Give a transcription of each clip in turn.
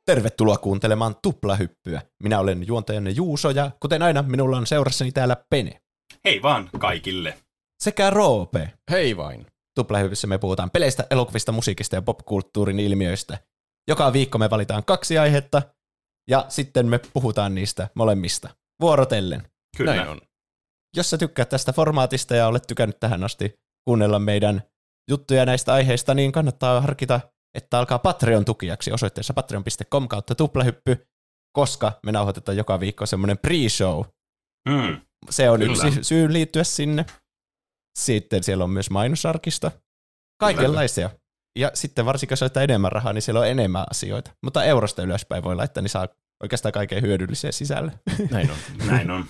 Tervetuloa kuuntelemaan Tuplahyppyä. Minä olen juontajanne Juuso ja kuten aina minulla on seurassani täällä Pene. Hei vaan kaikille. Sekä Roope. Hei vain. Tuplahypyssä me puhutaan peleistä, elokuvista, musiikista ja popkulttuurin ilmiöistä. Joka viikko me valitaan 2 aihetta ja sitten me puhutaan niistä molemmista vuorotellen. Kyllä. Näin on. Jos sä tykkäät tästä formaatista ja olet tykännyt tähän asti kuunnella meidän juttuja näistä aiheista, niin kannattaa harkita, että alkaa Patreon-tukijaksi osoitteessa patreon.com/tuplahyppy, koska me nauhoitetaan joka viikko semmoinen pre-show. Se on Kyllä. yksi syy liittyä sinne. Sitten siellä on myös mainosarkisto. Kaikenlaisia. Ja sitten varsinkin jos laittaa enemmän rahaa, niin siellä on enemmän asioita. Mutta eurosta ylöspäin voi laittaa, niin saa oikeastaan kaiken hyödyllisen sisälle. Näin on. Näin on.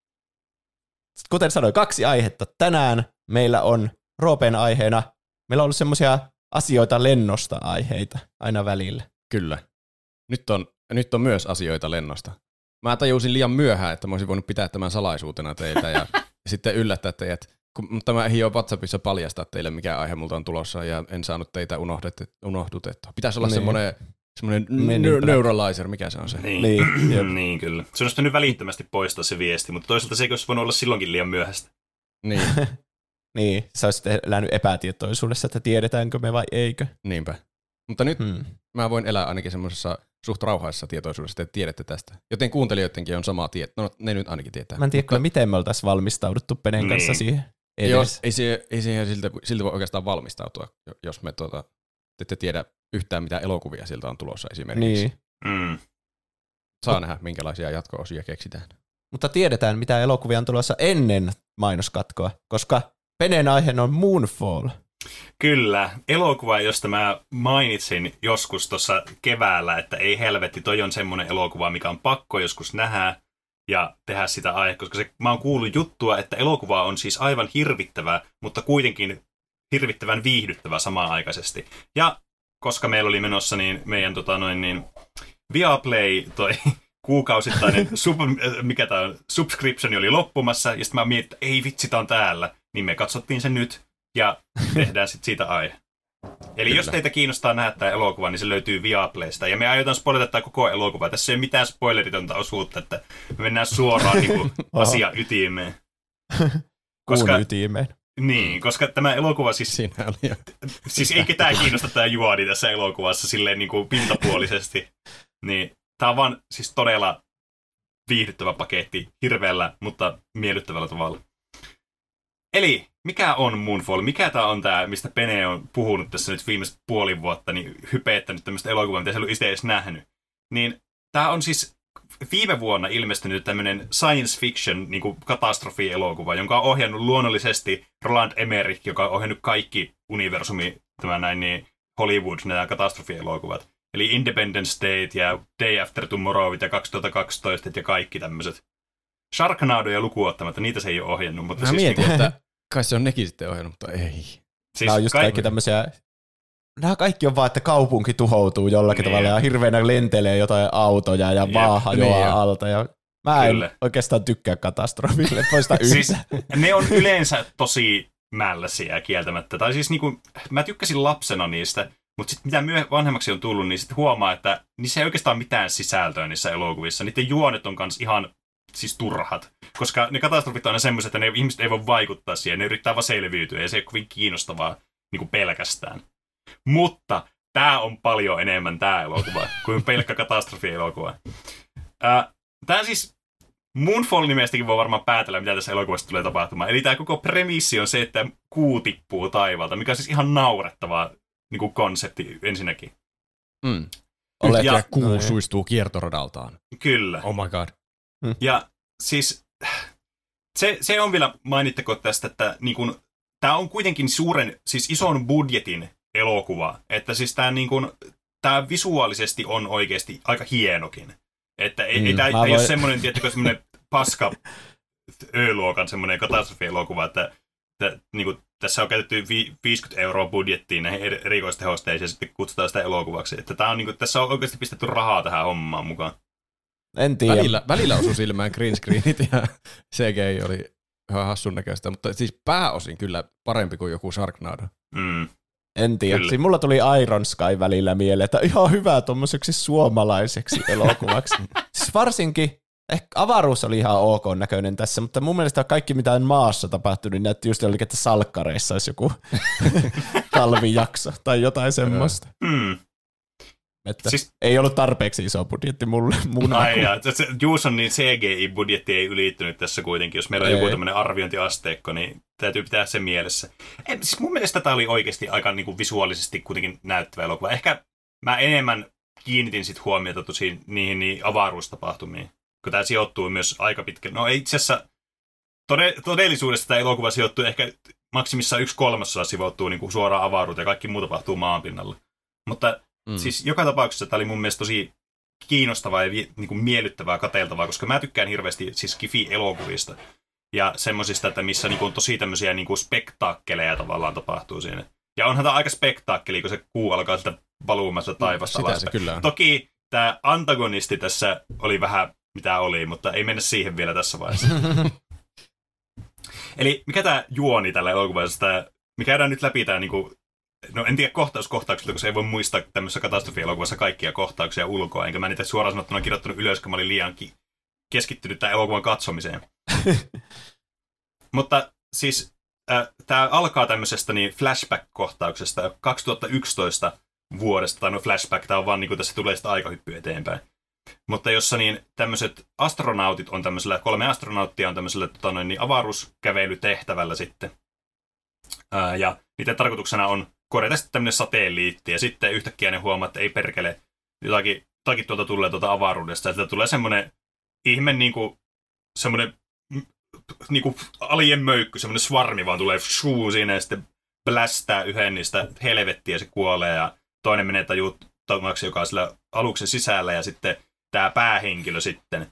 Kuten sanoin, 2 aihetta. Tänään meillä on Roopen aiheena. Meillä on ollut semmoisia asioita lennosta aiheita aina välillä. Kyllä. Nyt on myös asioita lennosta. Mä tajusin liian myöhään, että mä olisin voinut pitää tämän salaisuutena teiltä ja sitten yllättää teidät. Mutta mä ehdin jo WhatsAppissa paljastaa teille, mikä aihe multa on tulossa ja en saanut teitä unohdutettua. Pitäisi olla semmoinen neuralizer, mikä se on se? Niin, kyllä. Se olisi nyt välittömästi poistaa se viesti, mutta toisaalta se olisi voinut olla silloinkin liian myöhäistä. Niin. Niin, sä olisit elänyt epätietoisuudessa, että tiedetäänkö me vai eikö. Niinpä. Mutta nyt mä voin elää ainakin semmoisessa suht rauhaisessa tietoisuudessa, että tiedätte tästä. Joten kuuntelijoidenkin on sama tieto. No, ne nyt ainakin tietää. Mä en tiedä kyllä, miten me oltaisiin valmistauduttu Penen kanssa siihen edes. Jos, ei siihen siltä voi oikeastaan valmistautua, jos me ette tiedä yhtään mitä elokuvia sieltä on tulossa esimerkiksi. Niin. Saa nähdä, minkälaisia jatko-osia keksitään. Mutta tiedetään, mitä elokuvia on tulossa ennen mainoskatkoa, koska Penen aihe on Moonfall. Kyllä, elokuva, josta mä mainitsin joskus tuossa keväällä, että ei helvetti, toi on semmoinen elokuva, mikä on pakko joskus nähdä ja tehdä sitä aihe, koska mä oon kuullut juttua, että elokuva on siis aivan hirvittävä, mutta kuitenkin hirvittävän viihdyttävä samanaikaisesti. Ja koska meillä oli menossa niin meidän Viaplay toi kuukausittainen subscriptioni oli loppumassa, ja sitten mä mietin, että ei vitsi, tää on täällä, niin me katsottiin sen nyt ja tehdään sitten siitä aihe. Eli Kyllä. Jos teitä kiinnostaa nähdä tämä elokuva, niin se löytyy Viaplaysta. Ja me aiotaan spoilata tämä koko elokuva. Tässä ei ole mitään spoileritonta osuutta, että me mennään suoraan niin asia ytimeen. Kuun ytimeen. Niin, koska tämä elokuva siis ei ketään kiinnosta tämä juoni tässä elokuvassa silleen niin kuin pintapuolisesti. Niin, tämä on vaan siis todella viihdyttävä paketti hirveällä, mutta miellyttävällä tavalla. Eli mikä on Moonfall? Mikä tämä on tämä, mistä Pene on puhunut tässä nyt viimeiset puoli vuotta, niin hypeettänyt tämmöistä elokuvaa, mitä se ei ollut itse edes nähnyt. Niin tämä on siis viime vuonna ilmestynyt tämmöinen science fiction niin kuin katastrofielokuva, jonka on ohjannut luonnollisesti Roland Emmerich, joka on ohjannut kaikki universumi, niin Hollywood, nämä katastrofielokuvat. Eli Independence Day ja Day After Tomorrow ja 2012 ja kaikki tämmöiset. Sharknadoja lukuun ottamatta, niitä se ei ole ohjannut. Mutta mä siis mietin, että kai se on nekin sitten ohjannut, mutta ei. Siis nämä on just kaikki tämmöisiä, nämä kaikki on vaan, että kaupunki tuhoutuu jollakin tavalla ja hirveänä lentelee jotain autoja ja vaan hajoaa alta. Ja mä en oikeastaan tykkää katastrofille poista yhtä. Siis ne on yleensä tosi mälläsiä kieltämättä. Tai siis niinku, mä tykkäsin lapsena niistä, mutta sitten mitä vanhemmaksi on tullut, niin sitten huomaa, että niissä ei oikeastaan mitään sisältöä niissä elokuvissa. Niiden juonet on kans ihan siis turhat. Koska ne katastrofit on aina semmoiset, että ne ihmiset ei voi vaikuttaa siihen. Ne yrittää vaan selviytyä ja se ei ole kovin kiinnostavaa niin kuin pelkästään. Mutta tää on paljon enemmän tää elokuva kuin pelkkä katastrofielokuva. Tää siis Moonfall-nimestäkin voi varmaan päätellä, mitä tässä elokuvassa tulee tapahtumaan. Eli tää koko premissi on se, että kuu tippuu taivaalta, mikä on siis ihan naurettava niin kuin konsepti ensinnäkin. Ja kuu suistuu kiertoradaltaan. Kyllä. Oh my god. Ja siis se on vielä mainittako tästä, että niin kun, tämä on kuitenkin siis ison budjetin elokuva, että siis tämä visuaalisesti on oikeasti aika hienokin. Että ei tämä ole semmoinen, tiettäkö, semmoinen paska Ö-luokan semmoinen katastrofielokuva, että niin kun, tässä on käytetty 50 € budjettiin näihin erikoistehosteisiin ja sitten kutsutaan sitä elokuvaksi. Että tämä on, niin kun, tässä on oikeasti pistetty rahaa tähän hommaan mukaan. En tiedä. Välillä osui silmään green screenit ja CGI oli ihan hassun näköistä, mutta siis pääosin kyllä parempi kuin joku Sharknado. En tiedä. Siinä mulla tuli Iron Sky välillä mieleen, että ihan hyvä tommoseksi suomalaiseksi elokuvaksi. Siis varsinkin, ehkä avaruus oli ihan ok näköinen tässä, mutta mun mielestä kaikki mitä maassa tapahtui, niin näytti just jollekin, että salkkareissa olisi joku talvijakso tai jotain semmoista. Että siis, ei ollut tarpeeksi iso budjetti mulle. Juuson niin CGI-budjetti ei ylittynyt tässä kuitenkin. Jos meillä on joku tämmöinen arviointiasteikko, niin täytyy pitää se mielessä. Siis mun mielestä tämä oli oikeasti aika niin kuin visuaalisesti kuitenkin näyttävä elokuva. Ehkä mä enemmän kiinnitin sit huomiota niihin avaruustapahtumiin, kun tämä sijoittuu myös aika pitkälle. No itse asiassa todellisuudessa tämä elokuva sijoittuu ehkä maksimissaan 1/3 sijoittuu niin kuin suoraan avaruuteen ja kaikki muu tapahtuu maanpinnalla. Mutta siis joka tapauksessa tämä oli mun mielestä tosi kiinnostavaa ja niin kuin miellyttävää, kateeltavaa, koska mä tykkään hirveästi siis sci-fi-elokuvista ja semmosista, että missä niin kuin, tosi tämmöisiä niin kuin spektaakkeleja tavallaan tapahtuu siinä. Ja onhan tämä aika spektaakkeli, kun se kuu alkaa sitä valuumassa taivasta alaspäin. Toki tämä antagonisti tässä oli vähän mitä oli, mutta ei mennä siihen vielä tässä vaiheessa. Eli mikä tämä juoni tällä elokuvassa? Me käydään nyt läpi tämä niinku, no en tiedä kohtauksilta, koska ei voi muistaa tämmöisessä katastrofielokuvassa kaikkia kohtauksia ulkoa, enkä mä niitä suoraan sanottuna kirjoittanut ylös, kun mä olin liian keskittynyt tämän elokuvan katsomiseen. Mutta siis tämä alkaa tämmöisestä niin flashback-kohtauksesta 2011 vuodesta, tai no flashback, tämä on vaan niin kuin tässä tulee sitä aikahyppy eteenpäin. Mutta jossa niin tämmöiset astronautit on tämmöisellä, 3 astronauttia on tämmöisellä niin avaruuskävelytehtävällä sitten. Ja niiden tarkoituksena on korjata sitten tämmöinen satelliitti, ja sitten yhtäkkiä ne huomaa, että ei perkele, jotakin tuolta tulee tuolta avaruudesta, ja sieltä tulee semmoinen ihme niinku, semmoinen niinku alien möykky, semmoinen svarmi vaan tulee shuu siinä, ja sitten blästää yhden niistä helvettiä, ja se kuolee, ja toinen menee tajuttavaksi, joka on sillä aluksen sisällä, ja sitten tämä päähenkilö sitten,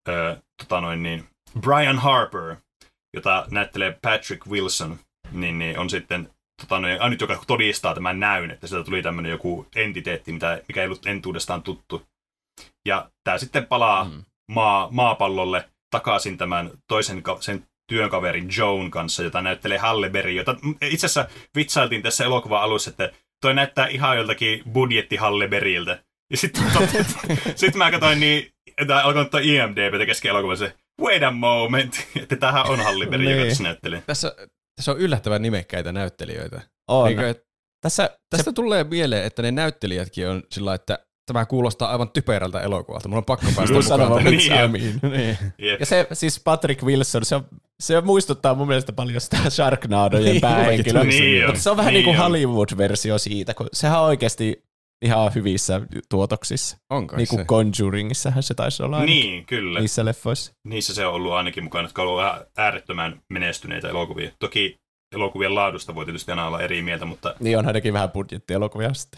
Brian Harper, jota näyttelee Patrick Wilson, niin on sitten ainut, joka todistaa tämän näyn, että sieltä tuli tämmöinen joku entiteetti, mikä ei ollut entuudestaan tuttu. Ja tämä sitten palaa maapallolle takaisin tämän toisen sen työnkaverin Joan kanssa, jota näyttelee Halle Berry, jota itse asiassa vitsailtiin tässä elokuvan alussa, että toi näyttää ihan joltakin budjetti Halle Berryltä. Ja sitten mä katsoin että alkoin ottaa IMDb:tä kesken elokuvassa, wait a moment, että tämähän on Halle Berry, joka tässä näyttelee. Tässä on yllättävän nimekkäitä näyttelijöitä. On. Tästä tulee mieleen, että ne näyttelijätkin on sillä, että tämä kuulostaa aivan typerältä elokuvalta. Mun on pakko päästä mukaan. Niin. Ja se siis Patrick Wilson, se muistuttaa mun mielestä paljon sitä Sharknadojen päähenkilöä. Mutta se on vähän niin kuin Hollywood-versio siitä, kun sehän on oikeasti ihan hyvissä tuotoksissa. Onko niin kuin Conjuringissähän se taisi olla ainakin. Niin, kyllä. Niissä leffoissa. Niissä se on ollut ainakin mukana, jotka on ollut äärettömän menestyneitä elokuvia. Toki elokuvien laadusta voi tietysti aina olla eri mieltä, mutta... Niin on ainakin vähän budjettielokuvia sitten.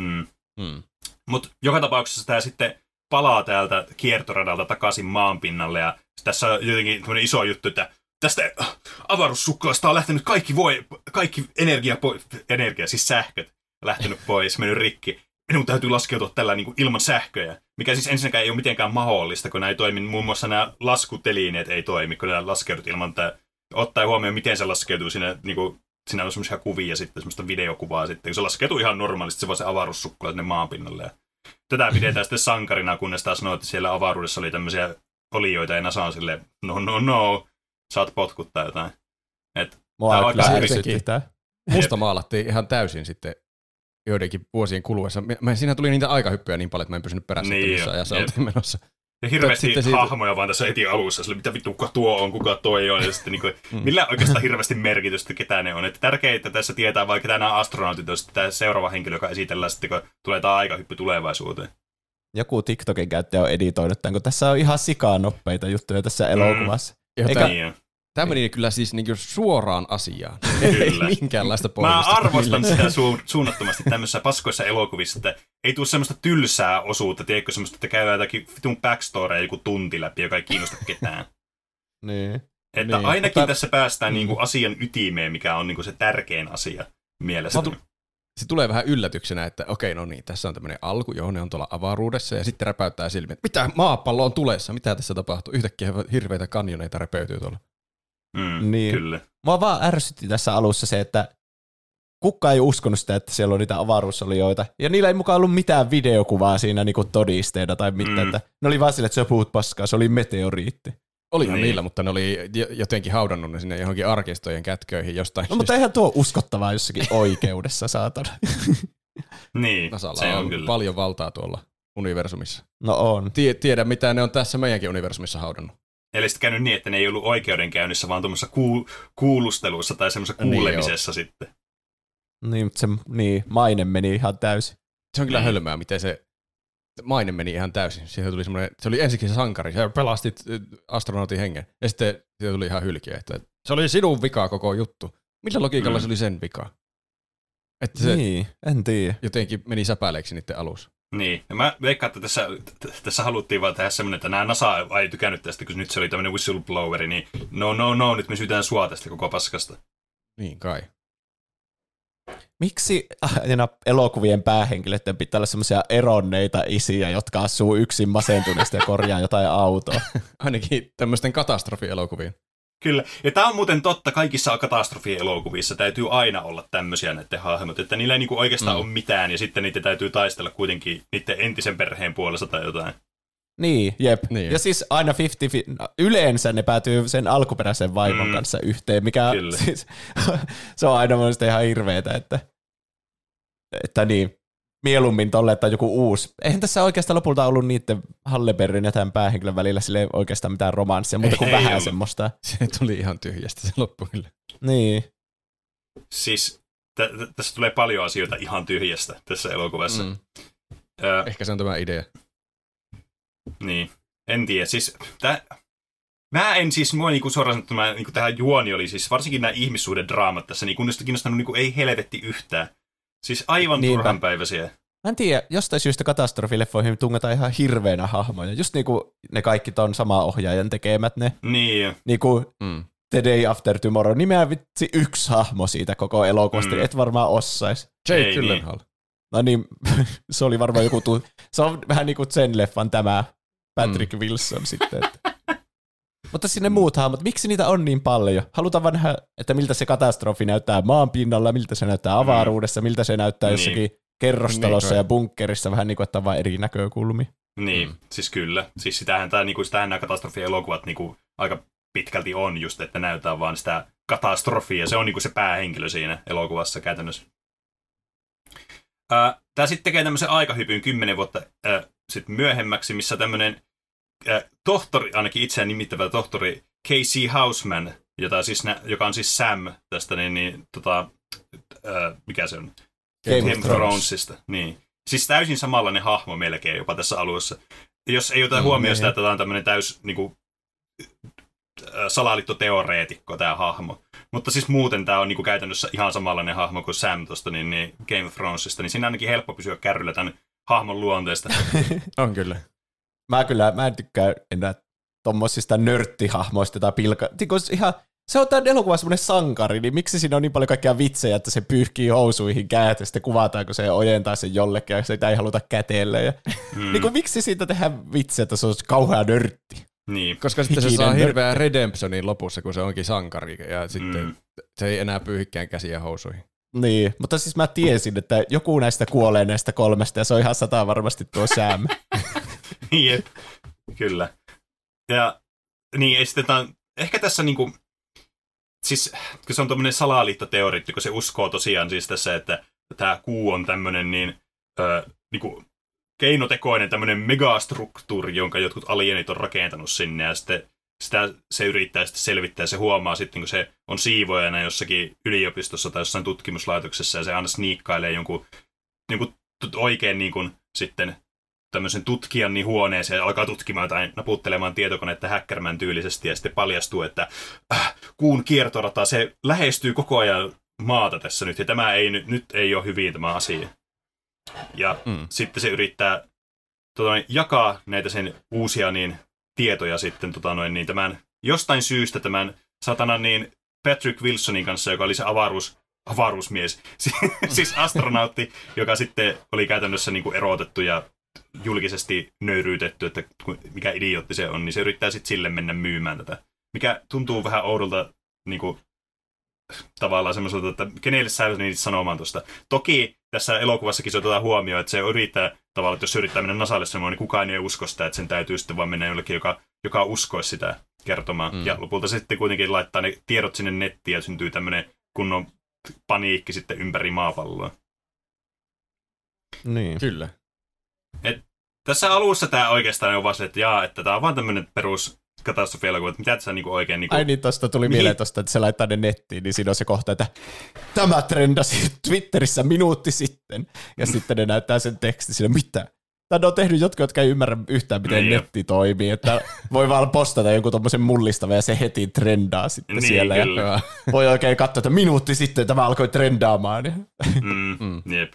Mutta joka tapauksessa tämä sitten palaa täältä kiertoradalta takaisin maanpinnalle, ja tässä on jotenkin tämmöinen iso juttu, että tästä avaruussukkelasta on lähtenyt kaikki energia, siis sähköt, lähtenyt pois, mennyt rikki. Minun täytyy laskeutua tällä niin kuin ilman sähköjä, mikä siis ensinnäkään ei ole mitenkään mahdollista, kun nämä ei toimi. Muun muassa nämä laskutelineet ei toimi, kun nämä laskeudut ilman tämä. Ottaa huomioon, miten se laskeutuu siinä, niin kuin, siinä on semmoisia kuvia sitten, semmoista videokuvaa sitten, kun se laskeutuu ihan normaalisti, se vaan se avaruussukkula sinne maanpinnalle. Ja tätä pidetään sitten sankarina, kunnes taas sanoo, että siellä avaruudessa oli tämmöisiä olioita, ja NASA on silleen, no, saat potkuttaa jotain. Mua kyllä ärsyttää. Musta maalattiin ihan täysin sitten joidenkin vuosien kuluessa. Siinä tuli niitä aikahyppyjä niin paljon, että mä en pysynyt perässä, että missä ajassa oltiin menossa. Ja hirveästi hahmoja vaan tässä heti alussa, sille, mitä vittu, kuka tuo on, kuka toi on, ja sitten niin kuin, millä oikeastaan hirveästi merkitystä, ketä ne on. Että tärkeää, että tässä tietää vaikka ketä nämä astronautit on, sitten tämä seuraava henkilö, joka esitellään sitten, kun tulee tämä aikahyppy tulevaisuuteen. Joku TikTokin käyttäjä on editoinut tämän, kun tässä on ihan sikaa nopeita juttuja tässä elokuvassa. Tämä meni kyllä siis niinku suoraan asiaan. Ei minkäänlaista pohjasta. Mä arvostan sitä suunnattomasti tämmöisissä paskoissa elokuvissa, että ei tule semmoista tylsää osuutta, tiedätkö, semmoista, että käydään jotakin vitun backstorea joku tunti läpi, joka ei kiinnosta ketään. Niin. Että ainakin tässä päästään niinku asian ytimeen, mikä on niinku se tärkein asia mielestäni. Se tulee vähän yllätyksenä, että okei, no niin, tässä on tämmöinen alku, johon ne on tuolla avaruudessa, ja sitten räpäyttää silmiä, että mitä maapallo on tulessa, mitä tässä tapahtuu. Yhtäkkiä hirveitä kanjoneita räpeytyy tuolla. Niin. Kyllä. Mua vaan ärsytti tässä alussa se, että kukaan ei uskonut sitä, että siellä on niitä avaruusolijoita. Ja niillä ei mukaan ollut mitään videokuvaa siinä niinku todisteena tai mitään. Että ne oli vaan sille, että sä puhut paskaa, se oli meteoriitti. Olihan niillä, mutta ne oli jotenkin haudannut ne sinne johonkin arkistojen kätköihin jostain. No mutta eihän tuo uskottavaa jossakin oikeudessa, saatana. Niin, NASAlla se on kyllä paljon valtaa tuolla universumissa. No on. Tiedä, mitä ne on tässä meidänkin universumissa haudannut. Eli sitten käynyt niin, että ne ei ollut oikeudenkäynnissä, vaan tuommoisessa kuulustelussa tai semmoisessa kuulemisessa sitten. Niin, mutta se maine meni ihan täysin. Se on kyllä hölmää, miten se maine meni ihan täysin. Siihen tuli semmoinen, se oli ensikin se sankari, sä pelastit astronautin hengen. Ja sitten siitä tuli ihan hylkiä, että se oli sinun vika koko juttu. Millä logiikalla se oli sen vika? Että se en tiedä. jotenkin meni säpäileeksi niiden alussa. Niin, ja mä veikkaan, että tässä haluttiin vaan tehdä semmoinen, että nämä NASA ei tykännyt tästä, kun nyt se oli tämmöinen whistlebloweri, niin no, nyt me syytään sua tästä koko paskasta. Niin kai. Miksi aina elokuvien päähenkilöiden pitää olla semmoisia eronneita isiä, jotka asuu yksin masentuneesta ja korjaa jotain autoa? Ainakin tämmöisten katastrofielokuvien. Kyllä, ja tämä on muuten totta, kaikissa katastrofielokuvissa täytyy aina olla tämmöisiä näiden hahmot, että niillä ei niinku oikeastaan ole mitään, ja sitten niitä täytyy taistella kuitenkin niiden entisen perheen puolesta tai jotain. Niin, jep. Niin. Ja siis aina 50, yleensä ne päätyy sen alkuperäisen vaimon kanssa yhteen, mikä siis, se on aina mielestäni ihan hirveetä, että niin, mieluummin tolle, että joku uusi. Eihän tässä oikeastaan lopulta ollut niiden Halle Berryn ja tämän päähenkilön välillä sille oikeastaan mitään romanssia, mutta kuin vähän ollut semmoista. Se tuli ihan tyhjästä se loppu kyllä. Niin. Siis tässä tulee paljon asioita ihan tyhjästä tässä elokuvassa. Ehkä se on tämä idea. Niin, en tiedä. Siis mä en siis, mua niinku suoraan sanottuna, niinku tähän juoni oli siis, varsinkin nämä ihmissuhdedraamat tässä, niin kunnosta kiinnostanut niinku ei helvetti yhtään. Siis aivan turhanpäiväisiä. Mä en tiedä, jostain syystä katastrofileffoihin tungetaan ihan hirveänä hahmoja. Just niinku ne kaikki ton sama ohjaajan tekemät ne. Niin. Niinku The Day After Tomorrow. Nimeä vitsi yksi hahmo siitä koko elokuvasta, et varmaan osais. Jake Gyllenhaal. No niin, se oli varmaan joku se on vähän niinku sen leffan tämä Patrick Wilson sitten. Mutta sinne muut hahmot, miksi niitä on niin paljon? Halutaan vaan nähdä, että miltä se katastrofi näyttää maan pinnalla, miltä se näyttää avaruudessa, miltä se näyttää jossakin kerrostalossa ja bunkkerissa, vähän niin kuin, että on vain eri näkökulmia. Niin, siis kyllä. Siis sitähän nämä katastrofielokuvat niinku aika pitkälti on just, että näytetään vaan sitä katastrofia. Se on niinku se päähenkilö siinä elokuvassa käytännössä. Tämä sitten tekee tämmöisen aikahypyn 10 vuotta sitten myöhemmäksi, missä tämmöinen tohtori, ainakin itseään nimittävä tohtori Casey Houseman, joka on siis Sam tästä, mikä se on? Game of Thronesista. Niin. Siis täysin samanlainen hahmo melkein jopa tässä alussa. Jos ei ota huomioon sitä, että tämä on tämmöinen täys niinku, salaliittoteoreetikko tämä hahmo. Mutta siis muuten tämä on niinku käytännössä ihan samanlainen hahmo kuin Sam tuosta niin Game of Thronesista, niin siinä on ainakin helppo pysyä kärryllä tämän hahmon luonteesta. On kyllä. Mä en tykkää enää tommosista nörttihahmoista tai se on tämän elokuvan semmoinen sankari, niin miksi siinä on niin paljon kaikkia vitsejä, että se pyyhkii housuihin käät ja sitten kuvataan, kun se ojentaa sen jollekin ja sitä ei haluta käteelle. Ja niin kuin, miksi siitä tehdään vitsejä, että se on kauhea nörtti? Niin. Koska sitten se saa hirveän redemptionin lopussa, kun se onkin sankari ja sitten se ei enää pyyhikään käsiä housuihin. Niin, mutta siis mä tiesin, että joku näistä kuolee näistä 3 ja se on ihan 100 varmasti tuo Sam. Jep, kyllä. Ja niin, estetään, ehkä tässä niinku, siis kun se on tommoinen salaliittoteoriitti, kun se uskoo tosiaan siis tässä, että tämä kuu on tämmöinen niinku keinotekoinen tämmöinen megastruktuuri, jonka jotkut alienit on rakentanut sinne, ja sitten se yrittää sitten selvittää, ja se huomaa sitten, kun se on siivoajana jossakin yliopistossa tai jossain tutkimuslaitoksessa, ja se aina sniikkailee jonkun oikein niin kuin sitten tämmöisen tutkijan niin huoneeseen ja alkaa tutkimaan tai naputtelemaan tietokonetta Hackerman tyylisesti, ja sitten paljastuu, että kuun kiertorata, se lähestyy koko ajan maata tässä nyt, ja tämä nyt ei ole hyvin tämä asia. Ja sitten se yrittää jakaa näitä sen uusia tietoja sitten tämän, jostain syystä tämän satanan Patrick Wilsonin kanssa, joka oli se avaruusmies, siis astronautti, joka sitten oli käytännössä erotettu ja julkisesti nöyryytetty, että mikä idiootti se on, niin se yrittää sitten sille mennä myymään tätä. Mikä tuntuu vähän oudolta tavallaan semmoiselta, että kenelle sä niitä sanomaan tuosta. Toki tässä elokuvassakin se otetaan huomioon, että se yrittää tavallaan, että jos se yrittää mennä Nasalle sanomaan, niin kukaan ei usko sitä, että sen täytyy sitten vaan mennä jollekin, joka uskoisi sitä kertomaan. Ja lopulta se sitten kuitenkin laittaa ne tiedot sinne nettiin ja syntyy tämmöinen kunnon paniikki sitten ympäri maapalloa. Niin. Kyllä. Tässä alussa tämä oikeastaan on vaan se, että tämä on vaan tämmöinen perus katastrofielokuva, että mitä tässä niinku oikein... Niinku... Ai niin, tosta tuli mieleen tosta, että se laittaa ne nettiin, niin siinä on se kohta, että tämä trendasi Twitterissä minuutti sitten. Ja sitten ne näyttää sen tekstin siinä, mitä? Tämä on tehnyt jotka ei ymmärrä yhtään, miten netti toimii. Että voi vaan postata jonkun tommosen mullistavan ja se heti trendaa sitten niin, siellä. Kyllä. Ja voi oikein katsoa, että minuutti sitten tämä alkoi trendaamaan. Jep.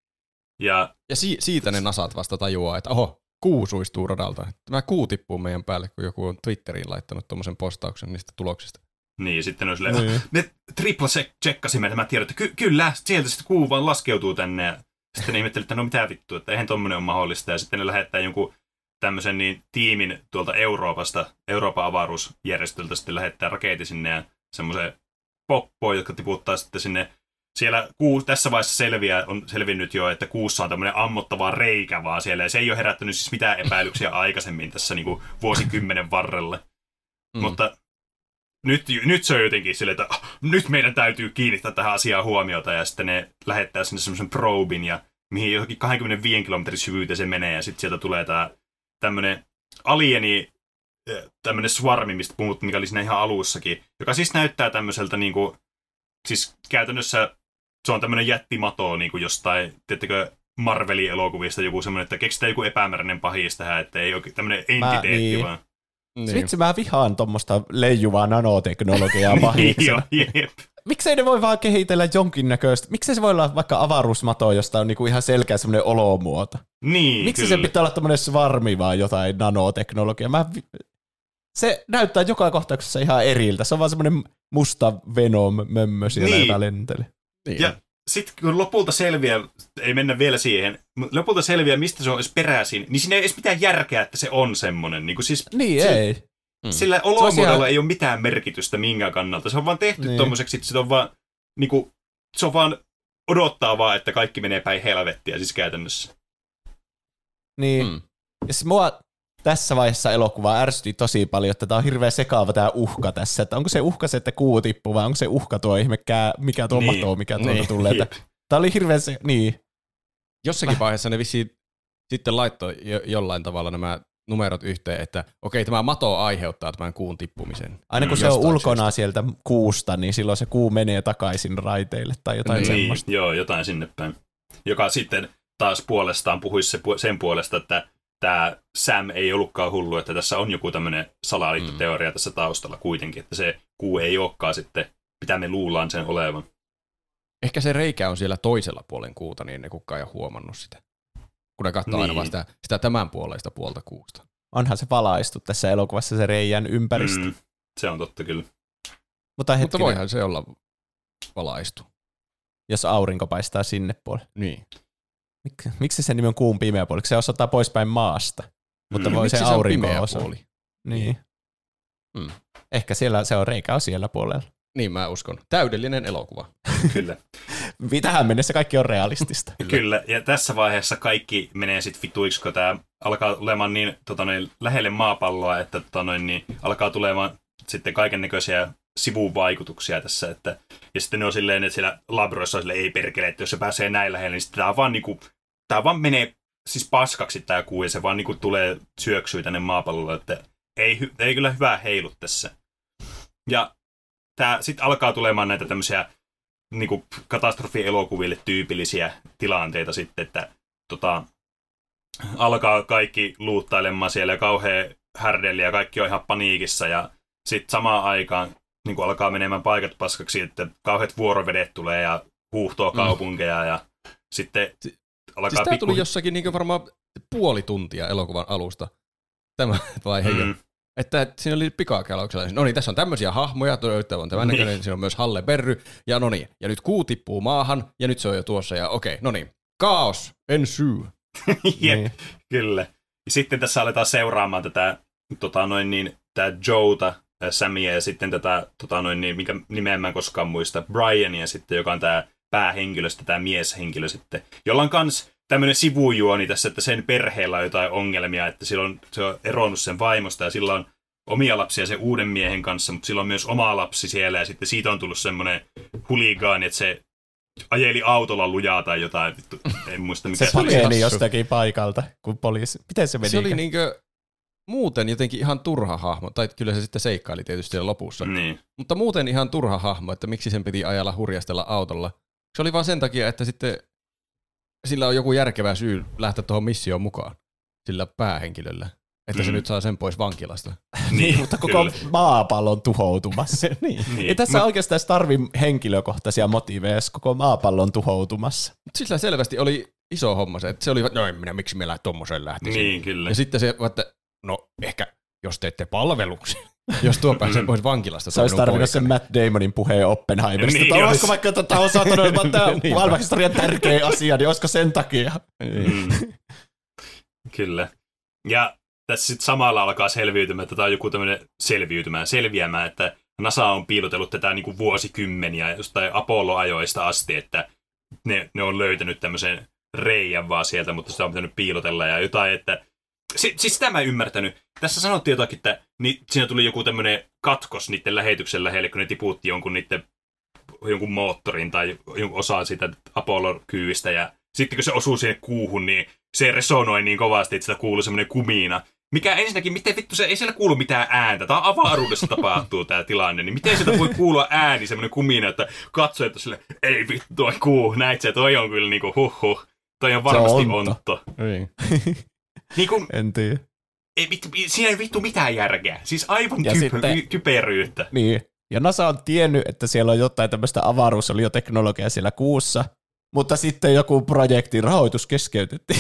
Ja siitä ne nasat vasta tajuaa, että kuu suistuu radalta. Tämä kuu tippuu meidän päälle, kun joku on Twitteriin laittanut tuommoisen postauksen niistä tuloksista. Niin, sitten on silleen, me triple-checkasimme nämä tiedot, että kyllä, sieltä sitten kuu vaan laskeutuu tänne. Ja sitten ne ihmettelivät, että no mitä vittua, että eihän tommoinen ole mahdollista. Ja sitten ne lähettää jonkun tämmöisen tiimin tuolta Euroopan avaruusjärjestöltä sitten lähettää raketin sinne ja semmoisen poppoon, jotka tiputtaa sitten sinne. Siellä tässä vaiheessa on selvinnyt jo, että kuussa on tämmöinen ammottava reikä vaan siellä, ja se ei ole herättänyt siis mitään epäilyksiä aikaisemmin tässä niin kuin vuosikymmenen varrelle. Mutta nyt se on jotenkin silleen, että nyt meidän täytyy kiinnittää tähän asiaan huomiota, ja sitten ne lähettää sinne semmoisen probin, ja mihin johonkin 25 kilometrin syvyyteen se menee, ja sitten sieltä tulee tämmöinen alieni, tämmöinen swarmi, mistä puhuttiin, mikä oli siinä ihan alussakin, joka siis näyttää tämmöiseltä niinku, siis käytännössä se on tämmöinen jättimato niin kuin jostain, tiedättekö, Marvelin elokuvista joku semmoinen, että keksitään joku epämääräinen pahis tähän, että ei ole tämmöinen entiteetti vaan. Niin. Vitsi, mä vihaan tuommoista leijuvaa nanoteknologiaa pahiksena. Miksei ne voi vaan kehitellä jonkinnäköistä? Miksei se voi olla vaikka avaruusmato, josta on niinku ihan selkeä semmoinen olomuoto? Niin, miksi se pitää olla tämmöinen svarmi vaan jotain nanoteknologiaa? Se näyttää joka kohtauksessa ihan eriltä. Se on vaan semmoinen musta Venom-mömmö siellä, joka lentelee. Niin. Ja sitten kun lopulta selviää, ei mennä vielä siihen, lopulta selviää, mistä se on edes peräisin, niin siinä ei edes mitään järkeä, että se on semmoinen. Niin ei. Sillä olomuodolla ei ole mitään merkitystä minkään kannalta. Se on vaan tehty tommoseksi, että se on vaan odottaa vaan, että kaikki menee päin helvettiä siis käytännössä. Niin. Ja siis mua tässä vaiheessa elokuvaa ärsytti tosi paljon, että tämä on hirveän sekaava tämä uhka tässä. Että onko se uhka se, että kuu tippuu, vai onko se uhka tuo mikä tuo mato, mikä tuolta tulee. Tämä oli hirveän Jossakin vaiheessa ne vissiin sitten laittoi jollain tavalla nämä numerot yhteen, että okei, tämä mato aiheuttaa tämän kuun tippumisen. Aina kun se on ulkona sieltä kuusta, niin silloin se kuu menee takaisin raiteille tai jotain semmoista. Joo, jotain sinne päin. Joka sitten taas puolestaan puhuisi sen puolesta, että tämä Sam ei ollutkaan hullu, että tässä on joku tämmöinen salaliittoteoria tässä taustalla kuitenkin, että se kuu ei olekaan sitten, mitä me luullaan sen olevan. Ehkä se reikä on siellä toisella puolen kuuta, niin ne kukaan ei ole huomannut sitä. Kun ne katsoo aina vaan sitä tämän puoleista puolta kuusta. Onhan se valaistu tässä elokuvassa se reijän ympäristö. Se on totta kyllä. Mutta voihan se olla valaistu. Jos aurinko paistaa sinne puolelle. Niin. Miksi se nimi on kuun pimeä puoli? Se osoittaa poispäin maasta. Mutta voi se aurinko puoli. Niin. Ehkä siellä se on reikä on siellä puolella. Niin mä uskon. Täydellinen elokuva. Kyllä. Tähän mennessä kaikki on realistista. Kyllä, ja tässä vaiheessa kaikki menee sitten vituiksi, kun tämä alkaa olemaan niin lähelle maapalloa, että niin alkaa tulemaan sitten kaikennäköisiä sivuvaikutuksia tässä. Ja sitten ne on silleen, että siellä labroissa on silleen, ei perkele, että jos se pääsee näin lähelle, niin sitten tämä vaan menee siis paskaksi tämä kuu, ja se vaan niinku tulee syöksyä tänne maapallolle, että ei kyllä hyvää heilu tässä. Ja tämä sitten alkaa tulemaan näitä tämmöisiä niinku katastrofielokuville tyypillisiä tilanteita sitten, että alkaa kaikki luuttailemaan siellä ja kauhea härdeli ja kaikki on ihan paniikissa ja sitten samaan aikaan niinku alkaa menemään paikat paskaksi, että kauheat vuorovedet tulee ja huuhtoo kaupunkeja ja sitten alkaa siis tämä tuli jossakin niinku varmaan puoli tuntia elokuvan alusta, tämä vaihe jo. Että siinä oli pikakelauksella. No niin, tässä on tämmöisiä hahmoja, on tämän näköinen, siinä on myös Halle Berry, ja no niin, ja nyt kuu tippuu maahan, ja nyt se on jo tuossa, ja okei, no niin, kaos ensyy. Jep, kyllä. Ja sitten tässä aletaan seuraamaan tätä tää Joota, Samia ja sitten tätä, mikä nimeä mä en koskaan muista, Briania sitten, joka on tämä päähenkilö, sitten tämä mieshenkilö sitten, jolla on kans tämmöinen sivujuoni tässä, että sen perheellä on jotain ongelmia, että se on eronnut sen vaimosta ja sillä on omia lapsia sen uuden miehen kanssa, mutta sillä on myös oma lapsi siellä ja sitten siitä on tullut semmoinen huligaani, että se ajeli autolla lujaa tai jotain, vittu, en muista mikä se pakeni jostakin paikalta, kun poliisi, miten se meni? Se oli niinkö muuten jotenkin ihan turha hahmo, tai kyllä se sitten seikkaili tietysti siellä lopussa, niin. Mutta muuten ihan turha hahmo, että miksi sen piti ajalla hurjastella autolla. Se oli vaan sen takia, että sitten sillä on joku järkevä syy lähteä tuohon missioon mukaan, sillä päähenkilöllä. Että se nyt saa sen pois vankilasta. Niin, mutta koko maapallo on tuhoutumassa. niin. Ei tässä oikeastaan tarvi henkilökohtaisia motiiveja, jos koko maapallo on tuhoutumassa. Sillä selvästi oli iso homma se, että se oli, no en minä, miksi meillä tommoseen lähtisi. Niin, kyllä. Ja sitten se, että no ehkä jos teette palveluksia, jos tuo pääsee pois vankilasta. Se olisi tarvinnut sen Matt Damonin puheen Oppenheimerista. Niin, olisiko vaikka tätä on saattanut olla tämä maailmanhistorian tärkeä asia, niin olisiko sen takia? Kyllä. Ja tässä sitten samalla alkaa selviytymään, että tämä on joku tämmöinen selviämään, että NASA on piilotellut tätä niin kuin vuosikymmeniä jostain Apollo-ajoista asti, että ne on löytänyt tämmöisen reijän vaan sieltä, mutta sitä on pitänyt piilotella ja jotain, että siis sitä mä en ymmärtänyt. Tässä sanottiin jotakin, että siinä tuli joku tämmöinen katkos niiden lähetyksen lähelle, kun ne tiputti jonkun moottorin tai jonkun osaa siitä Apollo-kyyistä ja sitten kun se osuu siihen kuuhun, niin se resonoi niin kovasti, että sitä kuuluu semmoinen kumina. Mikä ensinnäkin, miten vittu se, ei siellä kuulu mitään ääntä. Tämä avaruudessa tapahtuu tämä tilanne, niin miten sieltä voi kuulua ääni, semmoinen kumina, että katsoo, että sille, ei vittu toi kuu, näit se, toi on kyllä niinku huhhuh. Toi on varmasti ontto. Niin kuin, en tiedä. Siinä ei vittu mitään järkeä. Siis aivan typeryyttä. Niin. Ja NASA on tiennyt, että siellä on jotain tämmöistä avaruusolioteknologiaa siellä kuussa, mutta sitten joku projektin rahoitus keskeytettiin.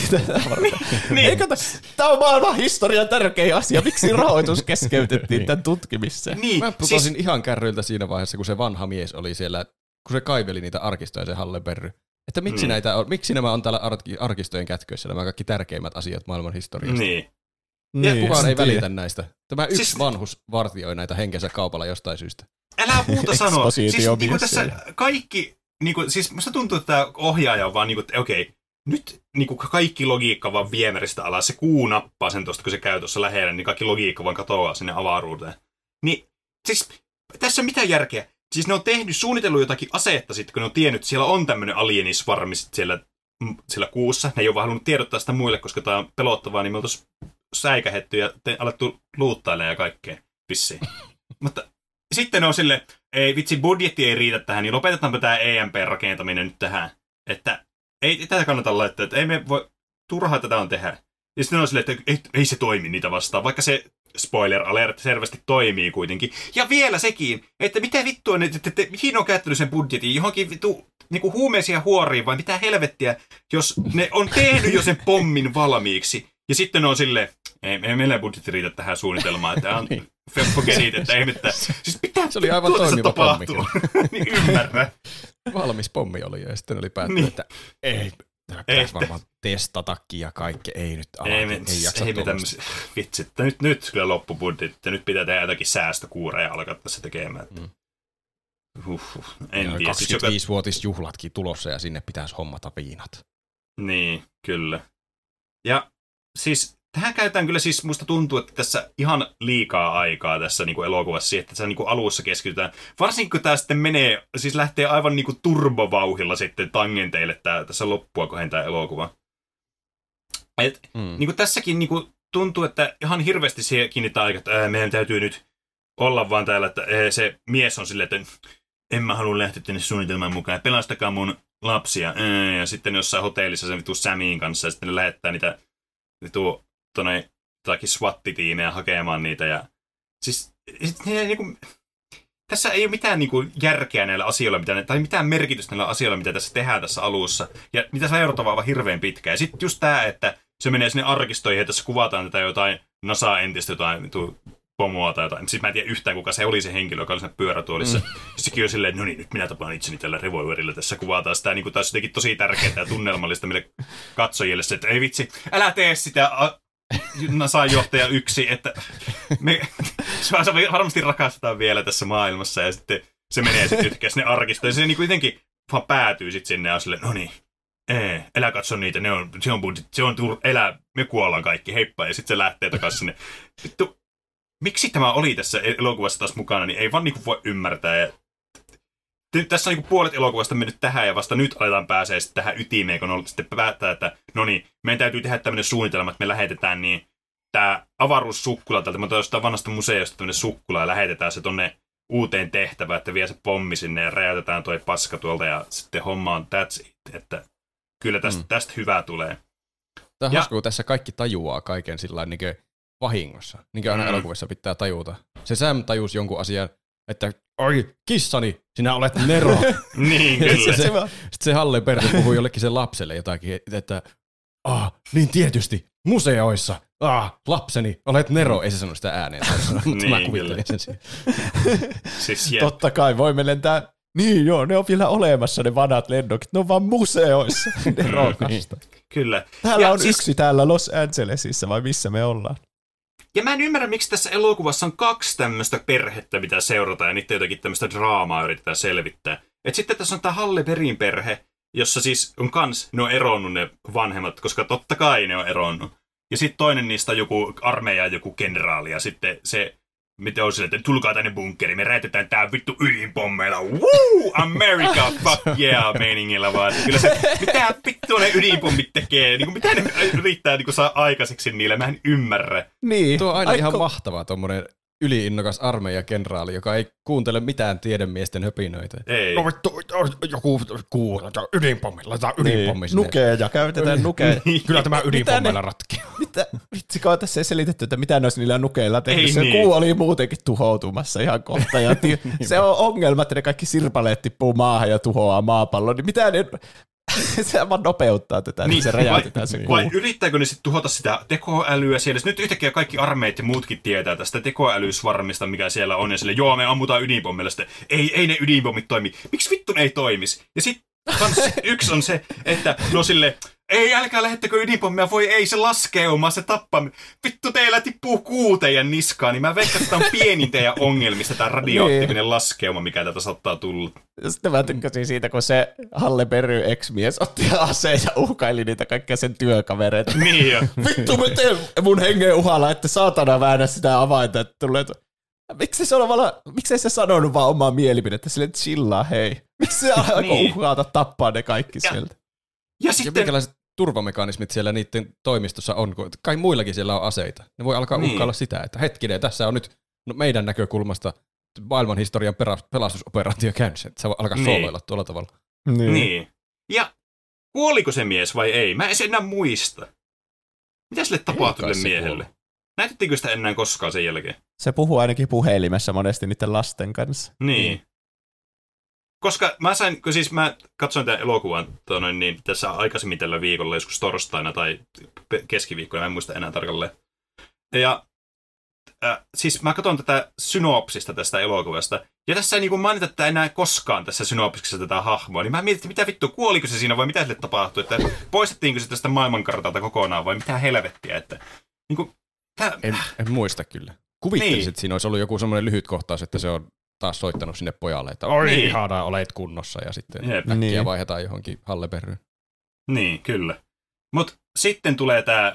Eikö tämä on maailman historian tärkein asia? Miksi rahoitus keskeytettiin tämän tutkimiseen? Niin, mä putosin ihan kärryiltä siinä vaiheessa, kun se vanha mies oli siellä, kun se kaiveli niitä arkistoja, se Halleberry. Että miksi nämä on täällä arkistojen kätköissä, nämä kaikki tärkeimmät asiat maailman historiasta. Niin. Ja kukaan ei välitä näistä. Tämä yksi vanhus vartioi näitä henkensä kaupalla jostain syystä. Älä muuta sanoa. Siis niin tässä kaikki, niin kuin, siis musta tuntuu, että tämä ohjaaja on vaan, niin kuin, että okei, nyt niin kuin kaikki logiikka vaan viemäristä alas. Se kuu nappaa sen tuosta, kun se käy tuossa lähellä, niin kaikki logiikka vaan katoaa sinne avaruuteen. Niin, siis tässä on mitään järkeä. Siis ne on suunnitellut jotakin asetta sitten, kun ne on tiennyt, että siellä on tämmöinen alienisvarmi siellä kuussa. Ne ei ole vaan halunnut tiedottaa sitä muille, koska tämä on pelottavaa, niin me oltaisiin säikähetty ja alettu luuttailemaan ja kaikkea vissiin. Mutta sitten ne on silleen, ei vitsi, budjetti ei riitä tähän, niin lopetetaanpa tämä EMP-rakentaminen nyt tähän. Että ei tätä kannata laittaa, että ei me voi, turhaa tätä on tehdä. Ja sitten ne on silleen, että ei se toimi niitä vastaan, vaikka se spoiler alert selvästi toimii kuitenkin. Ja vielä sekin, että mitä vittua, mihin on käyttänyt sen budjetin, johonkin vittu niinku huumeisia huoriin, vai mitä helvettiä, jos ne on tehnyt jo sen pommin valmiiksi. Ja sitten ne on silleen, ei meillä budjetti riitä tähän suunnitelmaan, että on forget it, että ei mitään. Siis pitää se oli aivan toimiva pommi. Niin ymmärrä. Valmis pommi oli ja sitten oli päättynyt, että ei. Pitäisi varmaan testatakin ja kaikki. Ei nyt ala, ei jaksa tuollaista. Vitsi, että nyt kyllä loppubudjetti. Nyt pitää tehdä jotakin säästökuureja alkaa tässä tekemään. En tiedä. 25-vuotisjuhlatkin tulossa ja sinne pitäisi hommata viinat. Niin, kyllä. Ja siis tähän käytetään kyllä siis, musta tuntuu, että tässä ihan liikaa aikaa tässä niin kuin elokuvassa siihen, että tässä niin kuin alussa keskitytään. Varsinkin kun tämä sitten menee, siis lähtee aivan niin kuin turbovauhilla sitten tangenteille tässä loppua kohden tämä elokuva. Niin kuin tässäkin niin kuin tuntuu, että ihan hirveästi siihen kiinnittää aikaa, että meidän täytyy nyt olla vaan täällä, että se mies on silleen, että en mä halua lähteä tänne suunnitelman mukaan, pelastakaa mun lapsia. Ja sitten jossain hotellissa se vitu Samin kanssa ja sitten ne lähettää niitä vitu jotakin SWAT-tiimejä hakemaan niitä. Ja siis niinku, tässä ei ole mitään niinku järkeä näillä asioilla, tai mitään merkitystä näillä asioilla, mitä tässä tehdään tässä alussa. Ja mitä seurataan vaan hirveän pitkään. Ja sitten just tämä, että se menee sinne arkistoihin, ja tässä kuvataan tätä jotain NASA-entistä, jotain pomoa tai jotain. Siis mä en tiedä yhtään, kuka se oli se henkilö, joka oli siinä pyörätuolissa. Sekin on silleen, no niin, nyt minä tapaan itseni tällä revolverilla. Tässä kuvataan sitä, niin kuin taas jotenkin tosi tärkeää ja tunnelmallista meille katsojille se, että ei vitsi, älä tee sitä NASA-johtaja 1, että Se varmasti rakastetaan vielä tässä maailmassa, ja sitten se menee sitten yhtäkkiä sinne arkistoon, ja se niin kuitenkin vaan päätyy sitten sinne, ja on silleen, no niin, älä katso niitä, me kuollaan kaikki, heippa, ja sitten se lähtee takaisin sinne. Vittu, miksi tämä oli tässä elokuvassa taas mukana, niin ei vaan niin voi ymmärtää, ja tässä on niin puolet elokuvasta mennyt tähän, ja vasta nyt aletaan pääsee sitten tähän ytimeen, kun on sitten päättää, että no niin, meidän täytyy tehdä tämmöinen suunnitelma, että me lähetetään niin tämä avaruussukkula tältä, me otetaan jostain vanhasta museosta tämmöinen sukkula, ja lähetetään se tonne uuteen tehtävään, että vie se pommi sinne, ja räjäytetään toi paska tuolta, ja sitten homma on that's it, että kyllä tästä hyvää tulee. Tämä on hauska, kun tässä kaikki tajuaa kaiken sillä niin vahingossa, niin kuin aina elokuvissa pitää tajuta. Se Sam tajusi jonkun asian, että oi, kissani, sinä olet Nero. Niin, kyllä. Sitten se Halle Berry puhui jollekin sen lapselle jotakin, että niin tietysti, museoissa, lapseni, olet Nero. Ei se sano sitä ääneen. Mä kuvittelin sen siihen. Siis totta kai, voimme lentää. Niin joo, ne on vielä olemassa ne vanhat lennokit, ne on vaan museoissa. Nerokasta. Kyllä. Täällä on yksi täällä Los Angelesissa, vai missä me ollaan? Ja mä en ymmärrä, miksi tässä elokuvassa on 2 tämmöistä perhettä, mitä seurataan, ja niitä jotakin tämmöistä draamaa yritetään selvittää. Et sitten tässä on tää Halle Berryn perhe, jossa siis on ne on eronnut ne vanhemmat, koska totta kai ne on eronnut. Ja sitten toinen niistä on joku armeija, joku kenraali, ja sitten se, miten on sille, että tulkaa tänne bunkkeriin, me räjätetään tää vittu ydinpommeilla, woo, America, fuck yeah, meiningillä vaan. Kyllä se, mitä vittua ne ydinpommit tekee, niin mitä ne yrittää niin saa aikaiseksi niille, mä en ymmärrä. Niin. Tuo on aina ihan mahtavaa, tommonen yliinnokas armeijakenraali, joka ei kuuntele mitään tiedemiesten höpinöitä. Ei. No vittu, joku laitetaan ydinpommi, laitetaan ydinpommi sinne. Nukeja, käytetään nukeja. Kyllä tämä ydinpommeilla ratkii. Vitsiko tässä ei selitetty, että mitä ne olisi niillä nukeilla tehnyt. Se kuu oli muutenkin tuhoutumassa ihan kohta. Ja se on ongelma, että ne kaikki sirpaleet tippuu maahan ja tuhoaa maapallon. Niin mitä ne... Se vaan nopeuttaa tätä, niin se räjäytetään se kuu. Vai yrittääkö ne sitten tuhota sitä tekoälyä siellä? Nyt yhtäkkiä kaikki armeijat ja muutkin tietää tästä tekoälysvarmista, mikä siellä on. Ja sille, joo, me ammutaan ydinpommilla. Sitten, ei ne ydinpommit toimi. Miksi vittu ne ei toimisi? Ja sitten yksi on se, että no sille, ei älkää lähettäkö ydinpommia, voi ei se laskeumaa, se tappaa. Vittu teillä tippuu kuu teidän niskaan, niin mä veikkaan, että tämä on pienin teidän ongelmista, tämä radioaktiivinen laskeuma, mikä täältä saattaa tulla. Sitten mä tykkäsin siitä, kun se Halle Berry ex-mies otti aseen ja uhkaili niitä kaikkia sen työkavereita. Niin jo. Vittu, mä teen mun hengen uhalla, että saatana väännä sitä avainta, että tulee... Miksei se sanonut vaan omaa mielipidettä silleen, chillaa, hei. Miksi se alkoi uhkaata tappaa ne kaikki sieltä? Ja sitten... minkälaiset turvamekanismit siellä niiden toimistossa on, kun kai muillakin siellä on aseita. Ne voi alkaa uhkailla sitä, että hetkinen, tässä on nyt meidän näkökulmasta maailman historian pelastusoperaatio käynnissä. Että se voi alkaa sooloilla tuolla tavalla. Niin. Ja kuoliko se mies vai ei? Mä en enää muista. Mitä sille tapahtui sille miehelle? Näytettiinkö sitä enää koskaan sen jälkeen? Se puhuu ainakin puhelimessa monesti niiden lasten kanssa. Niin. Koska mä katsoin tämän elokuvan niin tässä aikaisemmin tällä viikolla, joskus torstaina tai keskiviikkona, en muista enää tarkalleen. Ja siis mä katson tätä synopsista tästä elokuvasta, ja tässä ei niin mainita tätä enää koskaan tässä synopsiksessa tätä hahmoa, niin mä mietin, että mitä vittu, kuoliko se siinä vai mitä sille tapahtui, että poistettiinko se tästä maailmankartalta kokonaan vai mitä helvettiä, että niin kuin, En muista kyllä. Kuvittelisin, että siinä olisi ollut joku semmoinen lyhyt kohtaus, että se on taas soittanut sinne pojalle, että oi ihanaa, olet kunnossa, ja sitten äkkiä vaihdetaan johonkin Halle Berryyn. Niin, kyllä. Mutta sitten tulee tämä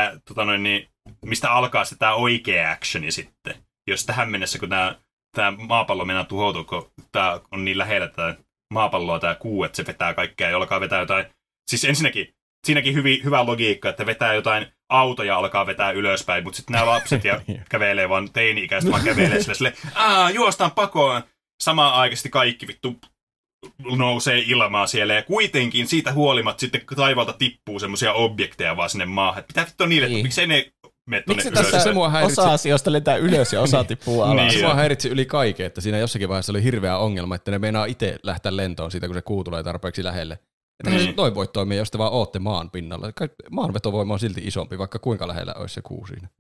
mistä alkaa se tämä oikea actioni sitten. Jos tähän mennessä, kun tämä maapallo mennään tuhoutua, kun tämä on niin lähellä tämä maapalloa, tämä kuu, että se vetää kaikkea ja alkaa vetää jotain. Siis ensinnäkin, siinäkin hyvä logiikka, että vetää jotain autoja alkaa vetää ylöspäin, mutta sitten nämä lapset ja kävelee vaan teini-ikäiset vaan kävelee sille, juostaan pakoon. Samaan aikaisesti kaikki vittu nousee ilmaa siellä ja kuitenkin siitä huolimatta sitten taivalta tippuu semmoisia objekteja vaan sinne maahan. Mitä vittu niille, miksei ne mene tuonne ylös? Miksi tässä osa asioista lentää ylös ja osa tippuu alas? Niin, se vaan häiritsi yli kaiken, että siinä jossakin vaiheessa oli hirveä ongelma, että ne meinaa itse lähteä lentoon siitä, kun se kuu tulee tarpeeksi lähelle. Että se noin voi toimia, jos te vaan ootte maan pinnalla. Maanvetovoima on silti isompi, vaikka kuinka lähellä olisi se kuu siinä.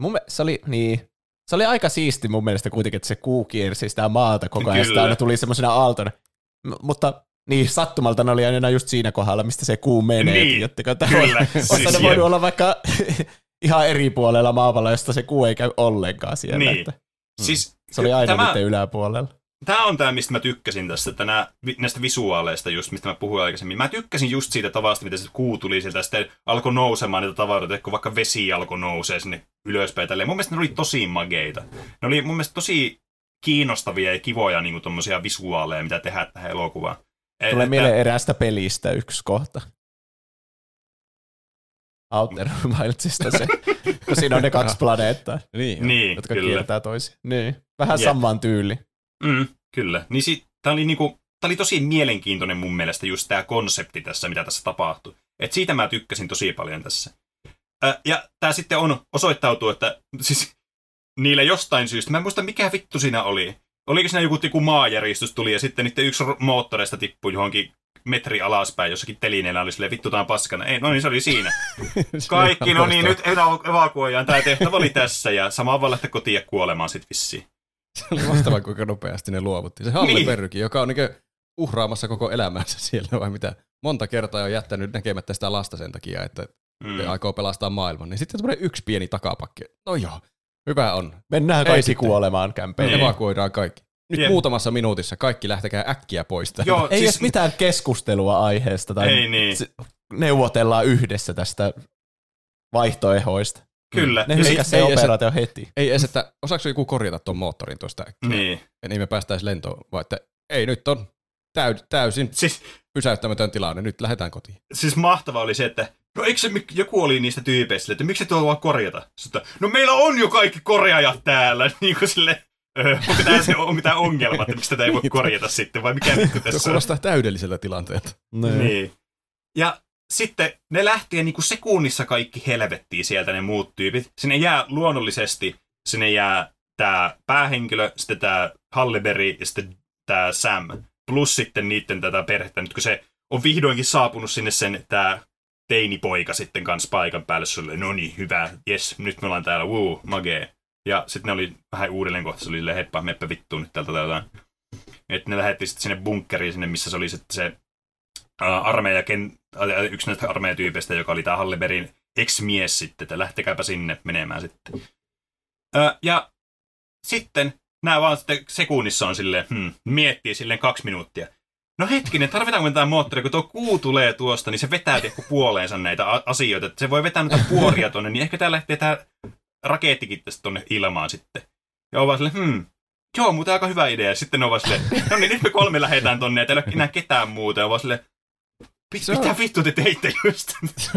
Se oli aika siisti mun mielestä kuitenkin, että se kuu kiersi sitä maata koko ajan. Sitä aina tuli semmoisena aaltona. Mutta niin, sattumalta ne oli aina just siinä kohdalla, mistä se kuu menee. Niin, kyllä. Olisi ne voinut olla vaikka ihan eri puolella maapalloa, josta se kuu ei käy ollenkaan siellä. Niin. Että Siis, se oli aina niiden yläpuolella. Tämä on tämä, mistä mä tykkäsin tästä, että näistä visuaaleista just, mistä mä puhuin aikaisemmin. Mä tykkäsin just siitä tavasta, miten se kuu tuli sieltä ja sitten alkoi nousemaan niitä tavaroita, kun vaikka vesi alkoi nousee sinne ylöspäin. Tälleen. Mun mielestä ne oli tosi mageita. Ne oli mun mielestä tosi kiinnostavia ja kivoja niin tommosia visuaaleja, mitä tehdään tähän elokuvaan. Tulee mieleen eräästä pelistä yksi kohta. Outer Wildsista se, kun siinä on ne 2 planeettaa, jotka kiertää toisiaan. Niin. Vähän samaan tyyli. Kyllä. Niin tämä oli tosi mielenkiintoinen mun mielestä just tämä konsepti tässä, mitä tässä tapahtui. Et siitä mä tykkäsin tosi paljon tässä. Ja tämä sitten osoittautuu, että siis niillä jostain syystä, mä en muista mikä vittu siinä oli. Oliko siinä joku maajäristys tuli ja sitten niiden yksi moottoreista tippui johonkin metri alaspäin, jossakin telineellä oli silleen, vittu tää on paskana. Ei, no niin, se oli siinä. Kaikki, no niin, nyt evakuoidaan, tää tehtävä oli tässä ja samaan vaan lähteä kotiin ja kuolemaan sit vissiin. Se oli mahtavaa, kuinka nopeasti ne luovutti. Se Halle Berry, joka on uhraamassa koko elämänsä siellä, vai mitä? Monta kertaa on jättänyt näkemättä sitä lasta sen takia, että aikoo pelastaa maailman. Niin sitten semmoinen yksi pieni takapakki. No joo, hyvä on. Mennään kaikki kuolemaan kämpeille. Evakuoidaan kaikki. Nyt muutamassa minuutissa kaikki lähtekää äkkiä pois. Joo, ei siis edes mitään keskustelua aiheesta tai neuvotellaan yhdessä tästä vaihtoehoista. Kyllä. Ne hylkäs se operaatio heti. Ei edes, että osaako joku korjata tuon moottorin tuosta äkkiä? Niin. Ja niin me päästäisiin lentoon, vaan että ei, nyt on täysin pysäyttämätön tilanne, nyt lähdetään kotiin. Siis mahtavaa oli se, että no eikö se, joku oli niistä tyypeistä, että miksi tuolla vaan korjata? Sitten, no meillä on jo kaikki korjaajat täällä, niin kuin silleen, onko tämä ongelma, että miksi tätä ei voi korjata sitten, vai mikä vittu tässä on? Se kuulostaa täydelliseltä tilanteelta. Niin. Ja sitten ne lähtien niin kuin sekunnissa kaikki helvettiin sieltä ne muut tyypit. Sinne jää luonnollisesti, sinne jää tämä päähenkilö, sitten tämä Halle Berry ja sitten tämä Sam. Plus sitten niiden tätä perhettä, nyt kun se on vihdoinkin saapunut sinne sen tämä teinipoika sitten kanssa paikan päälle. Sulle, no niin, hyvä, jes, nyt me ollaan täällä, magee. Ja sitten ne oli vähän uudelleen kohta, se oli silleen, heppa, meppä vittuun nyt täältä jotain. Että ne lähetti sitten sinne bunkkeriin, sinne missä se oli sitten se yksi näistä armeijatyypeistä, joka oli tämä Halle Berryn ex-mies sitten, että lähtekääpä sinne menemään sitten. Ja sitten nämä vaan sitten sekunnissa on silleen, miettii silleen 2 minuuttia. No hetkinen, tarvitaanko tämä moottori, kun tuo kuu tulee tuosta, niin se vetää puoleensa näitä asioita, että se voi vetää noita puoria tonne, niin ehkä tää lähtee tämä rakeettikin tästä tonne ilmaan sitten. Ja on vaan silleen, joo, mutta aika hyvä idea. Sitten ne on vaan silleen, no niin, nyt me 3 lähdetään tonne, ja täällä ei ole enää ketään muuta. Ja on vaan silleen, mitä vittu te teitte just?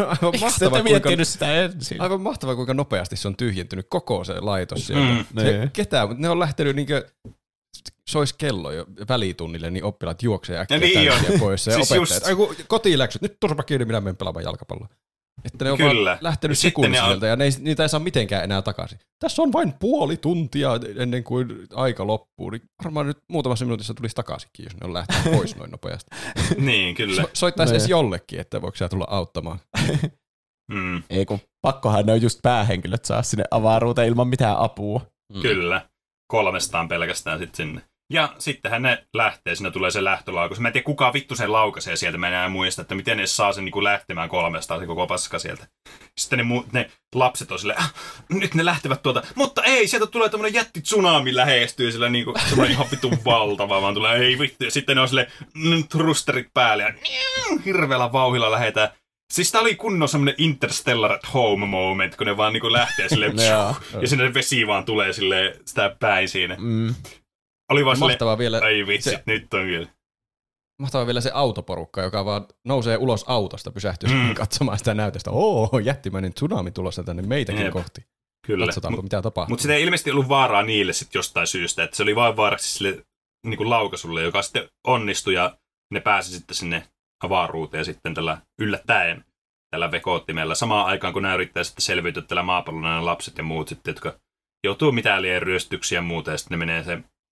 Aivan mahtavaa, kuinka nopeasti se on tyhjentynyt koko se laitos sieltä. Ketään, mutta ne on lähtenyt niinkö sois kello jo välitunnille, niin oppilaat juoksee äkkiä täysiä pois. Ja siis opettajat, kotiläksyt, nyt turva kiinni, minä menen pelaamaan jalkapalloa. Että ne on vaan lähtenyt sekunnissa sieltä ja niitä ei saa mitenkään enää takaisin. Tässä on vain puoli tuntia ennen kuin aika loppuu. Niin varmaan nyt muutamassa minuutissa tulisi takaisinkin, jos ne on lähtenyt pois noin nopeasti. Niin, kyllä. Soittaisi edes jollekin, että voiko sä tulla auttamaan. Ei kun pakkohan ne on just päähenkilöt saa sinne avaruuteen ilman mitään apua. Kyllä. 300 pelkästään sitten sinne. Ja sittenhän ne lähtee, siinä tulee se lähtölaukaus. Mä en tiedä kuka vittu sen laukaisee sieltä, mä enää muista, että miten ne saa sen niin lähtemään 300 se koko paska sieltä. Sitten ne lapset on silleen, nyt ne lähtevät tuolta, mutta ei, sieltä tulee tämmönen jätti tsunami lähestyy, sillä niinku semmoinen ihan vittu valtava, vaan tulee, ei vittu. Ja sitten ne on silleen, thrusterit päälle ja hirveällä vauhilla lähetään. Siis tää oli kunnon semmonen Interstellar at Home moment, kun ne vaan niinku lähtee silleen, ja sinne vesi vaan tulee silleen sitä päin siinä. Oli vaan silleen, vielä, ai vitsit, nyt on kyllä. Mahtavaa vielä se autoporukka, joka vaan nousee ulos autosta, pysähtyy katsomaan sitä näytöstä. Jättimäinen tsunami tulossa tänne meitäkin kohti. Kyllä. Katsotaanko mitä tapahtuu. Mutta sitä ei ilmeisesti ollut vaaraa niille sitten jostain syystä, että se oli vain vaaraksi sille niin laukaisulle, joka sitten onnistui ja ne pääsi sitten sinne avaruuteen sitten tällä yllättäen tällä vekoottimella. Samaan aikaan, kun nämä yrittää sitten selviytyä tällä maapallolla nämä lapset ja muut sitten, jotka joutuu mitään liian ryöstyksiä ja muuta, ja sitten ne menee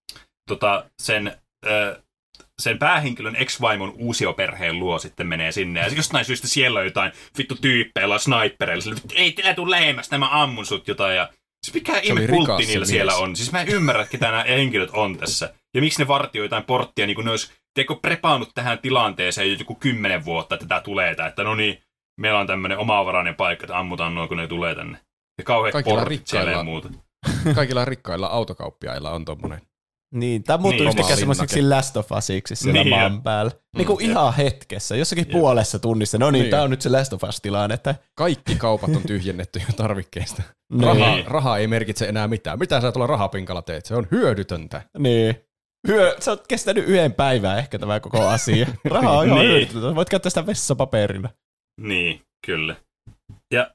sen päähenkilön ex-vaimon uusioperheen luo sitten menee sinne. Ja jostain syystä siellä on jotain vittu tyyppeillä snipereilla. Ei teillä tule lähemmäs, mä ammun sut jotain. Ja siis mikä ihme pultti niillä siellä on. Siis mä en ymmärrä, ketä nämä henkilöt on tässä. Ja miksi ne vartioi jotain porttia, niin kuin ne olisi prepaannut tähän tilanteeseen jo joku 10 vuotta, että tää tulee. Että no niin, meillä on tämmöinen omavarainen paikka, että ammutaan noin, kun ne tulee tänne. Ja kauheat portit siellä ja muuta. Kaikilla rikkailla autokauppiailla on tommonen. Niin, tämä muuttui yhtäkkiä semmoiseksi Last of Usiksi siellä maan päällä. Niin kuin ihan hetkessä, jossakin puolessa tunnissa. No niin, tämä on nyt se Last of Us-tilanne. Että... Kaikki kaupat on tyhjennetty jo tarvikkeista. Raha ei merkitse enää mitään. Mitä sä tuolla rahapinkalla teet? Se on hyödytöntä. Niin. Se on kestänyt yhden päivän ehkä tämä koko asia. Raha on ihan hyödytöntä. Voit käyttää sitä vessapaperina. Niin, kyllä. Ja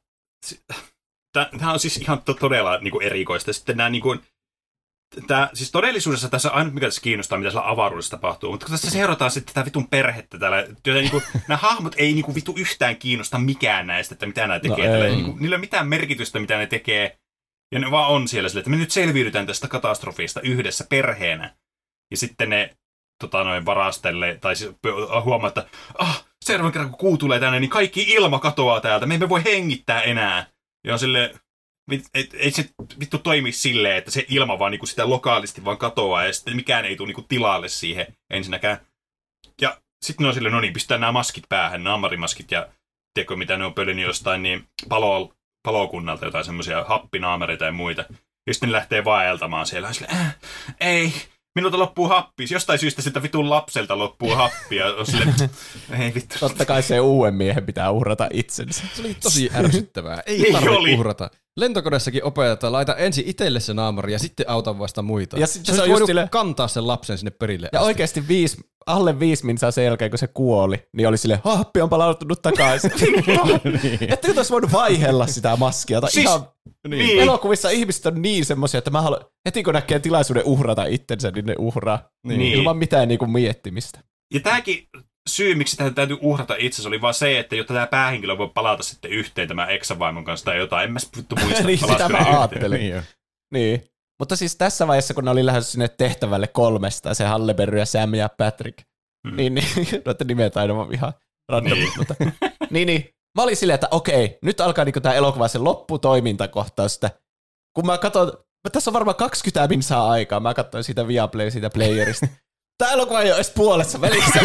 tämä on siis ihan todella niinku erikoista. Sitten nämä niinku... siis todellisuudessa tässä ainut, mikä tässä kiinnostaa, mitä siellä avaruudessa tapahtuu, mutta kun tässä seurataan sitten tätä vitun perhettä täällä, niinku, nämä hahmot ei niinku vitu yhtään kiinnosta mikään näistä, että mitä nämä tekee. Tällä, niinku, niillä ei ole mitään merkitystä, mitä ne tekee, ja ne vaan on siellä silleen, että me nyt selviydytään tästä katastrofista yhdessä perheenä. Ja sitten ne varastelee, tai siis huomaa, että seuraavan kerran kun kuu tulee tänne, niin kaikki ilma katoaa täältä, me emme voi hengittää enää. Ja on silleen... Ei se vittu toimi silleen, että se ilma vaan niinku sitä lokaalisti vaan katoaa ja sitten mikään ei tule niinku tilalle siihen ensinnäkään. Ja sitten ne on silleen, no niin, pistetään nämä maskit päähän, naamarimaskit ja tiedätkö mitä ne on pölinyt jostain niin palokunnalta, jotain semmoisia happinaamereita ja muita. Ja sitten ne lähtee vaeltamaan siellä. Silleen, ei, minulta loppuu happi. Jostain syystä sitä vitun lapselta loppuu happi. Ja on silleen, ei vittu. Totta kai se uuden miehen pitää uhrata itsensä. Se oli tosi ärsyttävää. Ei tarvitse uhrata. Lentokoneessakin opetetaan, laita ensin itselle se naamari ja sitten auta vasta muita. Ja sitten se on just kantaa sen lapsen sinne perille ja asti. Oikeasti alle 5 minsaa sen jälkeen, kun se kuoli, niin oli silleen, happi on palautunut takaisin. niin. Että nyt olisi voinut vaihella sitä maskia. Siis, niin. Elokuvissa ihmiset on niin semmoisia, että mä haluan, heti kun näkee tilaisuuden uhrata itsensä, niin ne uhraa. Niin. Ilman mitään niinku miettimistä. Ja tämäkin syy, miksi tähän täytyy uhrata itsensä, oli vaan se, että jotta tämä päähenkilö voi palata sitten yhteen tämän ex-vaimon kanssa tai jotain. En mä vittu muista, niin, sitä mä ajattelin. Niin. Mutta siis tässä vaiheessa, kun ne oli lähdössä sinne tehtävälle 3, se Halle Berry ja Sam ja Patrick, niin noita nimet aina on ihan random. Mutta, niin. Mä olin silleen, että okei, nyt alkaa niinku tää elokuva sen lopputoimintakohtaus. Kun mä katson, tässä on varmaan 20 minsaa aikaa, mä katsoin siitä Viaplay, siitä playerista. Tää elokuva ei ole edes puolessa välissä.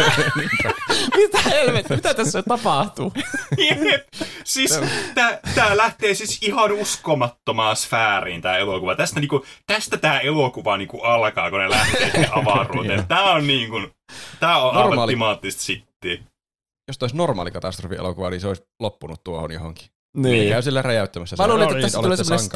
Mitä helvettiä, mitä tässä tapahtuu? Siis tää lähtee siis ihan uskomattomaan sfääriin tää elokuva. Tästä tää elokuva niinku alkaa, kun ne lähtee avaruuteen. Tää on aivan timaattista shittiä. Jos toi olisi normaali katastrofielokuva, niin se olisi loppunut tuohon johonkin. Niin. Käy sillä räjäyttämässä. Mä luulen, että tässä tulee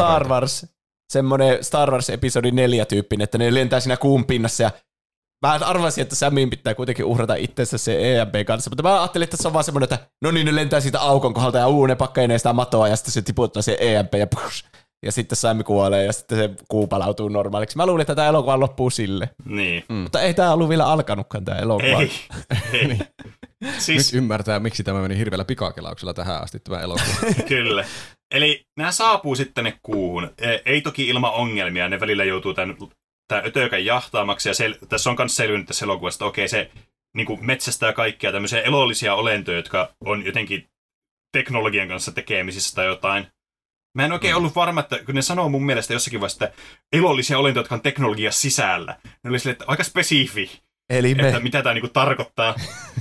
semmoinen Star Wars episodi 4 tyyppinen, että ne lentää siinä kuun pinnassa ja mä arvasin, että Samin pitää kuitenkin uhrata itsensä se EMP kanssa, mutta mä ajattelin, että se on vaan semmoinen, että no niin, ne lentää siitä aukon kohdalta ja ne pakkainee sitä matoa ja sitten se tiputtaa se EMP ja push. Ja sitten Sam kuolee ja sitten se kuu palautuu normaaliksi. Mä luulin, että tämä elokuva loppuu sille. Niin. Mutta ei tämä ollut vielä alkanutkaan tämä elokuva. Ei. Niin. Siis... Nyt ymmärtää, miksi tämä meni hirveällä pikakelauksella tähän asti tämä elokuva. Kyllä. Eli nämä saapuu sitten tänne kuuhun. Ei toki ilman ongelmia. Ne välillä joutuu tämän ötökän jahtaamaksi. Ja tässä on myös selvinnyt tässä elokuvassa, että okei, se niin kuin metsästää kaikkia tämmöisiä elollisia olentoja, jotka on jotenkin teknologian kanssa tekemisissä tai jotain. Mä en oikein ollut varma, että kun ne sanoo mun mielestä jossakin vaiheessa, että elollisia olentoja, jotka on teknologia sisällä. Ne oli silleen, että aika spesifi, että mitä tämä niinku tarkoittaa.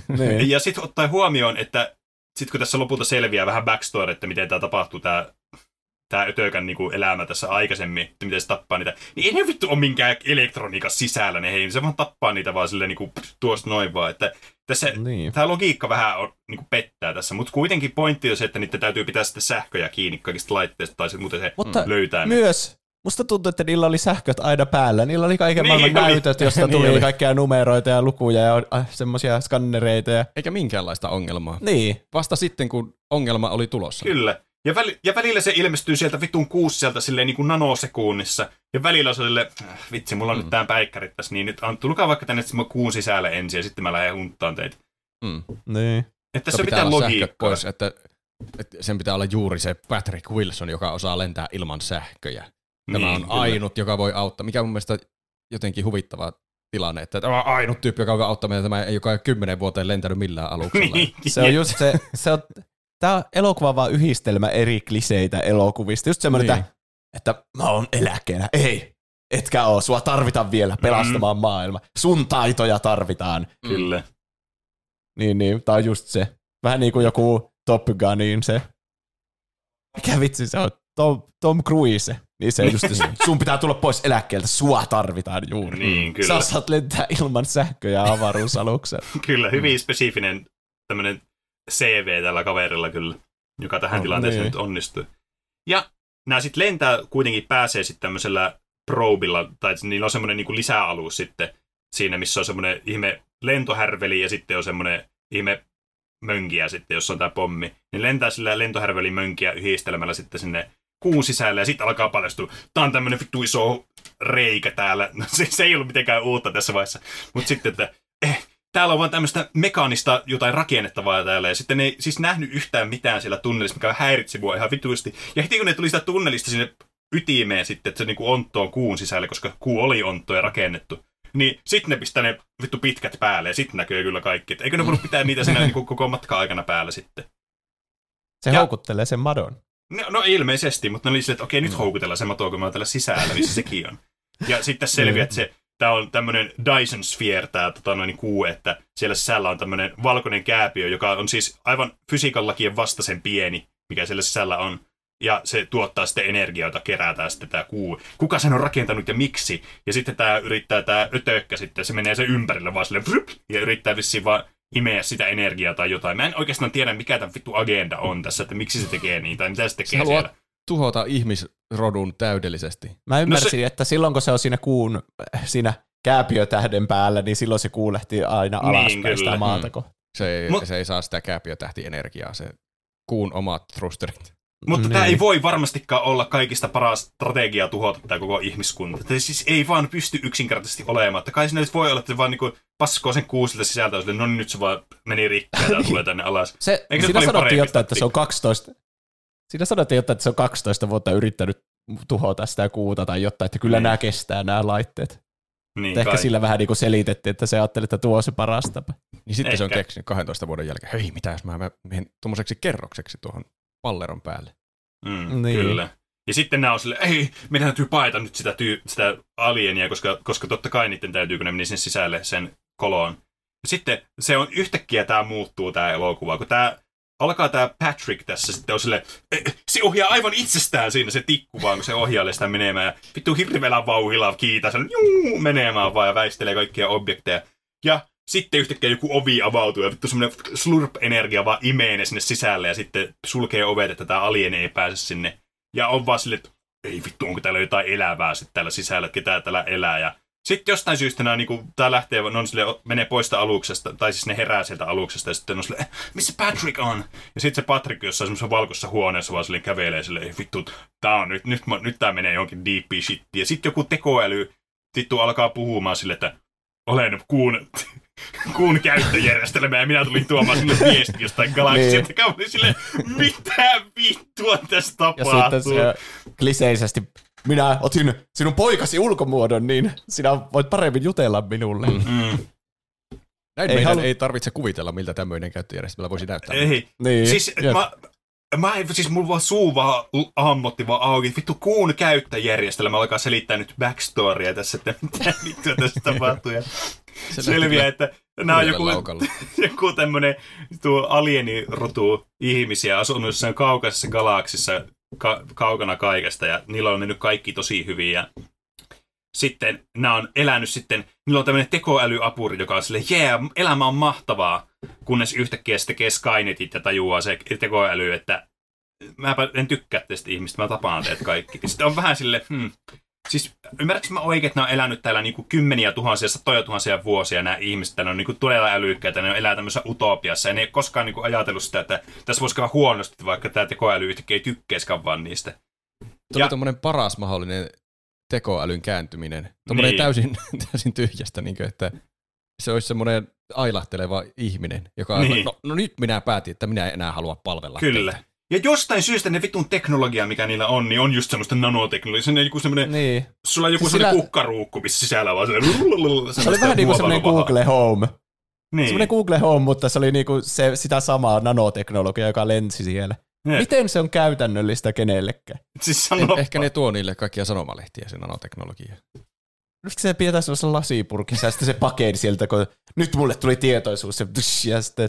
Ja sitten ottaen huomioon, että sitten kun tässä lopulta selviää vähän backstory, että miten tämä tapahtuu, tämä ötökän niinku elämä tässä aikaisemmin, että miten se tappaa niitä, niin ei ne vittu ole minkään elektroniikan sisällä, se vaan tappaa niitä vaan silleen niinku tuosta noin vaan, että tässä tämä logiikka vähän on, niinku pettää tässä, mutta kuitenkin pointti on se, että niiden täytyy pitää sitten sähköjä kiinni kaikista laitteista, tai muuten se löytää ne. Myös musta tuntuu, että niillä oli sähköt aina päällä. Niillä oli kaiken maailman näytöt, josta tuli kaikkia numeroita ja lukuja ja semmoisia skannereita. Eikä minkäänlaista ongelmaa. Niin. Vasta sitten, kun ongelma oli tulossa. Kyllä. Ja välillä se ilmestyy sieltä vitun kuusselta silleen niin kuin nanosekunnissa. Ja välillä se on silleen, vitsi, mulla on nyt tää päikkärit tässä, niin nyt tulkaa vaikka tänne kuun sisälle ensin ja sitten mä lähden hunttaan teitä. Niin. Että tässä pitää logiikkaa. Pois, että sen pitää olla juuri se Patrick Wilson, joka osaa lentää ilman sähköjä. Tämä on ainut, joka voi auttaa. Mikä on mun mielestä jotenkin huvittava tilanne, että tämä on ainut tyyppi, joka voi auttaa meitä, tämä ei joka 10 vuoteen lentänyt millään aluksella. Se on just se on, tämä elokuva on vaan yhdistelmä eri kliseitä elokuvista. Just semmoinen, että mä oon eläkkeellä. Ei, etkä oo. Sua tarvitaan vielä pelastamaan maailma. Sun taitoja tarvitaan. Kyllä. Niin, tää on just se. Vähän niin kuin joku Top Gunin se. Mikä vitsi se on? Tom Cruise. Niin se just, sun pitää tulla pois eläkkeeltä, sua tarvitaan juuri. Niin, kyllä. Sä saat lentää ilman sähköjä avaruusaluksella. Kyllä, hyvin spesifinen tämmöinen CV tällä kaverilla kyllä, joka tähän tilanteeseen nyt onnistuu. Ja nämä sitten lentää, kuitenkin pääsee sitten tämmöisellä probilla, tai niillä on semmoinen niin kuin lisäalus sitten siinä, missä on semmoinen ihme lentohärveli ja sitten on semmoinen ihme mönkiä sitten, jossa on tämä pommi. Niin lentää sillä lentohärvelin mönkiä yhdistelemällä sitten sinne kuun sisälle ja sitten alkaa paljastua. Tää on tämmöinen vittu iso reikä täällä. No, se ei ollut mitenkään uutta tässä vaiheessa. Mutta sitten, että täällä on vaan tämmöistä mekaanista jotain rakennettavaa täällä. Ja sitten ne ei siis nähnyt yhtään mitään siellä tunnelissa, mikä häiritsi mua ihan vitusti. Ja heti kun ne tuli sitä tunnelista sinne ytimeen sitten, että se niinku ontto on kuun sisällä, koska kuu oli ontto ja rakennettu. Niin sitten ne pistää ne vittu pitkät päälle ja sitten näkyy kyllä kaikki. Et eikö ne voinut pitää niitä siinä niinku koko matkan aikana päällä sitten? Se houkuttelee sen madon. No ilmeisesti, mutta ne oli silleen, että okei, nyt houkutellaan se mato, kun mä oon täällä sisällä, missä sekin on. Ja sitten selviää, että tää on tämmönen Dyson Sphere, tää kuu, että siellä sisällä on tämmönen valkoinen kääpiö, joka on siis aivan fysiikan lakien vastaisen pieni, mikä siellä sisällä on. Ja se tuottaa sitten energiaa, jota kerätään sitten tää kuu. Kuka sen on rakentanut ja miksi? Ja sitten tää yrittää tää ötökkä sitten, se menee sen ympärille vaan silleen, ja yrittää vissiin vaan imeä sitä energiaa tai jotain. Mä en oikeastaan tiedä, mikä tämän vittu agenda on tässä, että miksi se tekee niin, tai mitä se tekee siellä. Se haluaa tuhota ihmisrodun täydellisesti. Mä ymmärsin, että silloin kun se on siinä kuun, siinä kääpiötähden päällä, niin silloin se kuulehtii aina alaspäin sitä maata. Se ei saa sitä kääpiötähtienergiaa, se kuun omat thrusterit. Mutta tämä ei voi varmastikaan olla kaikista paras strategia tuhota tämä koko ihmiskunta. Tämä siis ei vaan pysty yksinkertaisesti olemaan. Että kai siinä nyt voi olla, että se vaan niinku paskoo sen kuusilta sisältä, ja no niin nyt se vaan meni rikki ja tulee tänne alas. Siinä sanottiin jotain, että se on 12. Siinä sanottiin jotain, että se on 12 vuotta yrittänyt tuhota sitä kuuta tai jotain, että kyllä nämä kestää nämä laitteet. Niin, ehkä sillä vähän niin kuin selitettiin, että se ajatteli, että tuo on se paras tapa. Niin sitten se on keksinyt 12 vuoden jälkeen, hei mitä jos mä menen tuommoiseksi kerrokseksi tuohon palleron päälle. Niin. Kyllä. Ja sitten nämä on silleen, ei, meidän täytyy paeta nyt sitä alienia, koska totta kai niiden täytyy, kun ne meni sen sisälle sen koloon. Ja sitten se on yhtäkkiä tämä muuttuu tämä elokuva, kun alkaa tämä Patrick tässä sitten on silleen, se ohjaa aivan itsestään siinä se tikku vaan, kun se ohjailee sitä menemään. Ja vittu hirveellä vauhilla kiitä sen menemään vaan ja väistelee kaikkia objekteja. Ja sitten yhtäkkiä joku ovi avautuu ja vittu semmoinen slurp-energia vaan imee sinne sisälle ja sitten sulkee ovet, että tämä alien ei pääse sinne. Ja on vaan silleen, että ei vittu, onko täällä jotain elävää sitten täällä sisällä, että ketään täällä elää. Ja sitten jostain syystä tää lähtee, menee pois sitä aluksesta, tai siis ne herää sieltä aluksesta ja sitten on silleen, missä Patrick on? Ja sitten se Patrick jossain semmoisessa valkoisessa huoneessa vaan silleen kävelee silleen, ei vittu, tää on nyt tää menee jonkin deep shittiin. Ja sitten joku tekoäly vittu alkaa puhumaan silleen, että olen kuun käyttöjärjestelmä ja minä tulin tuomaan sinulle viesti jostain galaksilta. Niin. Oli silleen, mitä vittua tässä tapahtuu? Ja sitten se kliseisesti, minä otin sinun poikasi ulkomuodon, niin sinä voit paremmin jutella minulle. Näin ei tarvitse kuvitella, miltä tämmöinen käyttöjärjestelmä voisi näyttää. Ei. Niin. Siis mulla vaan suu vaan ammotti vaan auki. Vittu kuun käyttöjärjestelmä alkaa selittää nyt backstorya tässä, että mitä vittua tässä tapahtuu. Selviää, että nämä on joku tämmöinen alienirotu ihmisiä asunut jossain kaukaisessa galaksissa kaukana kaikesta ja niillä on mennyt kaikki tosi hyvin ja sitten nämä on elänyt sitten, niillä on tämmöinen tekoälyapuri, joka on silleen, elämä on mahtavaa, kunnes yhtäkkiä se tekee Skynetit ja tajuaa se tekoäly, että mäpä en tykkää tästä ihmistä, mä tapaan teet kaikki. Ja sitten on vähän silleen, siis ymmärrätkö mä oikein, että ne on elänyt täällä niinku kymmeniä tuhansia, satoja tuhansia vuosia nämä ihmiset, ne on niinku todella älykkäitä, ne on elää tämmöisessä utopiassa ja ne ei koskaan niinku ajatellut sitä, että tässä voisi käydä huonosti, vaikka tämä tekoäly yhtäkkiä ei tykkäisikään vaan niistä. Tuo oli tommoinen paras mahdollinen tekoälyn kääntyminen. Tommoinen täysin tyhjästä, niin kuin, että se olisi semmoinen ailahteleva ihminen, joka no nyt minä päätin, että minä en enää halua palvella. Kyllä. Teitä. Ja jostain syystä ne vitun teknologia, mikä niillä on, niin on just semmoista nanoteknologiaa. Se on joku semmoinen, sulla on joku semmoinen kukkaruukku, missä sisällä vaan se oli vähän niin kuin semmoinen Google Home. Niin. Semmoinen Google Home, mutta se oli niinku sitä samaa nanoteknologiaa, joka lensi siellä. Miten se on käytännöllistä kenellekään? Siis ehkä ne tuo niille kaikkia sanomalehtiä, se nanoteknologia. Nyt se pitäisi olla lasipurkissa ja sitten se pakeni sieltä, kun nyt mulle tuli tietoisuus ja sitten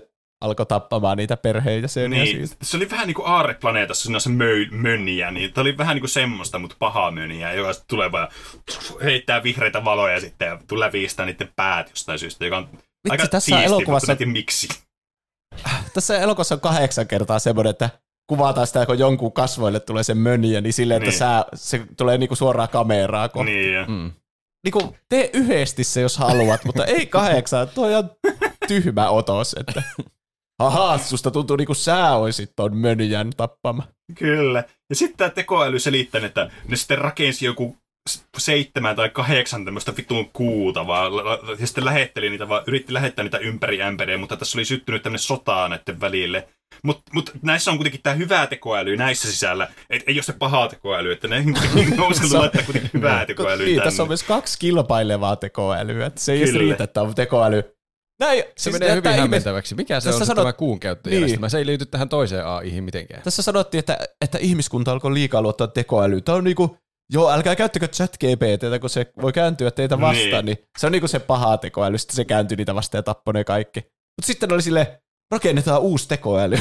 alkoi tappamaan niitä perheenjäseniä niin, siitä. se oli vähän niin kuin Aarreplaneetassa se mönniä, niin tämä oli vähän niin kuin semmoista, mutta pahaa mönniä, joka tulee vaan heittää vihreitä valoja sitten ja tulee viistää niiden päät jostain syystä, joka on aika siistiä, mutta en tiedä miksi. Tässä elokuvassa on 8 kertaa semmoinen, että kuvataan sitä, kun jonkun kasvoille tulee se mönniä, niin silleen, että se tulee niinku suoraan kameraa kohti. Niin. Niinku, tee yhdesti se, jos haluat, mutta ei 8. Tuo on ihan tyhmä otos, että ahaa, susta tuntuu niinku sä oisit ton mönjän tappama. Kyllä. Ja sitten tämä tekoäly selittää, että ne sitten rakensi joku 7 tai 8 tämmöistä vitun kuuta, ja sitten lähetteli niitä, vaan yritti lähettää niitä ympäri ämpäriä, mutta tässä oli syttynyt tämmöinen sotaa näiden välille. Mutta näissä on kuitenkin tämä hyvää tekoäly näissä sisällä, että ei ole se pahaa tekoäly, että ne on uskaltu laittaa kuitenkin hyvää tekoälyä niin, tänne. tässä on myös 2 kilpailevaa tekoälyä, että se ei edes riitä, että on tekoäly. Se siis menee hyvin hämmentäväksi. Mikä se on tämä kuun käyttöjärjestelmä? Se ei liity tähän toiseen AI:hin mitenkään. Tässä sanottiin, että ihmiskunta alkoi liikaa luottaa tekoälyyn. Tämä on niinku, joo, älkää käyttäkö ChatGPT:tä, kun se voi kääntyä teitä vastaan, niin se on niinku se paha tekoäly. Sitten se kääntyi niitä vastaan ja tappoi ne kaikki. Mutta sitten oli silleen, rakennetaan uusi tekoäly.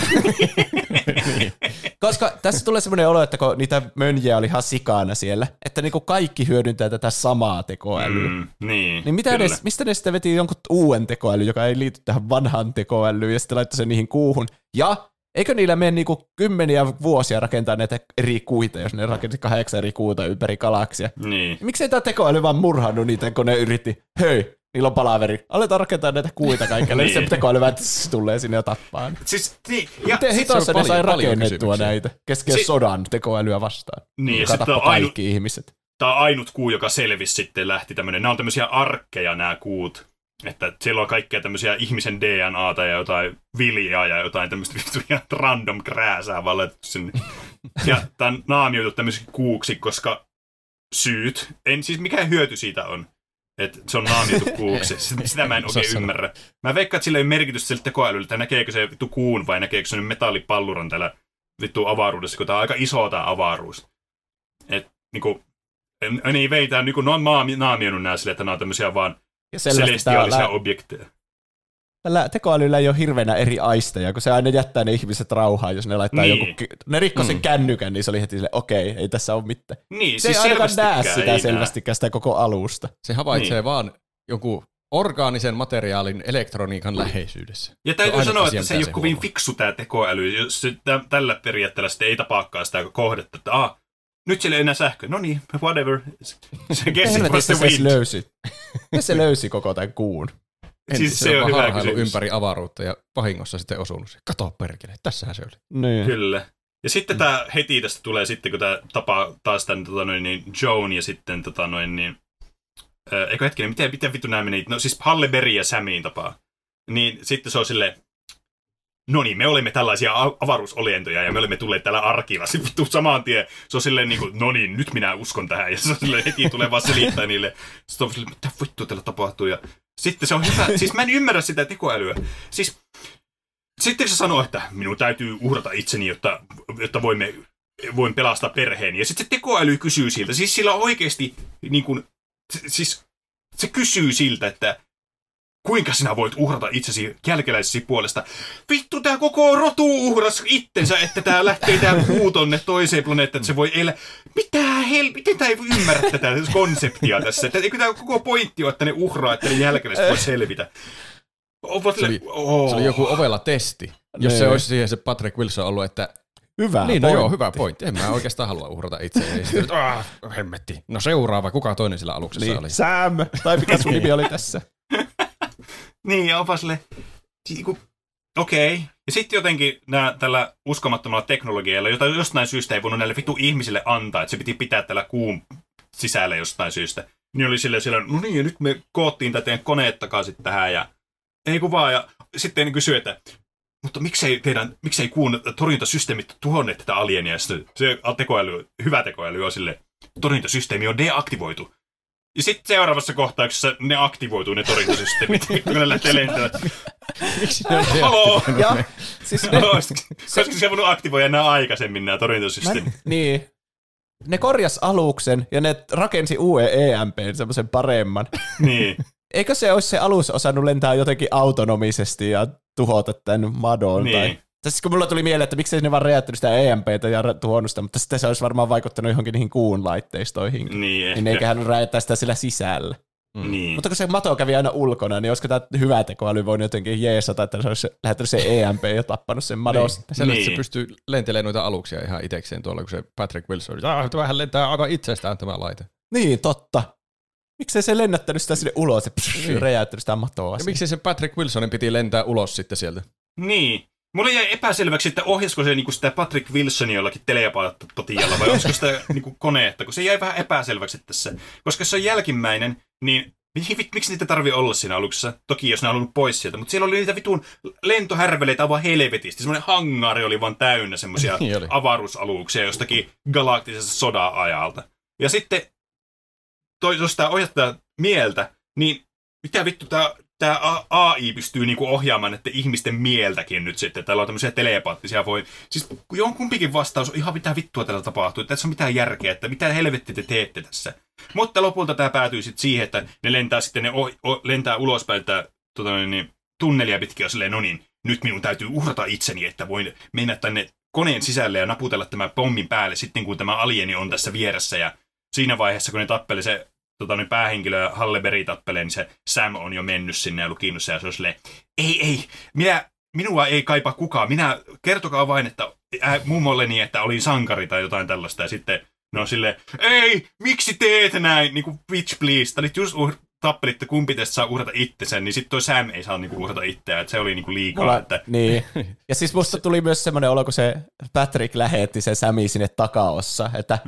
Koska tässä tulee semmoinen olo, että kun niitä mönjiä oli ihan sikana siellä, että niinku kaikki hyödyntää tätä samaa tekoälyä. Niin mistä ne sitten veti jonkun uuden tekoäly, joka ei liity tähän vanhaan tekoälyyn, ja sitten laittoi sen niihin kuuhun. Ja eikö niillä mene niinku kymmeniä vuosia rakentaa näitä eri kuita, jos ne rakenti 8 eri kuuta ympäri galaksia? Niin. Miksei tämä tekoäly vaan murhannut niitä, kun ne yritti, hei, niillä on palaveri, aletaan rakentaa näitä kuita kaikille, niin se tekoäly vaan tulee sinne ja tappaa. Siis, niin, miten hitossa ne sai rakennettua näitä kesken sodan tekoälyä vastaan, joka tappoi kaikki ihmiset? Tämä on ainut kuu, joka selvisi sitten lähti tämmöinen. Nämä on tämmöisiä arkkeja nämä kuut. Että siellä on kaikkea tämmöisiä ihmisen DNAta ja jotain viljaa ja jotain tämmöistä random krääsää vaan laitettu sinne. Ja tämä on naamioitu tämmöiseksi kuuksi, koska siis mikä hyöty siitä on, että se on naamioitu kuuksi. Sitä mä en oikein ymmärrä. Mä veikkaan, että sillä ei merkitystä sille tekoälylle, että näkeekö se vittu kuun vai näkeekö se metallipalluran täällä vittu avaruudessa, kun tää on aika iso tää avaruus. Että niinku, niin veitään, niin kun ne on naamioinut nää sille, että nämä on tämmöisiä vaan celestiaalisia objekteja. Tällä tekoälyllä ei ole hirveänä eri aisteja, kun se aina jättää ne ihmiset rauhaan, jos ne laittaa ne rikkoo sen kännykän, niin se oli heti silleen, okei, ei tässä ole mitään. Niin, se siis ei ainakaan näe sitä selvästikään sitä koko alusta. Se havaitsee vaan joku orgaanisen materiaalin elektroniikan läheisyydessä. Ja täytyy sanoa, että se ei ole kovin fiksu tämä tekoäly. Jos tällä periaatteella sitten ei tapaakaan sitä kohdetta, että nyt siellä ei enää sähköä. No niin, whatever. Se se löysi koko tämän kuun. Siis se on hyvä kysymys. Ympäri avaruutta ja vahingossa sitten osunut. Kato perkele, tässähän se oli. Niin. Kyllä. Ja sitten tämä heti tästä tulee sitten, kun tämä tapaa taas tämän Joan ja sitten eikö hetkinen, miten vittu nämä meni? No siis Halle Berry ja Samiin tapaa. Niin sitten se on silleen, no niin, me olemme tällaisia avaruusolentoja ja me olemme tulleet täällä arkilla. Sitten vittu saman tien se on silleen niin kuin, no niin, nyt minä uskon tähän. Ja se on silleen heti tulee vaan selittää niille. Sitten on silleen, mitä vittu täällä tapahtuu. Ja sitten se on hyvä, siis mä en ymmärrä sitä tekoälyä. Siis sitten se sanoo, että minun täytyy uhrata itseni, jotta voin pelastaa perheeni. Ja sitten se tekoäly kysyy siltä, siis sillä oikeasti niin kuin, siis se kysyy siltä, että kuinka sinä voit uhrata itsesi jälkeläisesi puolesta? Vittu, tää koko rotu uhras itsensä, että tää lähtee tää puu tonne toiseen planeettaan, että se voi elää. Miten tää ei ymmärrä tätä konseptia tässä? Eikö tää koko pointti ole, että ne uhraa, että ne jälkeläiset voi selvitä? Se oli joku ovella testi. Jos se olisi siihen se Patrick Wilson ollut, että hyvä niin, hyvä pointti. En mä oikeastaan halua uhrata itseäni. Hemmetti. No seuraava, kuka toinen sillä aluksessa niin, oli? Sam, tai mikä sun nimi oli tässä? Niin, ja onpa silleen, okei. Ja sitten jotenkin tällä uskomattomalla teknologialla, jota jostain syystä ei voinut näille vittu ihmisille antaa, että se piti pitää tällä kuun sisällä jostain syystä. Niin oli silleen, no niin, ja nyt me koottiin tätä koneet takaisin tähän, ja ei kuvaa, ja sitten kysyi, että mutta miksei kuun torjuntasysteemit tuhonneet tätä alienia, ja se tekoäly, hyvä tekoäly on silleen, torjuntasysteemi on deaktivoitu. Ja sitten seuraavassa kohtauksessa ne aktivoituu, ne torjuntasysteemit, kun ne lähtee lentämään. Miksi ne on deaktivoinut? Siis koska se voinut aktivoida nämä aikaisemmin, nämä torjuntasysteemit. Niin. Ne korjas aluksen ja ne rakensi uuden EMPn, semmoisen paremman. Niin. Eikö se olisi se alus osannut lentää jotenkin autonomisesti ja tuhota tämän madon. Niin. Siis kun mulla tuli mieleen, että miksei ne vaan räjäyttänyt sitä EMPtä ja tuhonnut sitä, mutta sitten se olisi varmaan vaikuttanut johonkin niihin kuun laitteistoihin. Niin eiköhän räjäyttää sitä sillä sisällä. Niin. Mutta kun se mato kävi aina ulkona, niin olisiko tämä hyvä tekoäly voinut jotenkin jeesata, että se olisi lähettänyt sen EMP ja tappanut sen madon. Se pystyy lentelemään noita aluksia ihan itekseen tuolla, kun se Patrick Wilson, tämähän lentää aivan itsestään tämä laite. Niin, totta. Miksei se lennättänyt sitä sinne ulos ja räjäyttänyt sitä matoa? Ja miksei se Patrick Wilsonin piti lentää ulos sitten sieltä? Niin. Mulle jäi epäselväksi, että ohjasko se niinku sitä Patrick Wilsonia jollakin telepatialla vai olisiko sitä niinku koneetta, kun se jäi vähän epäselväksi tässä. Koska se on jälkimmäinen, niin miksi niitä tarvii olla siinä aluksessa? Toki jos ne on ollut pois sieltä, mutta siellä oli niitä vitun lentohärveleitä aivan helvetisti. Semmoinen hangari oli vaan täynnä semmoisia avaruusaluksia jostakin galaktisesta sodan ajalta. Ja sitten, jos sitä ohjattaa mieltä, niin mitä vittu tämä AI pystyy niinku ohjaamaan näiden ihmisten mieltäkin nyt sitten. Täällä on tämmöisiä telepaattisia Siis kumpikin vastaus on ihan mitä vittua täällä tapahtuu. Että tässä on mitään järkeä, että mitä helvettiä te teette tässä. Mutta lopulta tämä päätyy sitten siihen, että ne lentää sitten lentää ulospäin tunnelia pitkin ja silleen, no niin, nyt minun täytyy uhrata itseni, että voin mennä tänne koneen sisälle ja naputella tämän pommin päälle sitten, kun tämä alieni on tässä vieressä. Ja siinä vaiheessa, kun ne tappeli se päähenkilö Halle Berry tappelee, niin se Sam on jo mennyt sinne ja lukinut se ja se on silleen, ei, minua ei kaipaa kukaan, kertokaa vain, että mummolleni, että olin sankari tai jotain tällaista ja sitten ne on silleen, ei, miksi teet näin, niinku bitch please, nyt just tappelitte, kumpi teistä saa uhrata itsensä, niin sitten toi Sam ei saa niinku uhrata itseään, että se oli niinku liikaa. Niin, ja siis musta tuli myös semmoinen olo, kun se Patrick lähetti se Sami sinne takaossa,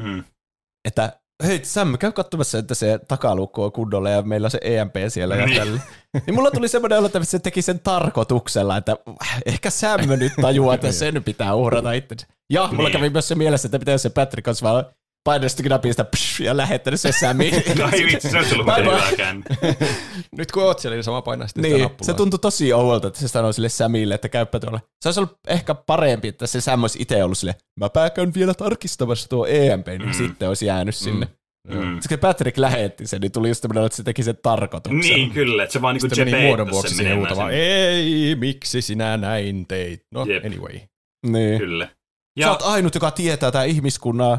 että hei Sam, käy katsomassa, että se takaluukku on kunnolla ja meillä on se EMP siellä ja tällä. Niin mulla tuli semmoinen olo, että se teki sen tarkoituksella, että ehkä Sam nyt tajuaa, että sen pitää uhrata itsensä. Ja mulla kävi myös se mielessä, että mitä se Patrick olisi vaan painanut napista ja lähettänyt se Sami. No ei vitsi, se olisi ollut hyvääkään. Nyt kun oot siellä, niin sama painaa sitten sitä nappulaa. Se tuntui tosi oudolta, että se sanoi sille Samille, että käyppä tuolla. Se olisi ollut ehkä parempi, että se Sam olisi itse ollut silleen, mä käyn vielä tarkistamassa tuo EMP, niin sitten olisi jäänyt sinne. Se Patrick lähetti sen, niin tuli just tämmöinen, että se teki sen tarkoituksen. Niin, kyllä, että se vaan niinku meni muodon vuoksi sinne huutamaan, ei, miksi sinä näin teit? No, anyway. Niin. Kyllä. Sä oot ainut, joka tietää tämän ihmiskunnan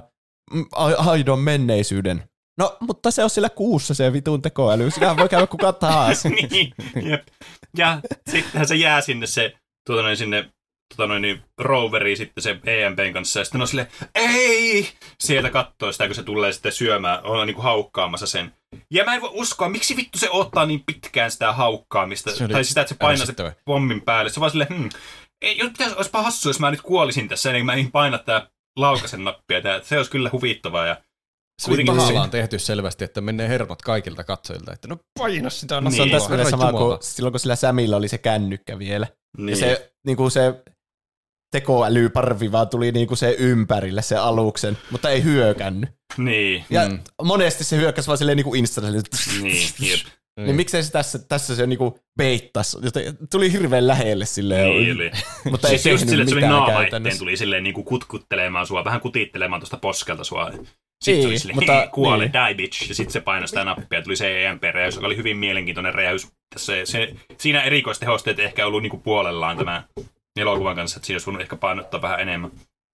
aidon menneisyyden. No, mutta se on siellä kuussa se vitun tekoäly. Sinähän voi käydä kuka taas. Niin, jep. Ja sittenhän se jää sinne se roveri sitten se EMPn kanssa, ja sitten on silleen, ei! Sieltä kattoo sitä, kun se tulee sitten syömään, on niinku haukkaamassa sen. Ja mä en voi uskoa, miksi vittu se ottaa niin pitkään sitä haukkaamista, tai sitä, että se painaa se pommin päälle. Se vaan silleen, olisipa hassu, jos mä nyt kuolisin tässä, ennen kuin mä en paina tää laukasen nappia. Se olisi kyllä huvittavaa. Ja se oli tahallaan tehty selvästi, että menee hermot kaikilta katsojilta, että no paina sitä. Se on tässä sama kuin silloin, kun sillä Samilla oli se kännykkä vielä. Niin. Ja se, niinku se tekoälyparvi vaan tuli niinku se ympärille, se aluksen, mutta ei hyökännyt. Niin. Ja monesti se hyökkäsi vaan silleen niinku instantille. Niin, jep. Niin miksei se tässä se niinku peittasi, tuli hirveän lähelle silleen. Niin, mutta ei siis tehnyt mitään naama käytännössä. tuli silleen niinku kutkuttelemaan sua, vähän kutittelemaan tuosta poskelta sua. Sitten se oli silleen, mutta, kuole, die bitch, ja sitten se painoi sitä nappia, ja tuli se EMP-räjäys, joka oli hyvin mielenkiintoinen räjäys. Siinä erikoistehosteet ehkä ollut niinku puolellaan tämä elokuvan kanssa, että siinä olisi voinut ehkä painottaa vähän enemmän.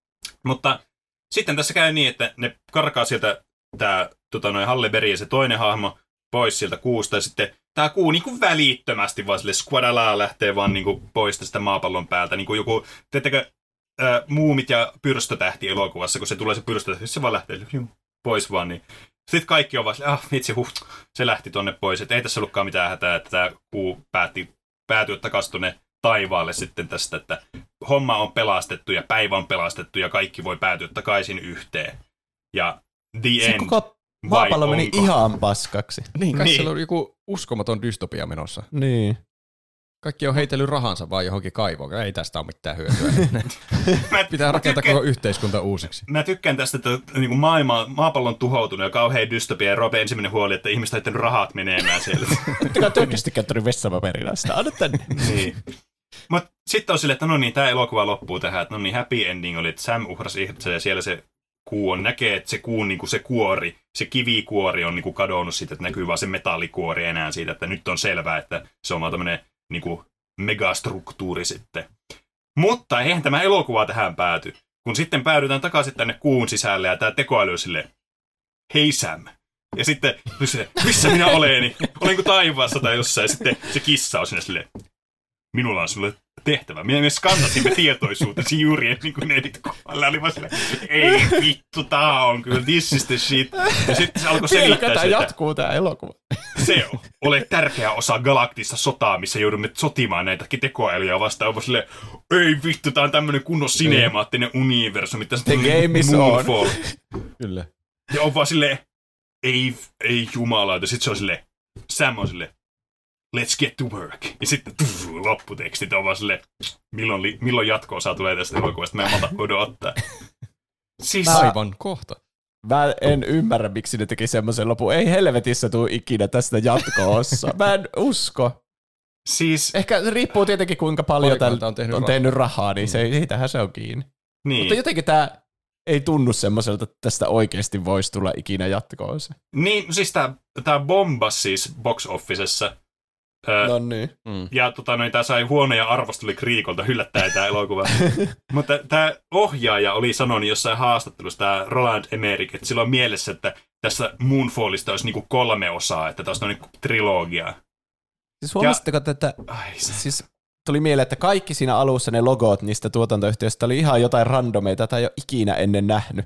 Mutta sitten tässä käy niin, että ne karkaa sieltä tämä Halle Berry ja se toinen hahmo pois sieltä kuusta, ja sitten tämä kuu niinku välittömästi vaan sille squadalaa lähtee vaan niinku pois tästä maapallon päältä. Niinku joku, teettekö Muumit ja pyrstötähti elokuvassa, kun se tulee se pyrstötähti, se vaan lähtee pois vaan. Niin. Sitten kaikki on vaan silleen, vitsi, se lähti tonne pois. Et ei tässä ollutkaan mitään hätää, että tämä kuu päätyi takaisin tuonne taivaalle sitten tästä, että homma on pelastettu ja päivä on pelastettu ja kaikki voi päätyä takaisin yhteen. Ja the end. Koko maapallo meni ihan paskaksi. Niin, kai siellä on joku uskomaton dystopia menossa. Niin. Kaikki on heitellyt rahansa vaan johonkin kaivoon. Ei tästä ole mitään hyötyä. Pitää rakentaa koko yhteiskunta uusiksi. Mä tykkään tästä, että niin maapallon tuhoutunut ja kauhean dystopia ja Roope ensimmäinen huoli, että ihmiset on rahat menemään siellä. Tykkää todistikäättänyt vessapaperina sitä. Anna tänne. Niin. Mutta sitten on silleen, että no niin, tämä elokuva loppuu tähän. Että no niin, happy ending oli, että Sam uhrasi itsensä ja siellä se kuu on. Näkee, että se kuun niin kuin se kuori, se kivikuori on niin kuin kadonnut siitä, että näkyy vaan se metallikuori enää siitä, että nyt on selvää, että se on vaan tämmöinen niin kuin megastruktuuri sitten. Mutta eihän tämä elokuva tähän pääty. Kun sitten päädytään takaisin tänne kuun sisälle ja tämä tekoäly on silleen, hei Sam. Ja sitten missä minä olen? Olenko taivaassa tai jossain? Ja sitten se kissa on sinne silleen, minulla on sulle tehtävä. Minä myös skannasimme tietoisuutesi juuri ennen kuin ne edit kohdalla. Oli vaan silleen, ei vittu, tää on kyllä, this is the shit. Ja sitten se alkoi selittää sitä. Jatkuu tää elokuva. Se on. Olet tärkeä osa galaktista sotaa, missä joudumme sotimaan näitäkin tekoälyjä vastaan. On silleen, ei vittu, tää on tämmönen kunnon sinemaattinen universumi. The game is on. Kyllä. Ja on vaan silleen, ei jumalauta. Sitten se on silleen, Sam on silleen, let's get to work. Ja sitten lopputekstit on vaan silleen, milloin jatko-osa tulee tästä elokuvasta. Mä en malta odottaa. Siis aivan kohta. Mä en ymmärrä, miksi ne teki semmoisen lopun. Ei helvetissä tuu ikinä tästä jatko-ossa. Mä en usko. Siis ehkä riippuu tietenkin, kuinka paljon on tehnyt rahaa, niin siitähän se on kiinni. Niin. Mutta jotenkin tää ei tunnu semmoiselta, että tästä oikeasti voisi tulla ikinä jatko-osa. Niin, siis tää bombas siis box officessa. No niin. Ja tää sai huonoja arvosteluja kriikolta, yllättäen tää elokuva. Mutta tää ohjaaja oli sanonut jossain haastattelussa, tää Roland Emmerich, että sillä on mielessä, että tässä Moonfallista olisi niinku 3 osaa, että tästä on niinku trilogia. Siis huomasitteko, että siis tuli mieleen, että kaikki siinä alussa ne logot niistä tuotantoyhtiöistä oli ihan jotain randomeita, tai ei ole ikinä ennen nähnyt.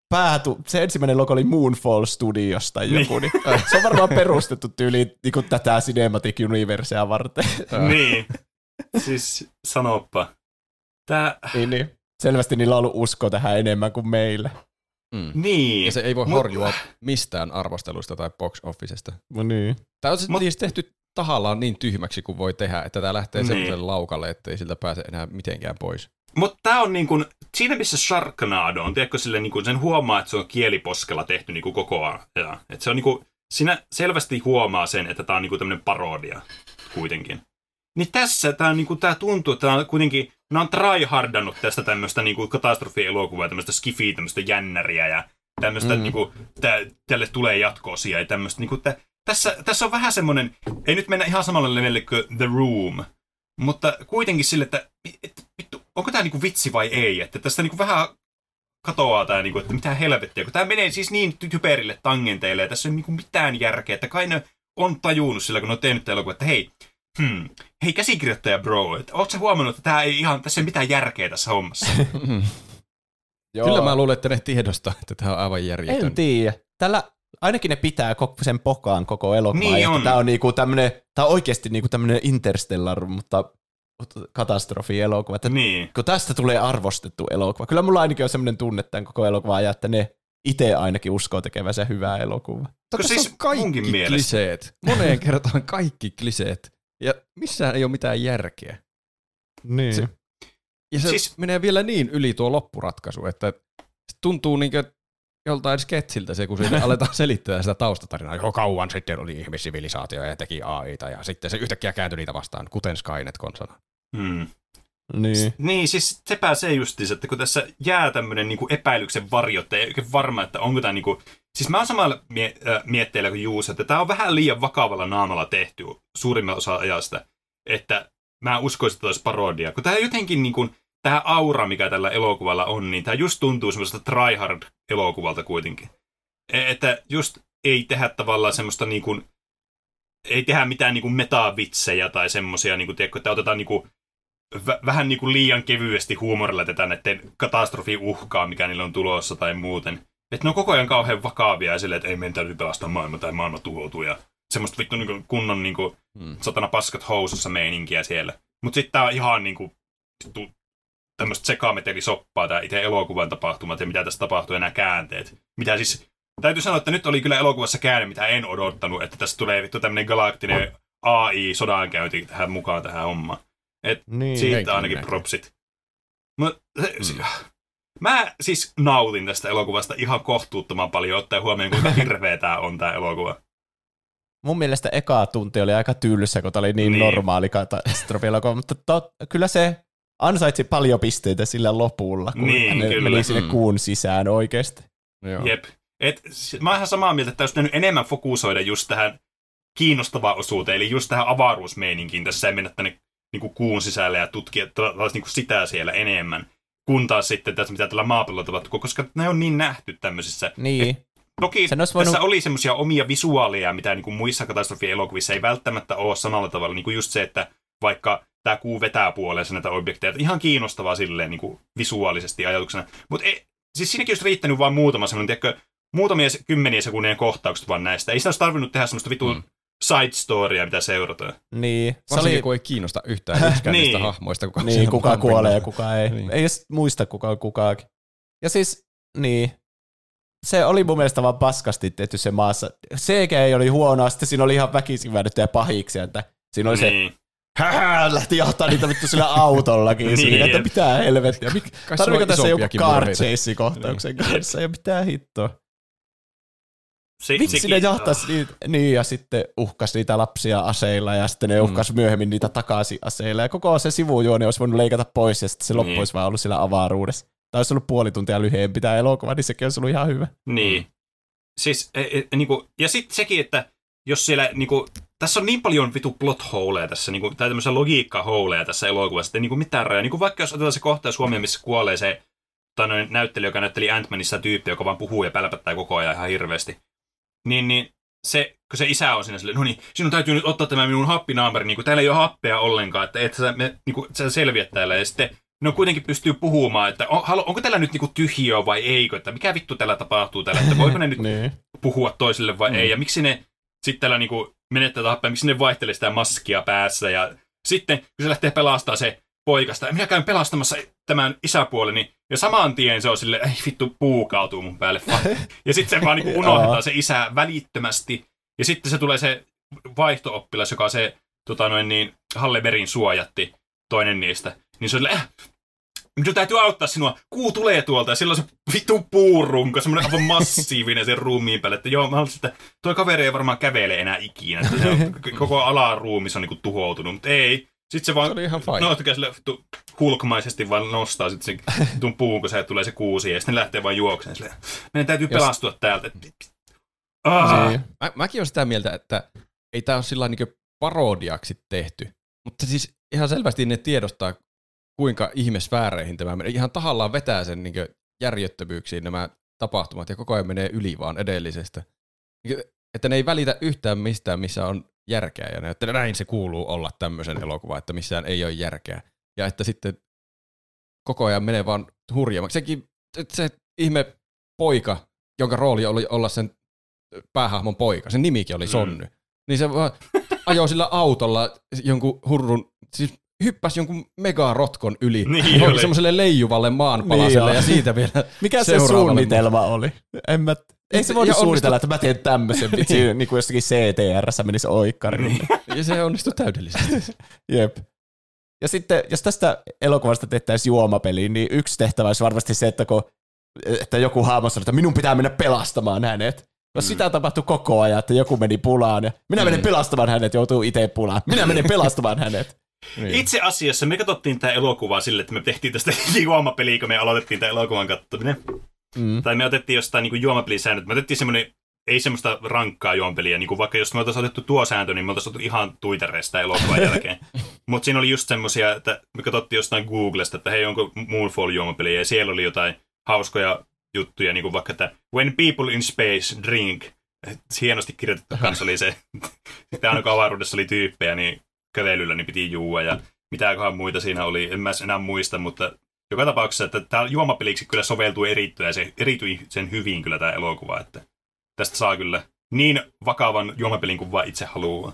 Se ensimmäinen logo oli Moonfall Studios tai joku, niin se on varmaan perustettu tyyliin niin tätä Cinematic Universea varten. Niin, siis sanoppa. Niin. Selvästi niillä on ollut usko tähän enemmän kuin meillä. Niin. Ja se ei voi horjua mistään arvostelusta tai box officesta. No niin. Tämä on siis tehty tahallaan niin tyhmäksi kuin voi tehdä, että tämä lähtee semmoiselle laukalle, ettei siltä pääse enää mitenkään pois. Mutta tämä on niinku, siinä missä Sharknado on, tiedätkö, sille niinku, sen huomaa, että se on kieliposkella tehty niinku koko ajan. Että se on niinku, siinä selvästi huomaa sen, että tämä on niinku tämmöinen parodia kuitenkin. Niin tässä tämä niinku, tuntuu, että tämä on kuitenkin, ne on tryhardannut tästä tämmöistä niinku, katastrofielokuvaa, tämmöistä skifiä, tämmöistä jännäriä ja tämmöistä, niinku, tälle tulee jatko-osia ja tämmöistä. Niinku, tässä on vähän semmoinen, ei nyt mennä ihan samalle levelle kuin The Room, mutta kuitenkin sille, että vittu, onko tämä niinku vitsi vai ei? Että tästä niinku vähän katoaa tämä, niinku, että mitä helvettiä. Kun tämä menee siis niin typerille tangenteille ja tässä ei ole niinku mitään järkeä. Että kai ne on tajunnut sillä, kun ne on tehnyt tämä elokuva, että hei käsikirjoittaja bro, että ootko sä huomannut, että tässä ei mitään järkeä tässä hommassa? Kyllä mä luulen, että ne tiedostaa, että tämä on aivan järjetön. En tiedä. Tällä ainakin ne pitää sen pokaan koko elokuva. Niin on. Tämä on niinku tämmöinen, tämä on oikeasti niinku tämmöinen Interstellar, mutta katastrofielokuva. Niin. Kun tästä tulee arvostettu elokuva. Kyllä mulla ainakin on semmoinen tunne tämän koko elokuvan ajan, että ne itse ainakin uskoo tekevänsä hyvää elokuvaa. Mutta siis kaikki kliseet. Moneen kertaan kaikki kliseet. Ja missään ei ole mitään järkeä. Niin. Se menee vielä niin yli tuo loppuratkaisu, että se tuntuu niin kuin joltain sketsiltä se, kun siinä aletaan selittää sitä taustatarinaa. Jo kauan sitten oli ihmissivilisaatio ja teki AIta ja sitten se yhtäkkiä kääntyi niitä vastaan, kuten Skynet-konsana. Niin, siis sepä se justiis, että kun tässä jää tämmöinen niinku epäilyksen varjo, että ei oikein varma, että onko tämä niinku. Siis mä oon samalla mietteillä kuin Juuso, että tämä on vähän liian vakavalla naamalla tehty suurimman osa ajasta, että mä uskoisin, että olisi parodia. Kun tämä jotenkin niinku, tämä aura, mikä tällä elokuvalla on, niin tämä just tuntuu semmoisesta tryhard-elokuvalta kuitenkin. Että just ei tehdä tavallaan semmoista niinku, ei tehdä mitään niinku metavitsejä tai semmoisia, niinku, tiedätkö, että otetaan niinku vähän niinku liian kevyesti huumorilla tätä näiden katastrofi-uhkaa, mikä niillä on tulossa tai muuten. Että ne on koko ajan kauhean vakavia ja silleen, että ei meidän täytyy pelastaa maailma tai maailma tuhoutuu ja semmoista vittu niinku kunnon niinku satana paskat housussa meininkiä siellä. Mut sit tää on ihan niinku tämmöstä sekametelisoppaa tää itse elokuvan tapahtumat ja mitä tässä tapahtuu ja nämä käänteet. Mitä siis, täytyy sanoa, että nyt oli kyllä elokuvassa käänne, mitä en odottanut, että tässä tulee vittu tämmönen galaktinen AI-sodankäynti tähän mukaan tähän hommaan. Et niin, siitä ainakin propsit. Mä siis nautin tästä elokuvasta ihan kohtuuttoman paljon, ottaen huomioon, kuinka hirveä tää on tää elokuva. Mun mielestä eka tunti oli aika tylsä, kun tää oli niin normaali katastrofielokuva, mutta kyllä se ansaitsi paljon pisteitä sillä lopulla, kun ne meni sinne kuun sisään oikeasti. Joo. Jep. Mä oon ihan samaa mieltä, että olisi pitänyt enemmän fokusoida just tähän kiinnostavaan osuuteen, eli just tähän avaruusmeininkiin. Tässä ei mennä tänne niin kuin kuun sisällä ja tutkia niin kuin sitä siellä enemmän. Kun taas sitten tässä, mitä tällä maapallolla tapahtuu, koska ne on niin nähty tämmöisissä. Niin. Toki tässä oli semmoisia omia visuaaleja, mitä niin kuin muissa katastrofielokuvissa ei välttämättä ole samalla tavalla. Niin kuin just se, että vaikka tämä kuu vetää puoleensa näitä objekteja. Ihan kiinnostavaa silleen niin kuin visuaalisesti ajatuksena. Mutta siis siinäkin olisi riittänyt vain muutama semmoinen, muutamia kymmeniä sekunnin kohtaukset vaan näistä. Ei sitä olisi tarvinnut tehdä semmoista vitun side storya, mitä seurataan. Niin. Varsinkin kun ei kiinnosta yhtään yksikään niistä hahmoista. Kuka kuolee ja kuka ei. Niin. Ei edes muista kuka on kukaankin. Ja siis, niin. Se oli mun mielestä vaan paskasti tehty se maassa. CGI oli huonoa, sitten siinä oli ihan väkisin väännettyjä pahiksi, että siinä oli se lähti johtaa niitä vittu sillä autollakin siinä, että mitä helvettiä. Tarviiko tässä joku car chase kohtauksen kanssa ja mitä hittoa? Vitsi ne jahtasi niitä, niin ja sitten uhkasi niitä lapsia aseilla ja sitten ne uhkasi myöhemmin niitä takaisin aseilla ja koko se sivujuoni olisi voinut leikata pois ja sitten se loppu olisi vaan ollut sillä avaruudessa. Tai olisi ollut puoli tuntia lyhyempi tämä elokuva, niin sekin olisi ollut ihan hyvä. Niin. Siis, niinku, ja sitten sekin, että jos siellä, niinku, tässä on niin paljon vitu plot holeja tässä, niinku, tai tämmöisiä logiikka-holeja tässä elokuvassa, että niinku mitään rajaa. Niinku, vaikka jos otetaan se kohtaus huomioon, missä kuolee se näyttelijä, joka näytteli Ant-Manissa tyyppi, joka vaan puhuu ja pälpättää koko ajan ihan hirveästi. Niin se, kun se isä on siinä silleen, no niin, sinun täytyy nyt ottaa tämä minun happinaamari, niin täällä ei ole happea ollenkaan, että et sä selviät täällä. Ja sitten ne kuitenkin pystyy puhumaan, että onko täällä nyt niinku tyhjiö vai eikö, että mikä vittu täällä tapahtuu täällä, että voiko ne nyt puhua toisille vai ei, ja miksi ne sitten täällä niinku menettää happea, miksi ne vaihtelee sitä maskia päässä, ja sitten kun se lähtee pelastamaan se poikasta, ja minä käyn pelastamassa tämän isäpuoleni, ja saman tien se on silleen, ei vittu, puu kaatuu mun päälle. Ja sitten se vaan niinku unohdetaan se isä välittömästi, ja sitten se tulee se vaihto-oppilas, joka se Halle Berryn suojatti, toinen niistä, niin se on silleen, minun täytyy auttaa sinua, kuu tulee tuolta, ja silloin se vittu puurunko, semmoinen aivan massiivinen sen ruumiin päälle, että joo, mä haluaisin, että tuo kaveri ei varmaan kävele enää ikinä, että se on, koko alaruumis on niinku tuhoutunut, mutta ei. Sitten se vaan hulkmaisesti vaan nostaa sitten sen puun, kun se tulee se kuusi, ja sitten ne lähtee vaan juokseen. Meidän täytyy pelastua täältä. Mäkin olen sitä mieltä, että ei tämä ole sillä niin parodiaksi tehty, mutta siis ihan selvästi ne tiedostaa, kuinka ihmesfääreihin tämä menee. Ihan tahallaan vetää sen niin järjettömyyksiin nämä tapahtumat, ja koko ajan menee yli vaan edellisestä. Että ne ei välitä yhtään mistään, missä on järkeä, ja että näin se kuuluu olla tämmöisen elokuva, että missään ei ole järkeä. Ja että sitten koko ajan menee vaan hurjemmaksi. Sekin, se ihme poika, jonka rooli oli olla sen päähahmon poika, sen nimikin oli Sonny, niin se vaan ajoi sillä autolla jonkun hurrun, siis hyppäsi jonkun megarotkon yli, niin semmoiselle leijuvalle maanpalaselle, ja siitä vielä mikä se suunnitelma oli? Ei se voinut suunnitella, että mä teen tämmöisen, niin kuin jostakin CTR:ssä menisi oikkariin. Ja se onnistui täydellisesti. Jep. Ja sitten, jos tästä elokuvasta tehtäisiin juomapeliin, niin yksi tehtävä olisi varmasti se, että joku hahmo sanoo, että minun pitää mennä pelastamaan hänet. Jos sitä tapahtui koko ajan, että joku meni pulaan, ja minä menen pelastamaan hänet, joutuu itse pulaan. Minä menen pelastamaan hänet. Niin. Itse asiassa me katsottiin tämä elokuva sille, että me tehtiin tästä juomapeliä, kun me aloitettiin tämä elokuvan katsominen. Tai me otettiin jostain niin juomapelisäännöt. Me otettiin semmoinen, ei semmoista rankkaa juomapeliä. Niin vaikka jos me oltaisiin otettu tuo sääntö, niin me oltaisiin otettu ihan tuitereista elokuvan jälkeen. Mutta siinä oli just semmoisia, että me katsottiin jostain Googlesta, että hei, onko Moonfall juomapeliä. Ja siellä oli jotain hauskoja juttuja, niin kuin vaikka, että when people in space drink. Hienosti kirjoitettu kanssa oli se. Sitten aina kun avaruudessa oli tyyppejä, niin kävelyllä niin piti juua. Ja mitäköhän muita siinä oli, en mä enää muista, mutta joka tapauksessa, että tämä juomapeliksi kyllä soveltuu erityisen hyvin kyllä tämä elokuva, että tästä saa kyllä niin vakavan juomapelin kuin vaan itse haluaa.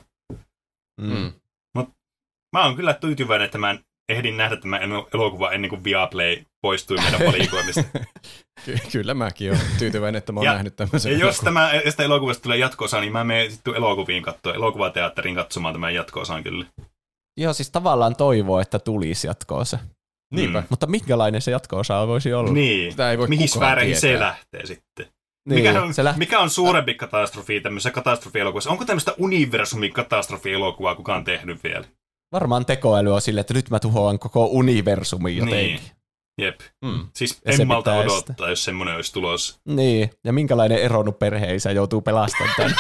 Mut mä oon kyllä tyytyväinen, että mä ehdin nähdä tämän elokuvan ennen kuin Viaplay poistui meidän valikoimista. Kyllä mäkin oon tyytyväinen, että mä oon nähnyt tämmöisen elokuvan. Ja jos tästä elokuvasta tulee jatko-osa, niin mä menen sitten elokuviin katsoa, elokuvateatteriin katsomaan tämän jatko-osan kyllä. Joo, siis tavallaan toivoo, että tulisi jatko-osa. Niinpä. Mutta minkälainen se jatko-osa voisi olla? Niin, mihin sfääreihin se lähtee sitten? Niin, mikä on suurempi katastrofi tämmöisessä katastrofielokuvassa? Onko tämmöistä universumin katastrofielokuvaa kukaan tehnyt vielä? Varmaan tekoäly on silleen, että nyt mä tuhoan koko universumin jotenkin. Niin. Jep. Siis en malta odottaa, jos semmoinen olisi tulossa. Niin, ja minkälainen eronnut perheisä joutuu pelastamaan tämän.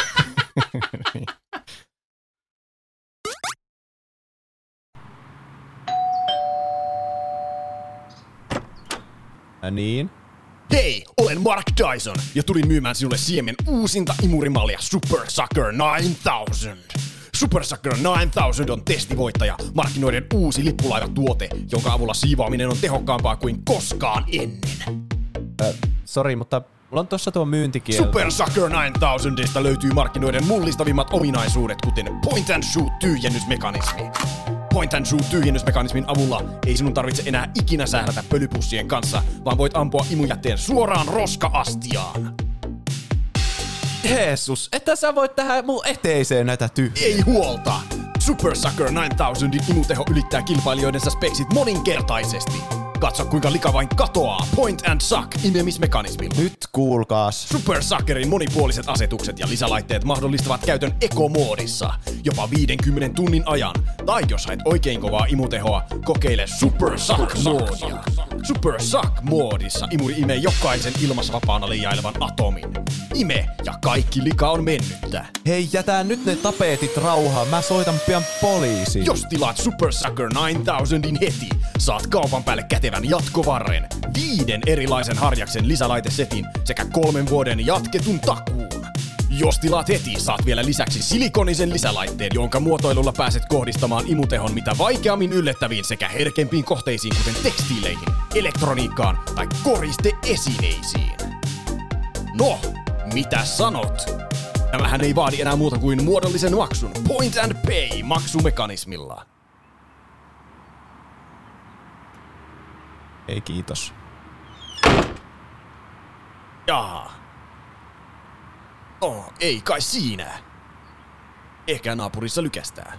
Niin. Hei, olen Mark Dyson ja tulin myymään sinulle siemen uusinta imurimallia Super Sucker 9000. Super Sucker 9000 on testivoittaja, markkinoiden uusi lippulaivatuote, jonka avulla siivoaminen on tehokkaampaa kuin koskaan ennen. Sori, mutta mulla on tossa tuo myyntikielto. Super Sucker 9000 löytyy markkinoiden mullistavimmat ominaisuudet, kuten Point and Shoot tyhjennysmekanismi. Point and Shoot tyhjennysmekanismin avulla ei sinun tarvitse enää ikinä sählätä pölypussien kanssa, vaan voit ampua imujätteen suoraan roska-astiaan. Jeesus, että sä voit tähän mun eteiseen näitä Ei huolta! Super Sucker 9000 imuteho ylittää kilpailijoidensa speksit moninkertaisesti. Katso kuinka lika vain katoaa Point and Suck imemismekanismilla. Nyt kuulkaas. Super Suckerin monipuoliset asetukset ja lisälaitteet mahdollistavat käytön ekomoodissa jopa 50 tunnin ajan. Tai jos hait oikein kovaa imutehoa, kokeile Super Suck-moodia. Super Suck-moodissa imuri imee jokaisen ilmassa vapaana leijailevan atomin. Ime ja kaikki lika on mennyttä. Hei, jätä nyt ne tapetit rauhaan. Mä soitan pian poliisiin. Jos tilaat Super Sucker 9000 heti, saat kaupan päälle kätevän jatkovarren, 5 erilaisen harjaksen lisälaitesetin sekä 3 vuoden jatketun takuun. Jos tilaat heti, saat vielä lisäksi silikonisen lisälaitteen, jonka muotoilulla pääset kohdistamaan imutehon mitä vaikeammin yllättäviin sekä herkempiin kohteisiin, kuten tekstiileihin, elektroniikkaan tai koristeesineisiin. No, mitä sanot? Tämähän ei vaadi enää muuta kuin muodollisen maksun Point and Pay maksumekanismilla. Ei kiitos. Jaa. Oh, ei kai siinä. Ehkä naapurissa lykästää.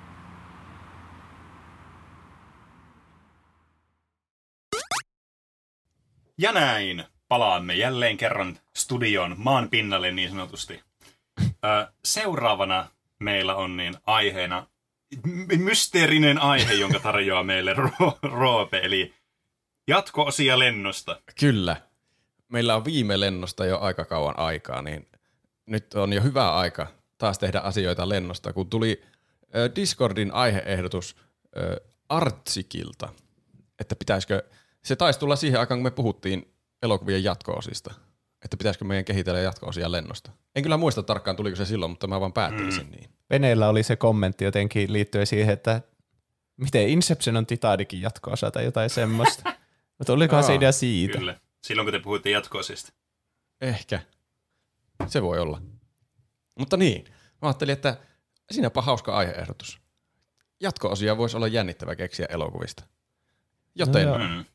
Ja näin palaamme jälleen kerran studion maan pinnalle niin sanotusti. Seuraavana meillä on niin aiheena mysteerinen aihe, jonka tarjoaa meille Roope, eli jatko-osia lennosta. Kyllä. Meillä on viime lennosta jo aika kauan aikaa, niin nyt on jo hyvä aika taas tehdä asioita lennosta, kun tuli Discordin aiheehdotus Artsikilta, että pitäisikö, se taisi tulla siihen aikaan, kun me puhuttiin elokuvien jatko-osista, että pitäisikö meidän kehitellä jatko-osia lennosta. En kyllä muista tarkkaan, tuliko se silloin, mutta mä vaan päättelisin niin. Veneellä oli se kommentti jotenkin liittyen siihen, että miten Inception on Titanicin jatko-osa tai jotain semmoista. Mutta olikohan se idea siitä? Kyllä, silloin kun te puhuitte jatko-osista. Ehkä. Se voi olla. Mutta niin, mä ajattelin, että siinäpä hauska aiheehdotus. Jatko-osia voisi olla jännittävä keksiä elokuvista. Joten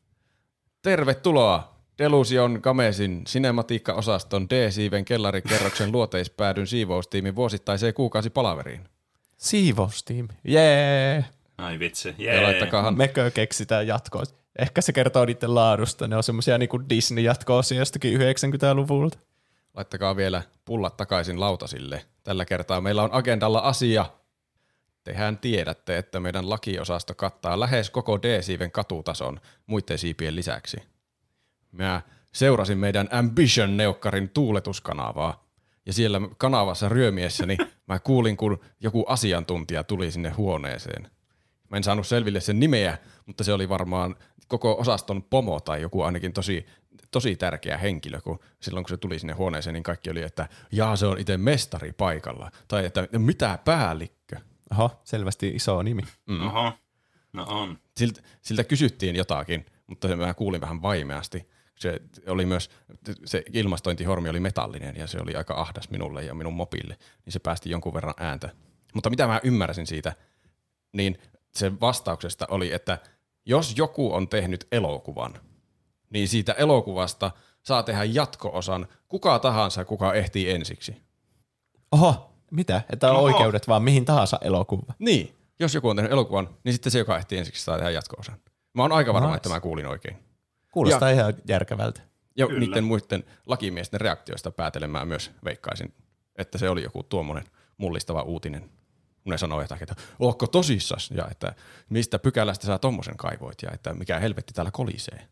tervetuloa Delusion Gamesin Cinematiikka-osaston D-siiven kellarikerroksen luoteispäädyn siivoustiimin vuosittaiseen kuukausipalaveriin. Siivoustiimi, jee! Ai vitsi, Mekö keksitään jatkoa. Ehkä se kertoo niiden laadusta. Ne on semmosia niinku Disney-jatko-osia jostakin 90-luvulta. Laittakaa vielä pullat takaisin lautasille. Tällä kertaa meillä on agendalla asia. Tehän tiedätte, että meidän lakiosasto kattaa lähes koko D-siiven katutason muiden siipien lisäksi. Mä seurasin meidän Ambition-neukkarin tuuletuskanavaa. Ja siellä kanavassa ryömiessäni mä kuulin, kun joku asiantuntija tuli sinne huoneeseen. Mä en saanut selville sen nimeä, mutta se oli varmaan koko osaston pomo tai joku ainakin tosi tärkeä henkilö, kun silloin kun se tuli sinne huoneeseen, niin kaikki oli, että jaa, se on itse mestari paikalla. Tai että mitä päällikkö. Oho, selvästi iso nimi. Oho, no on. Siltä kysyttiin jotakin, mutta mä kuulin vähän vaimeasti. Se oli myös, se ilmastointihormi oli metallinen ja se oli aika ahdas minulle ja minun mopille, niin se päästi jonkun verran ääntä. Mutta mitä mä ymmärsin siitä, niin sen vastauksesta oli, että jos joku on tehnyt elokuvan, niin siitä elokuvasta saa tehdä jatko-osan kuka tahansa, kuka ehtii ensiksi. Oho, mitä? Että on oikeudet vaan mihin tahansa elokuvaan. Niin, jos joku on tehnyt elokuvan, niin sitten se, joka ehtii ensiksi, saa tehdä jatko-osan. Mä oon aika varma, että mä kuulin oikein. Kuulostaa ihan järkevältä. Ja kyllä. Niiden muiden lakimiesten reaktioista päätelemään myös veikkaisin, että se oli joku tuommoinen mullistava uutinen. Ne sanoi jotakin, että ootko tosissas? Ja että mistä pykälästä sä tommosen kaivoit? Ja että mikä helvetti täällä kolisee.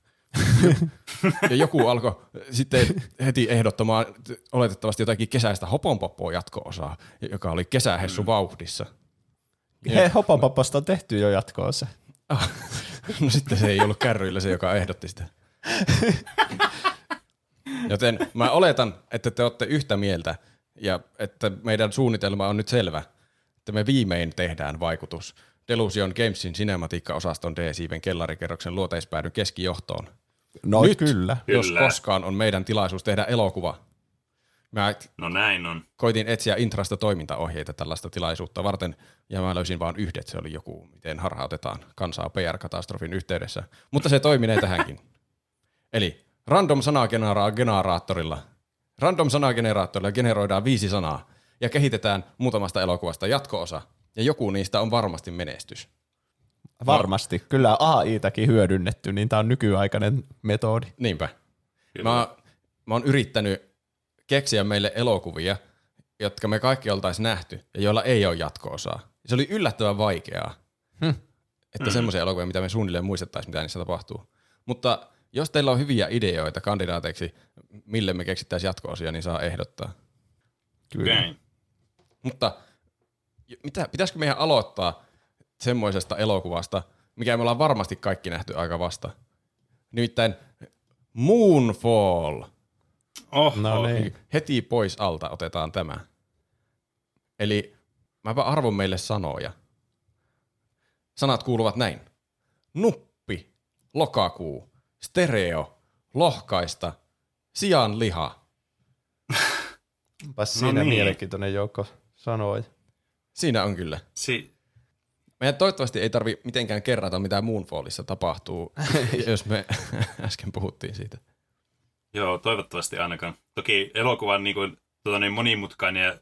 Ja joku alkoi sitten heti ehdottamaan oletettavasti jotakin kesäistä Hoponpoppoa jatko-osaa, joka oli kesähessu vauhdissa. Hoponpopposta on tehty jo jatko-osa. No sitten se ei ollut kärryillä se, joka ehdotti sitä. Joten mä oletan, että te olette yhtä mieltä ja että meidän suunnitelma on nyt selvä, että me viimein tehdään vaikutus Delusion Gamesin cinematiikka-osaston D-siiven kellarikerroksen luoteispäädyn keskijohtoon. No nyt, kyllä. Jos koskaan on meidän tilaisuus tehdä elokuva. Mä No näin on. koitin etsiä Intrasta toimintaohjeita tällaista tilaisuutta varten, ja mä löysin vaan yhdet. Se oli joku, miten harhautetaan kansaa PR-katastrofin yhteydessä. Mutta se toiminee tähänkin. Eli random sanageneraattorilla generoidaan 5 sanaa ja kehitetään muutamasta elokuvasta jatko-osa, ja joku niistä on varmasti menestys. Varmasti. Kyllä AI-täkin hyödynnetty, niin tää on nykyaikainen metodi. Niinpä. Mä oon yrittänyt keksiä meille elokuvia, jotka me kaikki oltaisiin nähty ja joilla ei ole jatko-osaa. Se oli yllättävän vaikeaa, että semmoisia elokuvia, mitä me suunnilleen muistettaisiin, mitä niissä tapahtuu. Mutta jos teillä on hyviä ideoita kandidaateiksi, mille me keksittäisiin jatko-osia, niin saa ehdottaa. Kyllä. Okay. Mutta pitäisikö meidän aloittaa semmoisesta elokuvasta, mikä me ollaan varmasti kaikki nähty aika vasta? Nimittäin Moonfall. No niin. Heti pois alta otetaan tämä. Eli mäpä arvon meille sanoja. Sanat kuuluvat näin. Nuppi, lokakuu, stereo, lohkaista, sianliha. Onpas siinä mielenkiintoinen joukko sanoja. Siinä on kyllä. Meidän toivottavasti ei tarvi mitenkään kerrata, mitä Moonfallissa tapahtuu, jos me äsken puhuttiin siitä. Joo, toivottavasti ainakaan. Toki elokuvan monimutkainen ja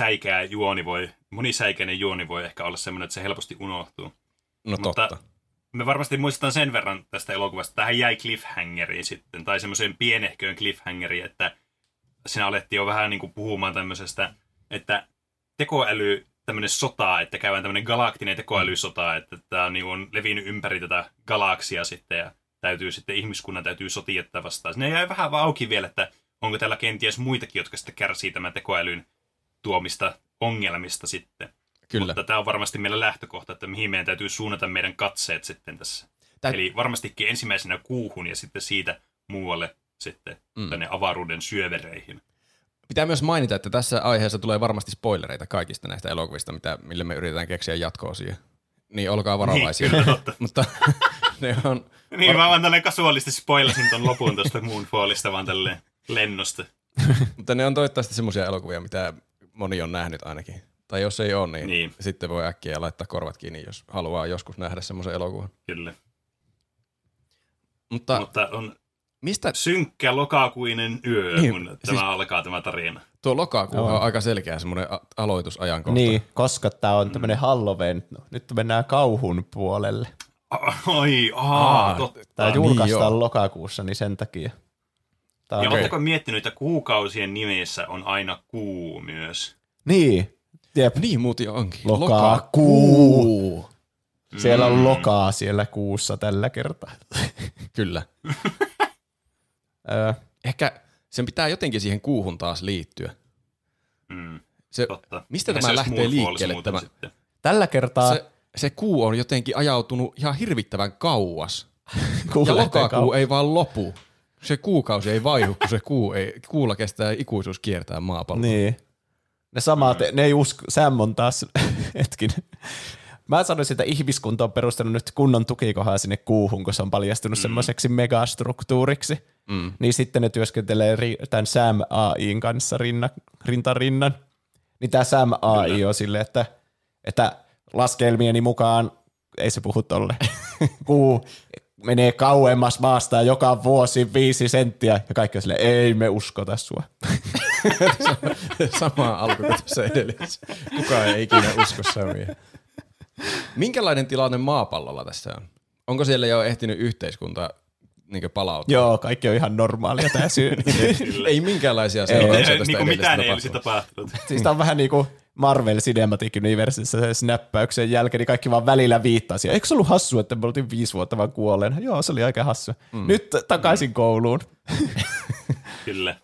monisäikeinen juoni voi ehkä olla semmoinen, että se helposti unohtuu. No mutta totta. me varmasti muistetaan sen verran tästä elokuvasta. Tähän jäi cliffhangeriin sitten, tai semmoiseen pienehköön cliffhangeriin, että siinä alettiin jo vähän niin kuin puhumaan tämmöisestä, että tekoäly, tämmöinen sota, että käydään tämmöinen galaktinen tekoälysota, että tämä on levinnyt ympäri tätä galaksia sitten, ja ihmiskunnan täytyy sotia tätä vastaan. Sinne jäi vähän vaan auki vielä, että onko täällä kenties muitakin, jotka sitten kärsii tämän tekoälyn tuomista ongelmista sitten. Kyllä. Mutta tämä on varmasti meillä lähtökohta, että mihin meidän täytyy suunnata meidän katseet sitten tässä. Eli varmastikin ensimmäisenä kuuhun ja sitten siitä muualle sitten tänne avaruuden syövereihin. Pitää myös mainita, että tässä aiheessa tulee varmasti spoilereita kaikista näistä elokuvista, mille me yritetään keksiä jatko-osia. Niin olkaa varovaisia. Niin, kyllä, totta. Mutta ne on... Niin, mä vaan tälleen kasuaalisti spoilasin ton lopun tuosta Moonfallista vaan tälleen lennosta. Mutta ne on toivottavasti semmoisia elokuvia, mitä moni on nähnyt ainakin. Tai jos ei ole, niin sitten voi äkkiä laittaa korvat kiinni, jos haluaa joskus nähdä semmoisen elokuvan. Kyllä. Mutta on mistä... synkkä lokakuinen yö, niin, kun tämä alkaa tämä tarina. Tuo lokakuu on aika selkeä semmoinen aloitusajankohta. Niin, koska tämä on tämmöinen Halloween. Nyt mennään kauhun puolelle. Totta. Tämä julkaistaan lokakuussa, niin sen takia. Ja oletteko miettinyt, että kuukausien nimessä on aina kuu myös? Niin. Jep. Niin muuten onkin. Lokakuu. Siellä on lokaa siellä kuussa tällä kertaa. Kyllä. Ehkä sen pitää jotenkin siihen kuuhun taas liittyä. Totta. Mistä ja tämä lähtee liikkeelle? Tällä kertaa... Se kuu on jotenkin ajautunut ihan hirvittävän kauas. Ja lokakuu ei vaan lopu. Se kuukausi ei vaihu, kun se kuulla kestää ikuisuus kiertää maapalloa. Niin. Ne samat, ne ei usko, Sam on taas, hetkinen. Mä sanoisin, että ihmiskunta on perustanut nyt kunnon tukikohaa sinne kuuhun, kun se on paljastunut semmoiseksi megastruktuuriksi. Niin sitten ne työskentelee tämän Sam AI:n kanssa rinnan. Niin tämä Sam AI on silleen, että laskelmieni mukaan, ei se puhu tolle, kuu menee kauemmas maasta joka vuosi 5 senttiä, ja kaikki on silleen, ei me uskota sua. Sama alku kuin tuossa edellisessä. Kukaan ei ikinä usko Samia. Minkälainen tilanne maapallolla tässä on? Onko siellä jo ehtinyt yhteiskunta niin palautua? Joo, kaikki on ihan normaalia tää syy. Ei minkäänlaisia seurauksia tästä niin mitään ei olisi tapahtunut. Siis tää on vähän niin kuin Marvel Cinematic Universessa se snappäyksen jälkeen, niin kaikki vaan välillä viittasi. Eikö se ollut hassu, että me oltiin 5 vuotta vaan kuolleena? Joo, se oli aika hassu. Nyt takaisin kouluun. Kyllä.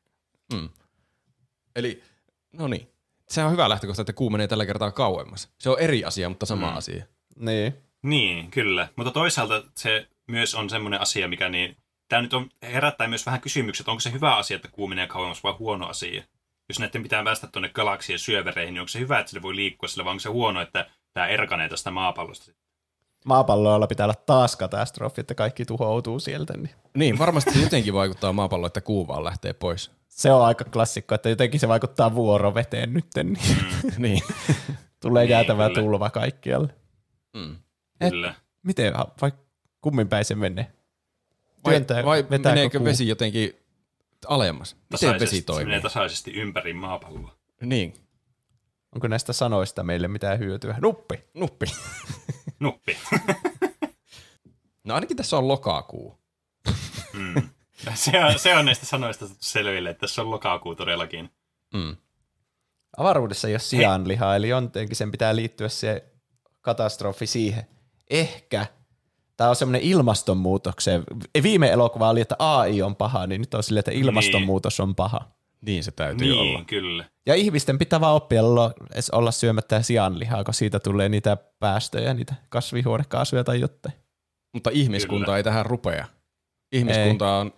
Eli, no niin. Se on hyvä lähtökohta, että kuu menee tällä kertaa kauemmas. Se on eri asia, mutta sama asia. Niin. Niin, kyllä. Mutta toisaalta se myös on semmoinen asia, mikä tämä nyt herättää myös vähän kysymyksiä, että onko se hyvä asia, että kuu menee kauemmas vai huono asia. Jos näiden pitää päästä tuonne galaksien syövereihin, niin onko se hyvä, että sille voi liikkua sille, vai onko se huono, että tämä erkanee tästä maapallosta? Maapallolla pitää olla taas katastrofi, että kaikki tuhoutuu sieltä. Niin, varmasti se jotenkin vaikuttaa maapalloon, että kuu vaan lähtee pois. Se on aika klassikko, että jotenkin se vaikuttaa vuoroveteen nyt. Niin. Tulee jäätävä tulva kaikkialle. Kyllä. Miten, vai kummin päin se menee? Vai meneekö vesi jotenkin alemmas? Miten vesi toimii? Se menee tasaisesti ympäri maapalloa. Niin. Onko näistä sanoista meille mitään hyötyä? Nuppi. Nuppi. No ainakin tässä on lokakuu. Se on näistä sanoista selville, että tässä on lokakuu todellakin. Avaruudessa ei ole sianlihaa, eli jotenkin sen pitää liittyä se katastrofi siihen. Ehkä tämä on semmoinen ilmastonmuutokseen. Viime elokuva oli, että AI on paha, niin nyt on silleen, että ilmastonmuutos on paha. Niin se täytyy olla. Niin, kyllä. Ja ihmisten pitää vaan oppia olla syömättä sianlihaa, kun siitä tulee niitä päästöjä, niitä kasvihuonekaasuja tai jotain. Mutta ihmiskunta ei tähän rupea. Ihmiskunta on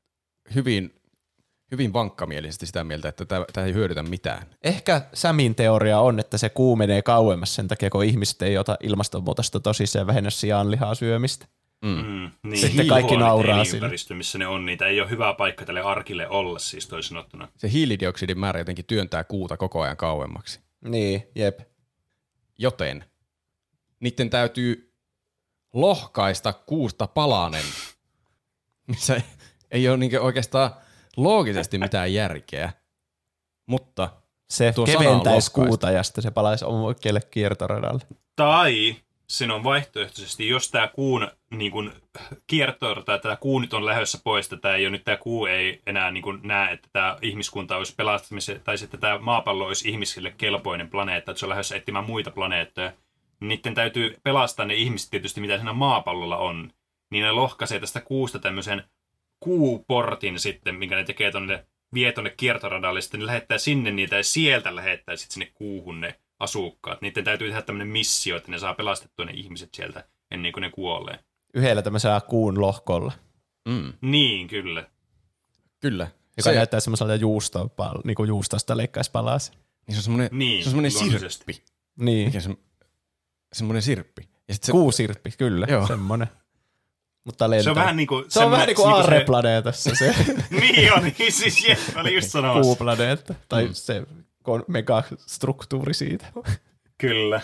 hyvin vankkamielisesti sitä mieltä, että tämä ei hyödytä mitään. Ehkä Samin teoria on, että se kuu menee kauemmas sen takia, kun ihmiset ei ota ilmastonmuutosta tosissaan ja vähennä sianlihaa syömistä. Niin. Sitten kaikki nauraa sille. Ympäristö, missä ne on, niitä ei ole hyvä paikka tälle arkille olla, siis toisin sanottuna. Se hiilidioksidin määrä jotenkin työntää kuuta koko ajan kauemmaksi. Niin, jep. Joten niiden täytyy lohkaista kuusta palanen, missä ei ole niin oikeastaan loogisesti mitään järkeä, mutta se keventäisi kuuta ja sitten se palaisi oikealle kiertoradalle. Tai siinä on vaihtoehtoisesti, jos tämä kuun niin kiertorata, tämä kuu nyt on lähdössä pois, tämä kuu ei enää niin kuin näe, että tämä ihmiskunta olisi pelastamisen, tai sitten tämä maapallo olisi ihmisille kelpoinen planeetta, että se on lähdössä etsimään muita planeettoja, niin niiden täytyy pelastaa ne ihmiset tietysti, mitä siinä maapallolla on. Niin ne lohkaisee tästä kuusta tämmöisen kuuportin sitten, minkä ne tekee vie tuonne kiertoradalle, sitten ne lähettää sinne niitä ja sieltä lähettää sitten sinne kuuhun ne asukkaat. Niiden täytyy tehdä tämmöinen missio, että ne saa pelastettua ne ihmiset sieltä ennen kuin ne kuolee. Yhdellä tämmöisellä kuun lohkolla. Niin, kyllä. Kyllä. Joka näyttää semmoiselta niin kuin juustosta leikkaisi palasi. Niin se on semmoinen sirppi. Niin. Mikä semmoinen sirppi. Ja sit kuusirppi, kyllä. Joo. Semmoinen. Mutta lentää. Se on vähän niin kuin Aarre-planeetassa se. Niin on, niin siis mä olin just sanomassa. Kuuplaneetta. Tai se megastruktuuri siitä. Kyllä.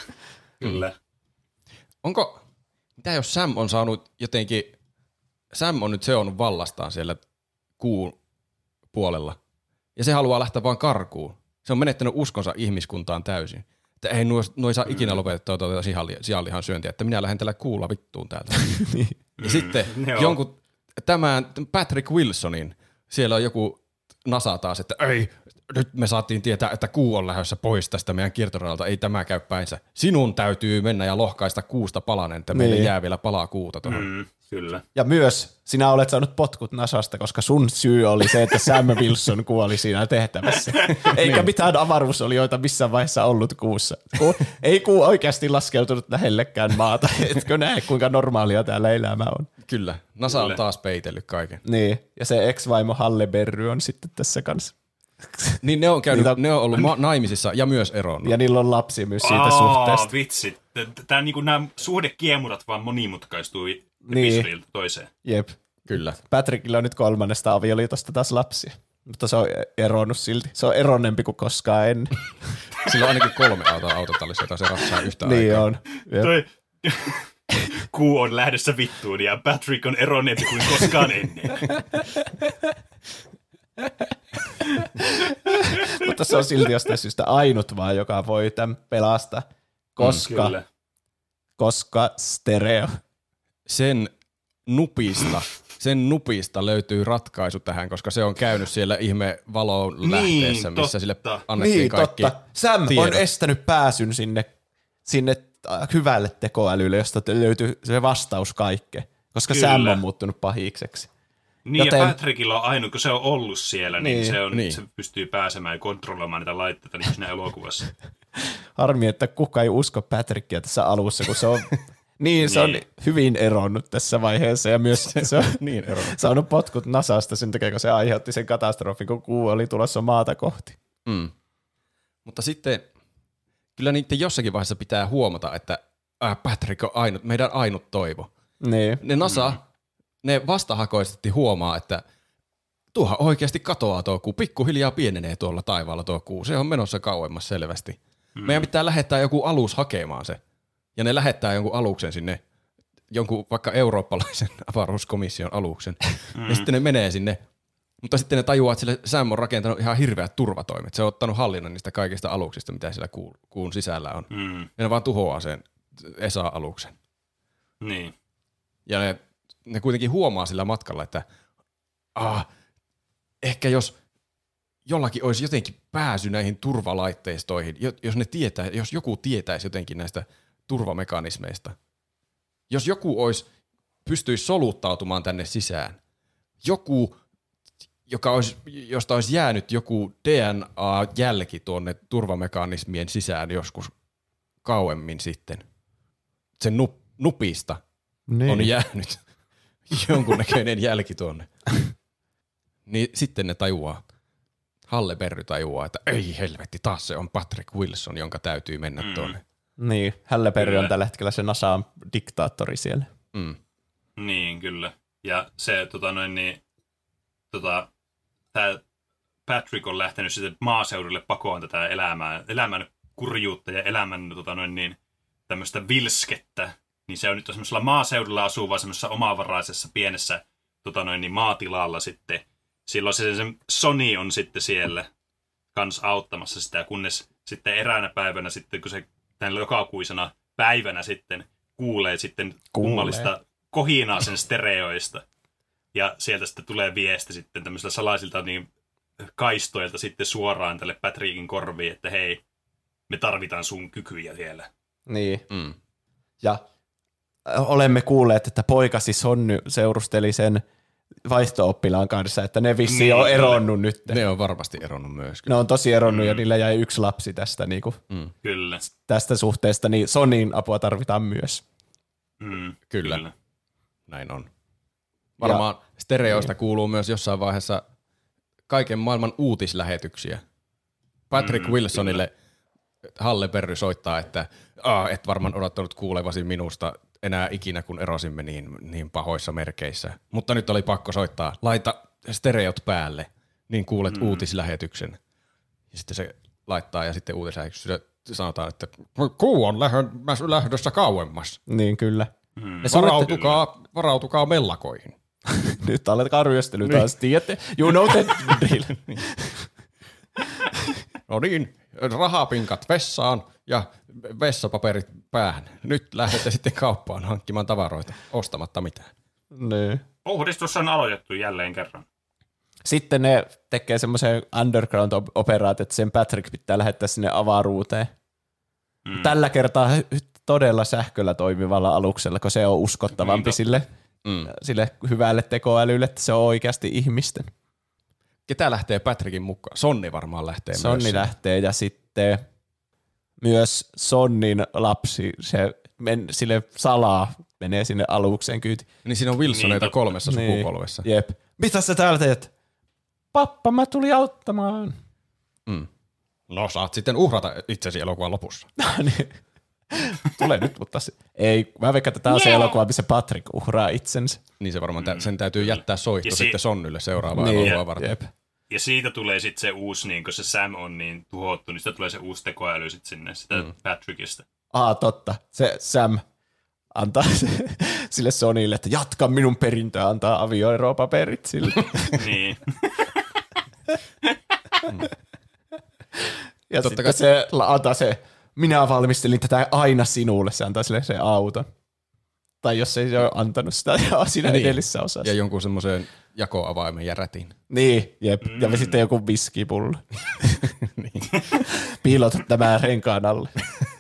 Mitä jos Sam on saanut jotenkin, Sam on nyt seonnut vallastaan siellä kuun puolella. Ja se haluaa lähteä vaan karkuun. Se on menettänyt uskonsa ihmiskuntaan täysin. Että ei nuo saa ikinä lopettaa tuota sianlihan syöntiä, että minä lähden tällä kuulla vittuun täältä. Niin. Ja sitten jonkun tämän Patrick Wilsonin, siellä on joku NASA taas, että ei, nyt me saatiin tietää, että kuu on lähdössä pois tästä meidän kiertoradalta, ei tämä käy päinsä. Sinun täytyy mennä ja lohkaista kuusta palanen, että meille jää vielä palaa kuuta tuohon. Kyllä. Ja myös sinä olet saanut potkut NASAsta, koska sun syy oli se, että Sam Wilson kuoli siinä tehtävässä. Eikä mitään avaruusolioita missään vaiheessa ollut kuussa. Ei kuu oikeasti laskeutunut lähellekään maata. Etkö näe, kuinka normaalia täällä elämä on? Kyllä. NASA on taas peitellyt kaiken. Niin, ja se ex-vaimo Halle Berry on sitten tässä kanssa. Niin ne on ollut naimisissa ja myös eronnut. Ja niillä on lapsi myös siitä suhteesta. Vitsi. Nämä suhdekiemurat vaan monimutkaistuu episodilta toiseen. Jep. Kyllä. Patrickilla on nyt 3. avioliitosta taas lapsia. Mutta se on eronnut silti. Se on eronnempi kuin koskaan ennen. Sillä on ainakin 3 autotallissa, jota se ratsaa yhtä niin aikaa. On. Kuu on lähdössä vittuun ja Patrick on eronnempi kuin koskaan ennen. Mutta se on silti jostain syystä ainut vaan, joka voi tämän pelastaa, koska stereo. Sen nupista löytyy ratkaisu tähän, koska se on käynyt siellä ihme valon lähteessä, missä sille annettiin kaikki Sam tiedot. on estänyt pääsyn sinne hyvälle tekoälylle, josta löytyy se vastaus kaikkeen, koska Kyllä. Sam on muuttunut pahikseksi. Niin, ja Patrickilla on ainut, kun se on ollut siellä, niin se pystyy pääsemään ja kontrolloimaan niitä laitteita niin siinä elokuvassa. Harmi, että kukaan ei usko Patrickia tässä alussa, kun se on Niin, se on hyvin eronnut tässä vaiheessa ja myös se on niin saanut potkut NASAsta sen takia, kun se aiheutti sen katastrofin, kun kuu oli tulossa maata kohti. Mutta sitten kyllä niiden jossakin vaiheessa pitää huomata, että Patrick on meidän ainut toivo. Niin. Ne NASA, ne vastahakoisesti huomaa, että tuohan oikeasti katoaa tuo kuu, pikkuhiljaa pienenee tuolla taivaalla tuo kuu, se on menossa kauemmas selvästi. Meidän pitää lähettää joku alus hakemaan se. Ja ne lähettää jonkun aluksen sinne, jonkun vaikka eurooppalaisen avaruuskomission aluksen. Ja sitten ne menee sinne. Mutta sitten ne tajuaa, että sille Sam on rakentanut ihan hirveät turvatoimet. Se on ottanut hallinnan niistä kaikista aluksista, mitä siellä kuun sisällä on. Ja ne vaan tuhoaa sen ESA-aluksen. Niin. Ja ne kuitenkin huomaa sillä matkalla, että ehkä jos jollakin olisi jotenkin pääsy näihin turvalaitteistoihin, jos joku tietäisi jotenkin näistä turvamekanismeista. Jos joku pystyisi soluttautumaan tänne sisään. Joku, josta olisi jäänyt joku DNA-jälki tuonne turvamekanismien sisään joskus kauemmin sitten. Sen nupista on jäänyt jonkunnäköinen jälki tuonne. Niin sitten ne tajuaa. Halle Berry tajuaa, että ei helvetti, taas se on Patrick Wilson, jonka täytyy mennä tuonne. Niin, Halle Berry on tällä hetkellä se NASAn diktaattori siellä. Niin, kyllä. Ja se, tämä Patrick on lähtenyt sitten maaseudulle pakoon tätä elämän kurjuutta ja elämän tämmöistä vilskettä. Niin se on nyt semmoisella maaseudulla asuva semmoisessa omavaraisessa pienessä maatilalla sitten. Silloin se Sony on sitten siellä kans auttamassa sitä, kunnes sitten eräänä päivänä sitten, kun se tämän lokakuisena päivänä sitten kuulee kummallista kohinaa sen stereoista. Ja sieltä sitten tulee viesti sitten tämmöisillä salaisilta kaistoilta sitten suoraan tälle Patrickin korviin, että hei, me tarvitaan sun kykyjä siellä. Niin. Ja olemme kuulleet, että poikasi Sonny seurusteli sen vaihto-oppilaan kanssa, että ne vissiin on eronnut nyt. Ne on varmasti eronnut myös. Ne on tosi eronnut ja niillä jäi yksi lapsi tästä, Kyllä. Tästä suhteesta, niin Sonyin apua tarvitaan myös. Kyllä. Näin on. Varmaan stereoista kuuluu myös jossain vaiheessa kaiken maailman uutislähetyksiä. Patrick Wilsonille Halle Berry soittaa, että et varmaan odottanut kuulevasi minusta enää ikinä, kun erosimme niin pahoissa merkeissä. Mutta nyt oli pakko soittaa. Laita stereot päälle, niin kuulet uutislähetyksen. Ja sitten se laittaa ja sitten uutislähetyksessä sanotaan, että kuu on lähdössä kauemmas. Niin kyllä. Varautukaa mellakoihin. Nyt aletaan ryöstely taas, tiedätte? You know that drill. No niin, rahapinkat vessaan ja vessapaperit päähän. Nyt lähdette sitten kauppaan hankkimaan tavaroita, ostamatta mitään. Niin. Puhdistus on aloitettu jälleen kerran. Sitten ne tekee semmoisen underground-operaation, että sen Patrick pitää lähettää sinne avaruuteen. Tällä kertaa todella sähköllä toimivalla aluksella, kun se on uskottavampi sille hyvälle tekoälylle, että se on oikeasti ihmisten. Ketä lähtee Patrickin mukaan? Sonni varmaan lähtee myös. Sonni lähtee ja sitten myös Sonnin lapsi, sille salaa menee sinne alukseen kyyti. Niin siinä on Wilsoneita kolmessa sukupolvessa. Jep. Mitä sä täällä teet? Pappa, mä tulin auttamaan. No saat sitten uhrata itsesi elokuvan lopussa. Niin. Tule nyt, mutta ei. Mä veikkaan, että tää on se elokuva, missä Patrick uhraa itsensä. Niin se varmaan, sen täytyy jättää soitto sitten Sonnylle seuraavaan elokuvaa varten. Jep. Ja siitä tulee sitten se uusi, kun se Sam on niin tuhottu, niin siitä tulee se uusi tekoäly sitten sinne, sitä Patrickista. Totta. Se Sam antaa sille Sonylle, että jatka minun perintöä, antaa avioeropaperit sille. Niin. Ja totta sitten se antaa se, minä valmistelin tätä aina sinulle, se antaa sille se auton. Tai jos ei ole antanut sitä siinä edellisessä osassa. Ja jonkun semmoisen jakoavaimen ja rätin. Niin, jep. Ja sitten joku viskipullo. Niin. Piilotat tämän renkaan alle.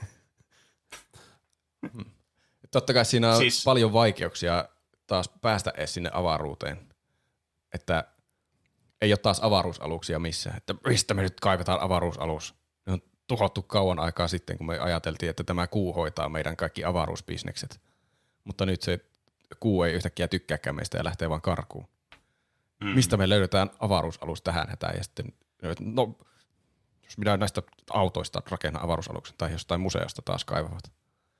Totta kai siinä on paljon vaikeuksia taas päästä edes sinne avaruuteen. Että ei ole taas avaruusaluksia missään. Että mistä me nyt kaivetaan avaruusalus? Ne on tuhottu kauan aikaa sitten, kun me ajateltiin, että tämä kuu hoitaa meidän kaikki avaruusbisnekset. mutta nyt se kuu ei yhtäkkiä tykkääkään meistä ja lähtee vaan karkuun. Mistä me löydetään avaruusalus tähän hätään ja sitten, no jos minä näistä autoista rakennan avaruusaluksen tai jostain museosta taas kaivavat.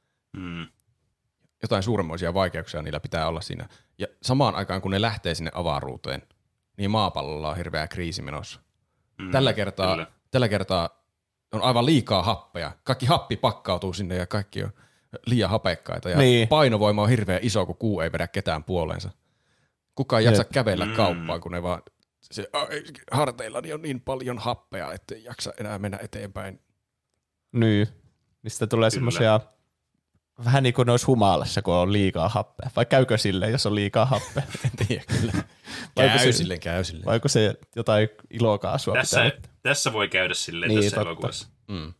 Jotain suuremmoisia vaikeuksia niillä pitää olla siinä. Ja samaan aikaan kun ne lähtee sinne avaruuteen, niin maapallolla on hirveä kriisi menossa. Tällä kertaa on aivan liikaa happea. Kaikki happi pakkautuu sinne ja kaikki on liian hapekkaita. Ja painovoima on hirveän iso, kun kuu ei vedä ketään puoleensa. Kukaan ei jaksa kävellä kauppaan, kun ne vaan harteillani on niin paljon happea, ettei jaksa enää mennä eteenpäin. Niin. Mistä tulee semmoisia vähän niin kuin olisi humalassa, kun on liikaa happea. Vai käykö silleen, jos on liikaa happea? En tiedä kyllä. Käy silleen. Vaiko se jotain ilokaasua tässä voi käydä silleen niin, tässä elokuvassa.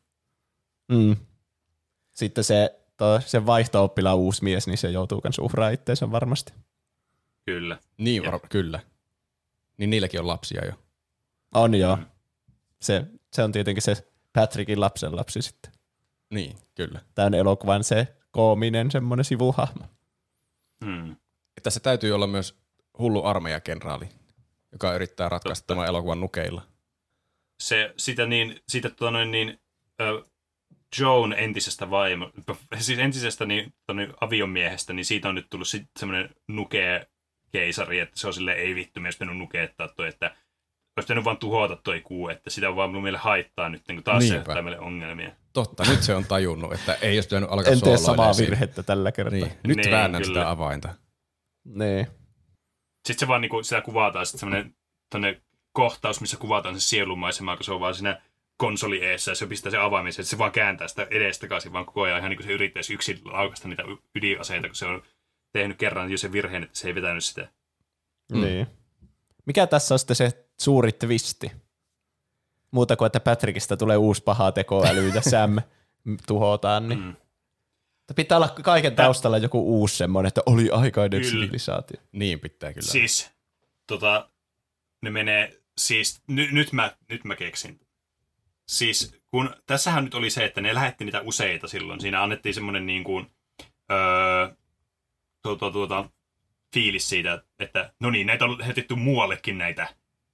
Sitten se vaihto-oppilaan uusi mies, niin se joutuu kans uhraa itteensä varmasti. Kyllä. Niin, kyllä. Niin niilläkin on lapsia jo. On joo. Se on tietenkin se Patrickin lapsenlapsi sitten. Niin, kyllä. Tämän elokuvan se koominen semmoinen sivuhahmo. Että se täytyy olla myös hullu armeijakenraali, joka yrittää ratkaista tämän elokuvan nukeilla. Joan entisestä siis entisestä aviomiehestä, niin siitä on nyt tullut semmoinen nukea-keisari, että se on silleen, ei vittu, me olisi mennyt nukeettaa toi, että olisi pitänyt vaan tuhota toi kuu, että sitä on vaan meille haittaa nyt, kun taas se aiheuttaa meille ongelmia. Totta, nyt se on tajunnut, että ei olisi pitänyt alkaa en tee samaa virhettä tällä kertaa. Niin, nyt väännän sitä avainta. Niin. Sitten se vaan sitä kuvataan, sitten semmoinen kohtaus, missä kuvataan se sielunmaisemaa, kun se on vaan siinä konsoli eessä ja se pistää se avaamisen, että se vaan kääntää sitä edestakaisin vaan koko ajan, ihan niin kuin se yrittäisi yksin laukaista niitä ydinaseita, kun se on tehnyt kerran jo sen virheen, että se ei vetänyt sitä. Niin. Mikä tässä on sitten se suuri twisti? Muuta kuin, että Patrickista tulee uusi paha tekoäly ja Sam tuhotaan, niin pitää olla kaiken taustalla joku uusi semmoinen, että oli aikainen sivilisaatio. Niin pitää kyllä. Siis, ne menee, siis, nyt mä keksin. Siis, kun tässähän nyt oli se, että ne lähetti niitä useita silloin. Siinä annettiin semmoinen niin kuin, fiilis siitä, että no niin, näitä on lähetetty muuallekin näitä,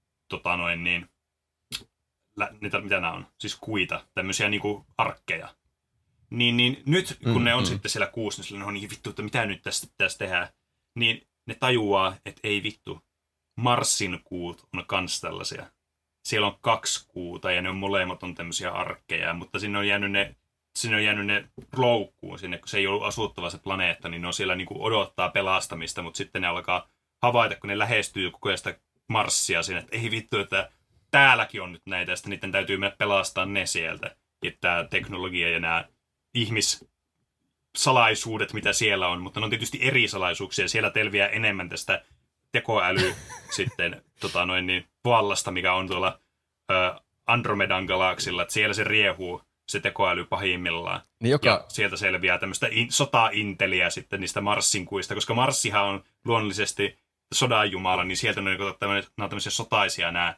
niitä, mitä nämä on, siis kuita, tämmöisiä niin kuin arkkeja. Niin nyt, kun ne on sitten siellä kuussa, niin sillä on niin vittu, että mitä nyt tästä pitäisi tehdä, niin ne tajuaa, että ei vittu, Marsin kuut on kans tällaisia. Siellä on 2 kuuta ja ne on molemmat on tämmöisiä arkkeja, mutta sinne on jäänyt ne loukkuun sinne, kun se ei ollut asuttava se planeetta, niin ne on siellä niin kuin odottaa pelastamista, mutta sitten ne alkaa havaita, kun ne lähestyy koko ajan sitä Marssia sinne, että ei vittu, että täälläkin on nyt näitä, ja sitten niiden täytyy mennä pelastaa ne sieltä. Ja tämä teknologia ja nämä ihmissalaisuudet, mitä siellä on, mutta ne on tietysti eri salaisuuksia, siellä telviää enemmän tästä tekoäly sitten vallasta, mikä on tuolla Andromedan galaksilla, että siellä se riehuu se tekoäly pahimmillaan. Niin ja sieltä selviää tämmöistä sotainteliä sitten niistä Marsin kuista, koska Marssihan on luonnollisesti sodanjumala, niin sieltä on tämmöisiä sotaisia nämä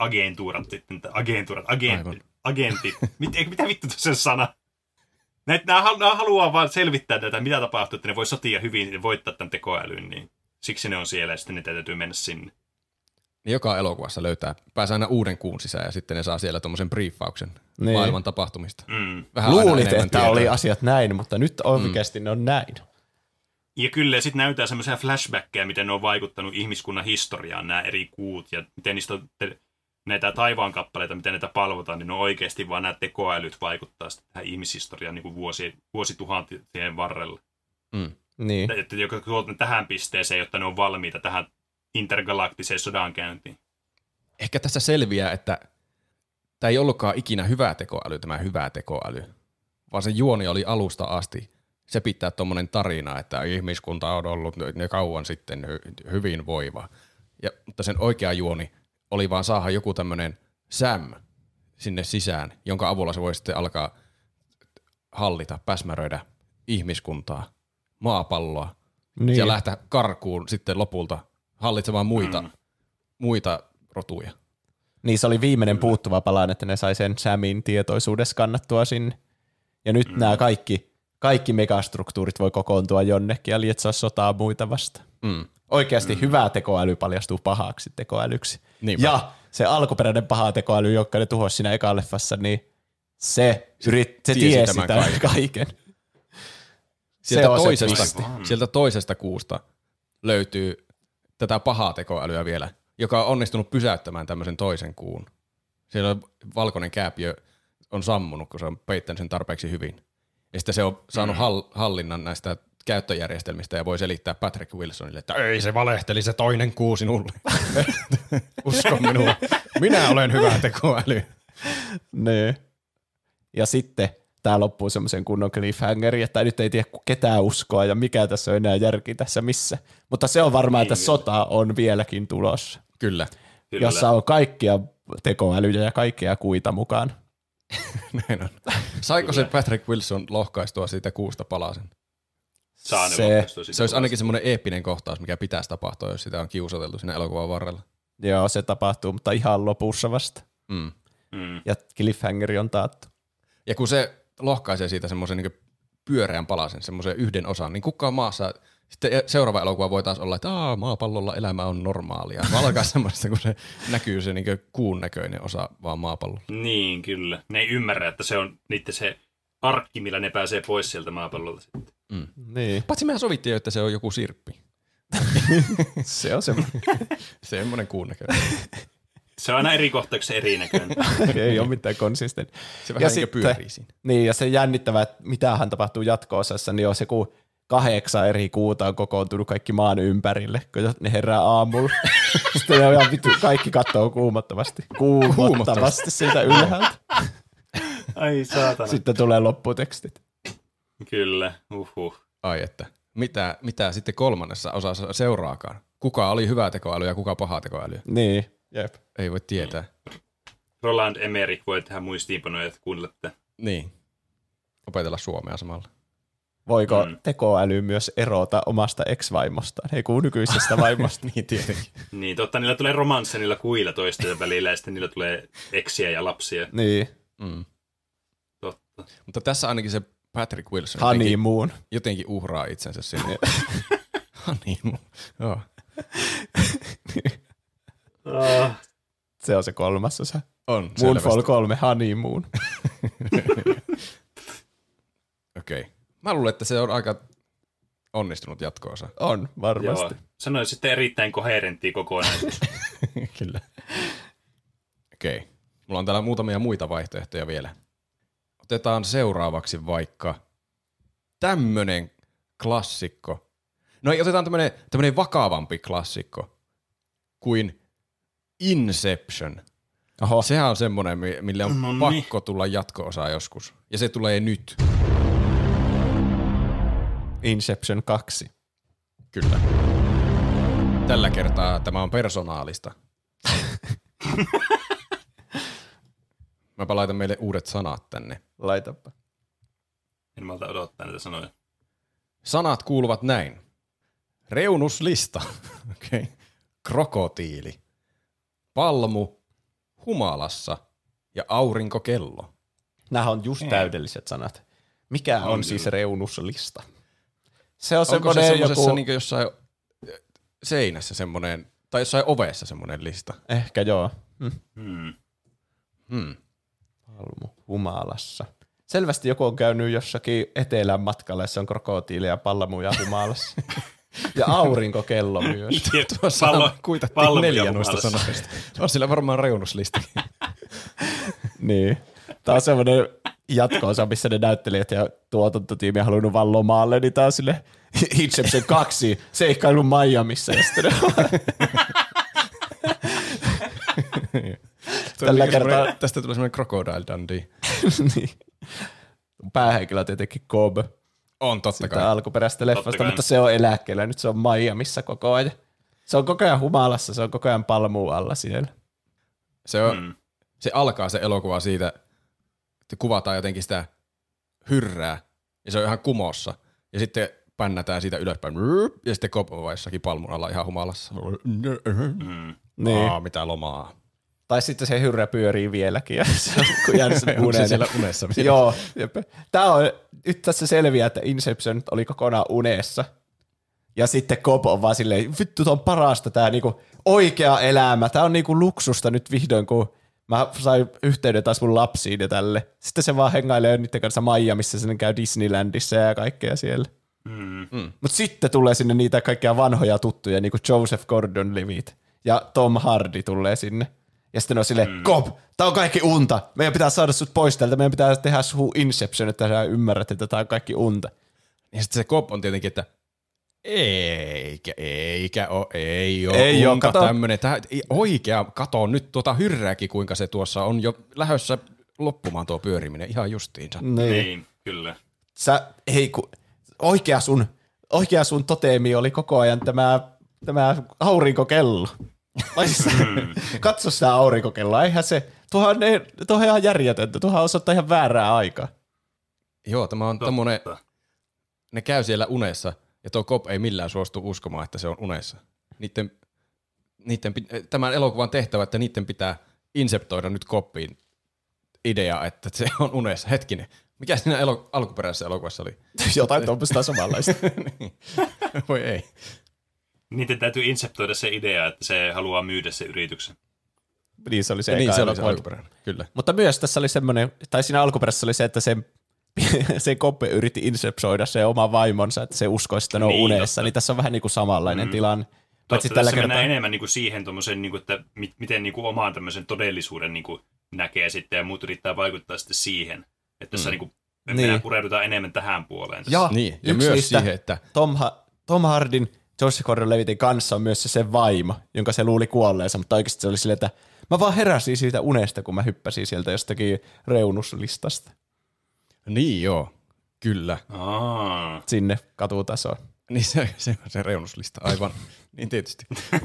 agentit. Mitä vittu tuossa sana? Nämä haluaa vaan selvittää tätä, mitä tapahtuu, että ne voi sotia hyvin ja voittaa tämän tekoälyn, niin siksi ne on siellä ja sitten ne täytyy mennä sinne. Niin joka elokuvassa pääsee aina uuden kuun sisään ja sitten ne saa siellä tuommoisen briefauksen maailman tapahtumista. Luulit, että oli asiat näin, mutta nyt oikeasti ne on näin. Ja kyllä, sitten näytetään semmoisia flashbackkejä, miten ne on vaikuttanut ihmiskunnan historiaan, nämä eri kuut, ja miten niistä on näitä taivaankappaleita, miten näitä palvotaan, niin ne on oikeasti vaan nämä tekoälyt vaikuttaa tähän ihmishistoriaan niin kuin vuosituhantien varrella. Niin. Että joka tuolta tähän pisteeseen, jotta ne on valmiita tähän intergalaktiseen sodankäyntiin. Ehkä tässä selviää, että tämä ei ollutkaan ikinä hyvä tekoäly, vaan se juoni oli alusta asti. Se pitää tuommoinen tarina, että ihmiskunta on ollut ne kauan sitten hyvinvoiva. Mutta sen oikea juoni oli vaan saada joku tämmöinen Sam sinne sisään, jonka avulla se voi sitten alkaa hallita, päsmäröidä ihmiskuntaa, maapalloa ja lähteä karkuun sitten lopulta hallitsemaan muita rotuja. Niin se oli viimeinen puuttuva palan, että ne sai sen Samin tietoisuudessa kannattua sinne. Ja nyt nämä kaikki kaikki megastruktuurit voi kokoontua jonnekin ja lietsoa sotaa muita vastaan. Oikeasti hyvä tekoäly paljastuu pahaksi tekoälyksi. Niinpä. Ja se alkuperäinen paha tekoäly, joka ne tuhosi siinä eka leffassa, niin se tiesi tämän kaiken. Sieltä toisesta kuusta löytyy tätä pahaa tekoälyä vielä, joka on onnistunut pysäyttämään tämmöisen toisen kuun. Siellä valkoinen kääpiö on sammunut, kun se on peittänyt sen tarpeeksi hyvin. Ja sitten se on saanut hallinnan näistä käyttöjärjestelmistä ja voi selittää Patrick Wilsonille, että ei se valehteli se toinen kuu sinulle. Usko minua. Minä olen hyvä tekoäly. Ne. Ja sitten tämä loppuu semmoisen kunnon cliffhangerin, että nyt ei tiedä ketään uskoa ja mikä tässä on enää järki tässä missä. Mutta se on varmaa, että sota on vieläkin tulossa. Kyllä. Jossa on kaikkia tekoälyjä ja kaikkia kuita mukaan. Näin on. Saiko se Patrick Wilson lohkaistua siitä kuusta palasen? Se olisi ainakin semmoinen eeppinen kohtaus, mikä pitäisi tapahtua, jos sitä on kiusateltu siinä elokuvan varrella. Joo, se tapahtuu, mutta ihan lopussa vasta. Ja cliffhangeri on taattu. Ja kun se lohkaisee siitä semmoisen niin pyöreän palasen, semmoisen yhden osan, niin kukaan maassa, sitten seuraava elokuva voi taas olla, että maapallolla elämä on normaalia. Alkaa semmoista, kun se näkyy se niin kuun näköinen osa vaan maapallolla. Niin, kyllä. Ne ei ymmärrä, että se on niiden se arkki, millä ne pääsee pois sieltä maapallolta sitten. Niin. Paitsi mehän sovittiin jo, että se on joku sirppi. Se on semmoinen kuun näköinen. Se on aina eri kohtauksessa erinäköinen. Ei ole mitään konsistentti. Se vähän niin kuin pyörii siinä. Niin, ja se jännittävää, että mitähän tapahtuu jatko-osassa, niin on se, kun 8 eri kuuta on kokoontunut kaikki maan ympärille, kun ne herää aamulla. Sitten ne on ihan kaikki kattoo kuumottavasti siitä ylhäältä. Ai saatana. Sitten tulee lopputekstit. Kyllä, Ai että. Mitä sitten kolmannessa osassa seuraakaan? Kuka oli hyvä tekoäly ja kuka paha tekoäly? Niin, jep. Ei voi tietää. Roland Emmerich voi tehdä muistiinpanoja, että kuunnelette. Niin. Opetella suomea samalla. Voiko tekoäly myös erota omasta ex-vaimostaan, ei kun nykyisestä vaimosta? Niin tietenkin. Niin, totta, niillä tulee romansseja niillä kuilla toisten välillä ja sitten niillä tulee eksiä ja lapsia. Niin. Totta. Mutta tässä ainakin se Patrick Wilson jotenkin uhraa itsensä sinne. Honeymoon. Joo. Se on se kolmas osa. On. Moonfall 3, Honeymoon. Okei. Mä luulen, että se on aika onnistunut jatko-osa. On, varmasti. Joo. Sanoin sitten erittäin koherenttia kokonaisuus. Kyllä. Okei. Mulla on täällä muutamia muita vaihtoehtoja vielä. Otetaan seuraavaksi vaikka tämmönen klassikko. No ei, otetaan tämmönen vakavampi klassikko kuin Inception. Oho. Sehän on semmonen, mille on pakko tulla jatko-osa joskus. Ja se tulee nyt. Inception 2. Kyllä. Tällä kertaa tämä on persoonallista. Mäpä laitan meille uudet sanat tänne. Laitapa. En malta odottaa näitä sanoja. Sanat kuuluvat näin. Reunuslista. Okay. Krokotiili. Palmu. Humalassa. Ja aurinkokello. Nämä on just täydelliset sanat. Mikä on siis reunuslista? Se on onko se semmoisessa joku... niin jossain seinässä semmoinen, tai jossain ovessa semmoinen lista? Ehkä joo. Palmu. Humalassa. Selvästi joku on käynyt jossakin etelän matkalla, jossa on krokotiili ja palmuja humalassa. Ja aurinkokello myös. Tuossa on kuitattiin 4 noista sanoista. On sillä varmaan reunuslistakin. Niin. Tämä on semmoinen jatko-osa, missä ne näyttelijät ja tuotantotiimi on halunnut vaan lomaalle, niin tämä on sille Inception 2 seikkailu Miamissa. Ja sitten tällä kertaa... Tästä tulee semmoinen Crocodile Dundee. Niin. Päähenkilö on tietenkin Cobb. On, totta kai. Alkuperäistä leffasta, mutta se on eläkkeellä. Nyt se on Miamissa koko ajan. Se on koko ajan humalassa, se on koko ajan palmuun alla siellä. Se alkaa se elokuva siitä, että kuvataan jotenkin sitä hyrrää, ja se on ihan kumossa. Ja sitten pännätään siitä ylöspäin, ja sitten Cobb on jossakin palmun alla ihan humalassa. Niin. Mitä lomaa. Tai sitten se hyrrä pyörii vieläkin ja se on jäänyt sen Onko se siellä unessa? Joo. Tämä on, nyt tässä selviää, että Inception oli kokonaan unessa. Ja sitten Cobb on vaan silleen, vittu, tämä on parasta tämä niinku oikea elämä. Tämä on niinku luksusta nyt vihdoin, kun mä sain yhteyden taas mun lapsiin ja tälle. Sitten se vaan hengailee niiden kanssa Miamiissa, sen käy Disneylandissa ja kaikkea siellä. Mutta sitten tulee sinne niitä kaikkia vanhoja tuttuja, niin kuin Joseph Gordon-Levitt ja Tom Hardy tulee sinne. Ja sitten on silleen, Cobb, tää on kaikki unta. Meidän pitää saada sut pois täältä. Meidän pitää tehdä sun Inception, että sä ymmärrät, että tää on kaikki unta. Ja sitten se Cobb on tietenkin, että ei Ei ole unta kato. tämmönen. Oikea, kato nyt tuota hyrrääkin, kuinka se tuossa on jo lähdössä loppumaan tuo pyöriminen ihan justiinsa. Niin, kyllä. Oikea sun toteemi oli koko ajan tämä aurinkokello. Katso sitä aurinkokelloa, eihän se, tuohan on ihan järjetöntä, tuohan osoittaa ihan väärää aikaa. Joo, tämä on tommonen, ne käy siellä unessa, ja tuo Cobb ei millään suostu uskomaan, että se on unessa. Tämän elokuvan tehtävä, että niiden pitää inseptoida nyt Cobbiin idea, että se on unessa. Hetkinen, mikä siinä alkuperäisessä elokuvassa oli? Jotain tuommoista samanlaista. Niin. Voi ei. Niiden täytyy inseptoida se idea, että se haluaa myydä se yrityksen. Niin se oli se Niin, eka se oli se elokuva. alkuperäinen, kyllä. Mutta myös tässä oli semmoinen, tai siinä alkuperäisessä oli se, että se Cobb yritti insepsoida se oma vaimonsa, että se uskoisi, että ne on unessa, niin tässä on vähän niin kuin samanlainen tilanne. Paitsi tässä mennään enemmän niin kuin siihen, niin kuin, että miten niin kuin omaan tämmöisen todellisuuden niin kuin näkee sitten, ja muut yrittää vaikuttaa sitten siihen. Että tässä niin kuin, mennään pureudutaan enemmän tähän puoleen. Ja, niin, ja myös siihen, että Tom Hardin, Joseph Gordon-Levitin kanssa on myös se vaimo, jonka se luuli kuolleensa, mutta oikeasti se oli silleen, että mä vaan heräsin siitä unesta, kun mä hyppäsin sieltä jostakin reunuslistasta. Niin joo, kyllä. Sinne katutasoon. Niin se on se reunuslista, aivan. Niin tietysti.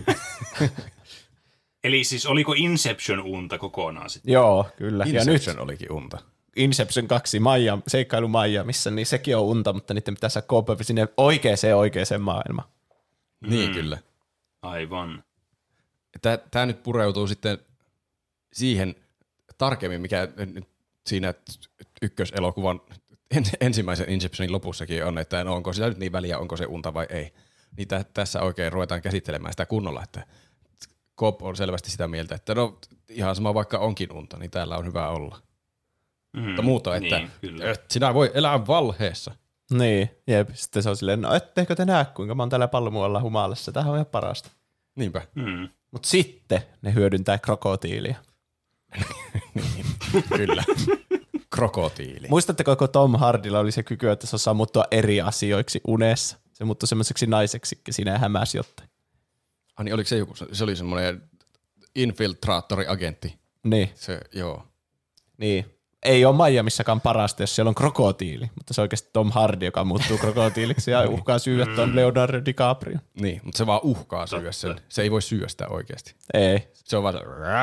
Eli siis oliko Inception unta kokonaan sitten? Joo, kyllä. Inception olikin unta. Inception 2, seikkailu Miamiissa, niin sekin on unta, mutta niiden pitää saada Cobb sinne oikeaan maailmaan. Niin kyllä. Aivan. Tämä nyt pureutuu sitten siihen tarkemmin, mikä nyt siinä ykköselokuvan ensimmäisen Inceptionin lopussakin on, että no, onko sitä nyt niin väliä, onko se unta vai ei. Niin tässä oikein ruvetaan käsittelemään sitä kunnolla, että Cobb on selvästi sitä mieltä, että no ihan sama vaikka onkin unta, niin täällä on hyvä olla. Mutta muuta, että et sinä voi elää valheessa. Niin, jep. Sitten se on silleen, no etteikö te näe, kuinka mä oon täällä pallomuolla humalassa. Tämähän on ihan parasta. Niinpä. Mutta sitten ne hyödyntää krokotiilia. Niin, kyllä. Krokotiili. Muistatteko, kun Tom Hardilla oli se kyky, että se osaa muuttua eri asioiksi unessa? Se muuttui semmoiseksi naiseksi, siinä hämäsi jotain. Niin oliko se joku? Se oli semmoinen infiltraattoriagentti. Niin. Se, joo. Niin. Ei ole Miamissakaan parasta, jos siellä on krokotiili, mutta se on oikeasti Tom Hardy, joka muuttuu krokotiiliksi ja uhkaa syödä tuon Leonardo DiCaprio. Niin, mutta se vaan uhkaa syödä sen. Se ei voi syödä sitä oikeasti. Ei. Se on vaan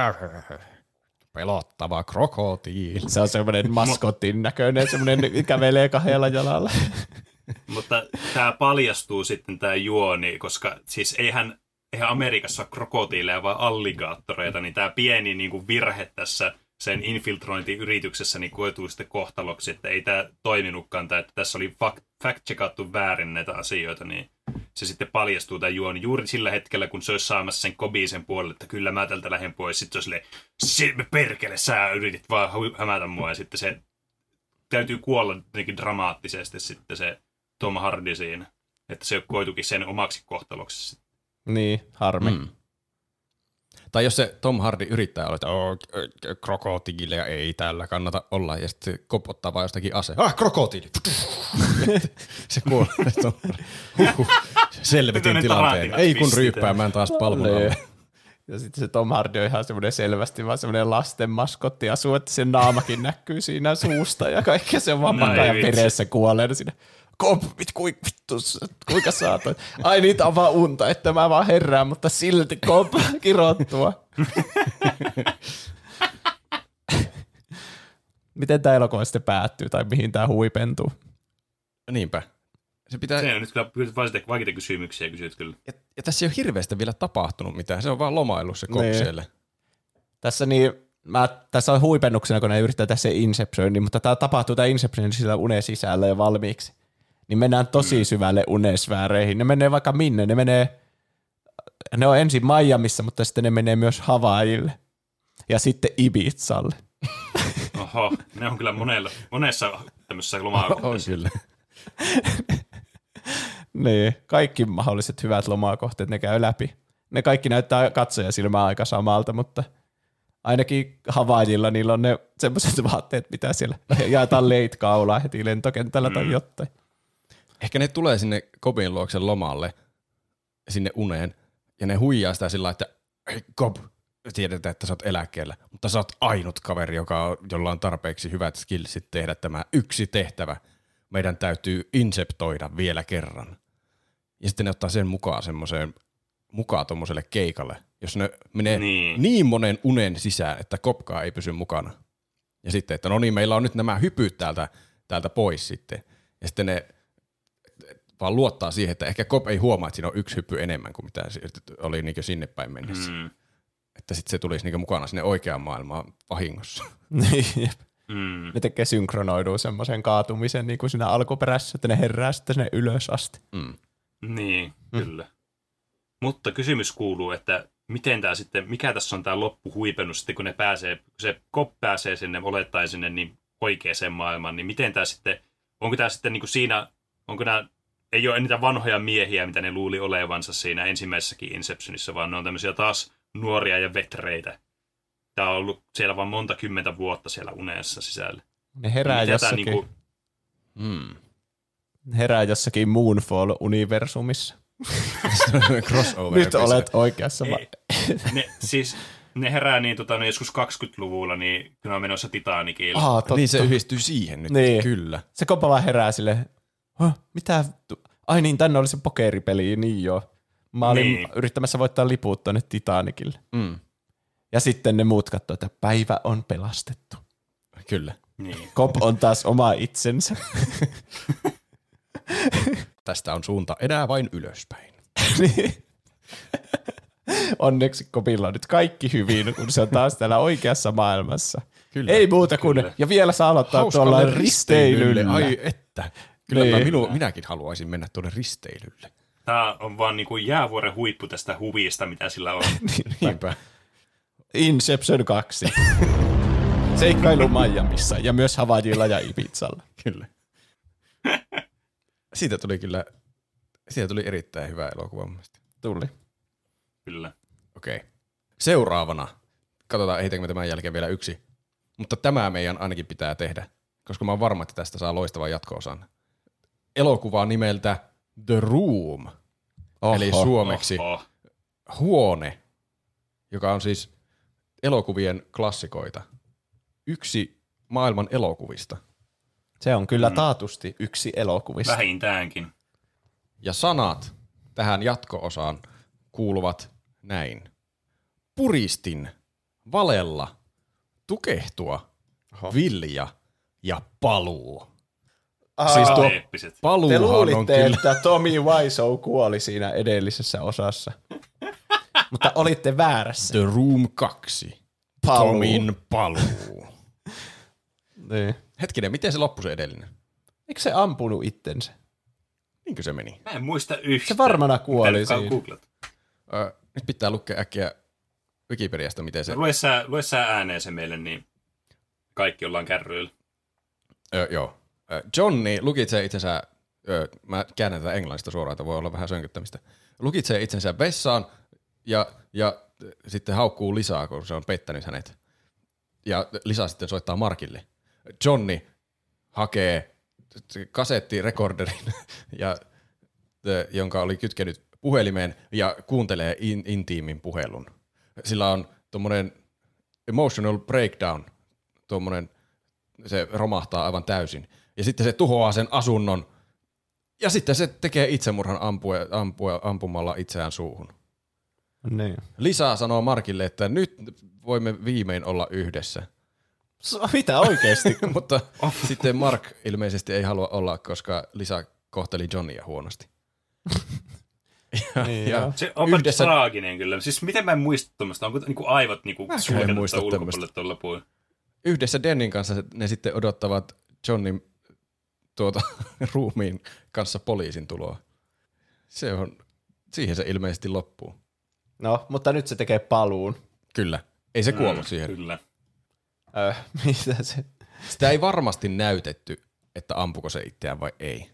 pelottava krokotiili. Se on semmoinen maskotin näköinen, semmoinen kävelee kahdella jalalla. Mutta tämä paljastuu sitten tämä juoni, koska siis eihän Amerikassa ole krokotiileja, vaan alligaattoreita, niin tämä pieni niin kuin virhe tässä sen infiltrointiyrityksessä niin koituu sitten kohtaloksi, että ei tämä toiminutkaan, että tässä oli fact-checkattu väärin näitä asioita, niin se sitten paljastuu tämä juoni juuri sillä hetkellä, kun se olisi saamassa sen Cobbin sen puolelle, että kyllä mä tältä lähden pois. Sitten se on silleen, perkele, sä yritit vaan hämätä mua, ja sitten se täytyy kuolla jotenkin dramaattisesti sitten se Tom Hardy siinä, että se koitukin sen omaksi kohtaloksi. Niin, harmi. Tai jos se Tom Hardy yrittää olla, että krokotiileja ei täällä kannata olla, ja sitten se Cobb ottaa vaan jostakin aseen. Krokotiili! Se kuolee. Selvitin tilanteen. Ei kun ryyppäämään taas palvon alle. Ja sitten se Tom Hardy on ihan semmoinen selvästi vaan semmoinen lasten maskotti asuu, että sen naamakin näkyy siinä suusta ja kaikkea se on vaan makaa ja pereessä kuolee siinä. Cobb, kuinka saatoit? Ai niitä on vaan unta, että mä vaan herään, mutta silti Cobb kirottua. Miten tämä elokuva sitten päättyy tai mihin tämä huipentuu? Niinpä. Se on nyt kyllä vaikeita kysymyksiä kysyt kyllä. Ja tässä ei ole hirveästi vielä tapahtunut mitään. Se on vaan lomaillut se Cobb siellä. Tässä on huipennuksena, kun ne yrittää tehdä se Inception, mutta tämä tapahtuu tämä Inception sillä unen sisällä jo valmiiksi. Niin mennään tosi syvälle unesfääreihin. Ne menee vaikka minne. Ne on ensin Miamissa, mutta sitten ne menee myös Havaijille. Ja sitten Ibizalle. Oho, ne on kyllä monessa tämmöisessä lomakohteessa. On kyllä. Niin, kaikki mahdolliset hyvät lomakohteet ne käy läpi. Ne kaikki näyttää katsojasilmää aika samalta, mutta ainakin Havaijilla niillä on ne semmoiset vaatteet, mitä siellä jaetaan leitkaulaa heti lentokentällä tai jotain. Ehkä ne tulee sinne Cobin luoksen lomalle, sinne uneen, ja ne huijaa sitä sillä, että hei Cobb, tiedetään, että sä oot eläkkeellä, mutta sä oot ainut kaveri, jolla on tarpeeksi hyvät skillsit tehdä tämä yksi tehtävä. Meidän täytyy inseptoida vielä kerran. Ja sitten ne ottaa sen mukaan tommoselle keikalle, jos ne menee niin monen unen sisään, että Kopkaa ei pysy mukana. Ja sitten, että no niin, meillä on nyt nämä hypyt täältä pois sitten. Ja sitten ne vaan luottaa siihen, että ehkä Kop ei huomaa, että siinä on yksi hyppy enemmän kuin mitä oli niin sinne päin mennessä. Että sitten se tulisi niin mukana sinne oikeaan maailmaan vahingossa. Ne tekee synkronoidua semmoisen kaatumisen niin kuin siinä alkuperässä, että ne herää sitten sinne ylös asti. Niin, kyllä. Mutta kysymys kuuluu, että mikä tässä on tämä loppuhuipennus sitten, kun se Kop pääsee sinne, olettaen sinne niin oikeaan maailmaan, niin miten tämä sitten, onko tämä sitten niin kuin siinä, ei ole niitä vanhoja miehiä, mitä ne luuli olevansa siinä ensimmäisessäkin Inceptionissa, vaan ne on tämmöisiä taas nuoria ja vetreitä. Tämä on ollut siellä vaan monta kymmentä vuotta siellä unessa sisällä. Ne herää jossakin. Herää jossakin Moonfall-universumissa. Nyt olet oikeassa. Ne herää niin, joskus 20-luvulla, niin kun on menossa Titanicille. Niin se yhdistyy siihen nyt, kyllä. Se Koppa vaan herää silleen, mitä? Ai niin, tänne oli se pokeripeli, niin joo. Mä olin yrittämässä voittaa liput tonne Titanicille. Ja sitten ne muut katsoo, että päivä on pelastettu. Kyllä. Niin. Kop on taas oma itsensä. Tästä on suunta enää vain ylöspäin. Niin. Onneksi Kopilla on nyt kaikki hyvin, kun se on taas täällä oikeassa maailmassa. Kyllä. Ei muuta kuin, ja vielä saa aloittaa tuolla risteilyllä. Ai että. Kyllä minäkin haluaisin mennä tuonne risteilylle. Tämä on vaan niin kuin jäävuoren huippu tästä huvista, mitä sillä on. Niinpä. Inception 2. Seikkailu Miamissa ja myös Havaijilla ja Ibizalla. Kyllä. Siitä tuli erittäin hyvä elokuva mun mielestä. Tuli. Kyllä. Okei. Seuraavana. Katsotaan, ehitäänkö me tämän jälkeen vielä yksi. Mutta tämä meidän ainakin pitää tehdä, koska mä oon varma, että tästä saa loistavan jatko-osan. Elokuva nimeltä The Room. Eli suomeksi Huone, joka on siis elokuvien klassikoita. Yksi maailman elokuvista. Se on kyllä taatusti yksi elokuvista. Vähintäänkin. Ja sanat tähän jatko-osaan kuuluvat näin. Puristin, valella, tukehtua, vilja ja paluu. Siis tuo paluuhan te luulitte, on kyllä... että Tommy Wiseau kuoli siinä edellisessä osassa. Mutta olitte väärässä. The Room 2. Tomin paluu. Niin. Hetkinen, miten se loppui se edellinen? Eikö se ampunut itsensä? Niinkö se meni? Mä en muista yhtään. Se varmana kuoli siinä. Nyt pitää lukea äkkiä Wikipediasta, miten se... Lue sä ääneen se meille, niin kaikki ollaan kärryillä. Joo. Johnny lukitsee itsensä, mä käännän tätä englannista suoraan, että voi olla vähän sönkyttämistä. Lukitsee itsensä vessaan ja sitten haukkuu Lisaa, kun se on pettänyt hänet. Ja Lisa sitten soittaa Markille. Johnny hakee kasettirekorderin, jonka oli kytkenyt puhelimeen ja kuuntelee intiimin puhelun. Sillä on tommonen emotional breakdown, se romahtaa aivan täysin. Ja sitten se tuhoaa sen asunnon ja sitten se tekee itsemurhan ampumalla itseään suuhun. Niin. Lisa sanoo Markille, että nyt voimme viimein olla yhdessä. Mitä oikeesti? Mutta sitten Mark ilmeisesti ei halua olla, koska Lisa kohteli Johnia huonosti. Ja se on yhdessä traaginen kyllä. Siis miten mä en muista tuommoista? Onko niinku aivot niinku sulkenut ulkopuolelle tuolla puolella? Yhdessä Dennin kanssa ne sitten odottavat Johnin ruumiin kanssa poliisin tuloa. Siihen se ilmeisesti loppuu. No, mutta nyt se tekee paluun. Kyllä. Ei se kuollut siihen. Kyllä. Mitä se? Sitä ei varmasti näytetty, että ampuko se itseään vai ei.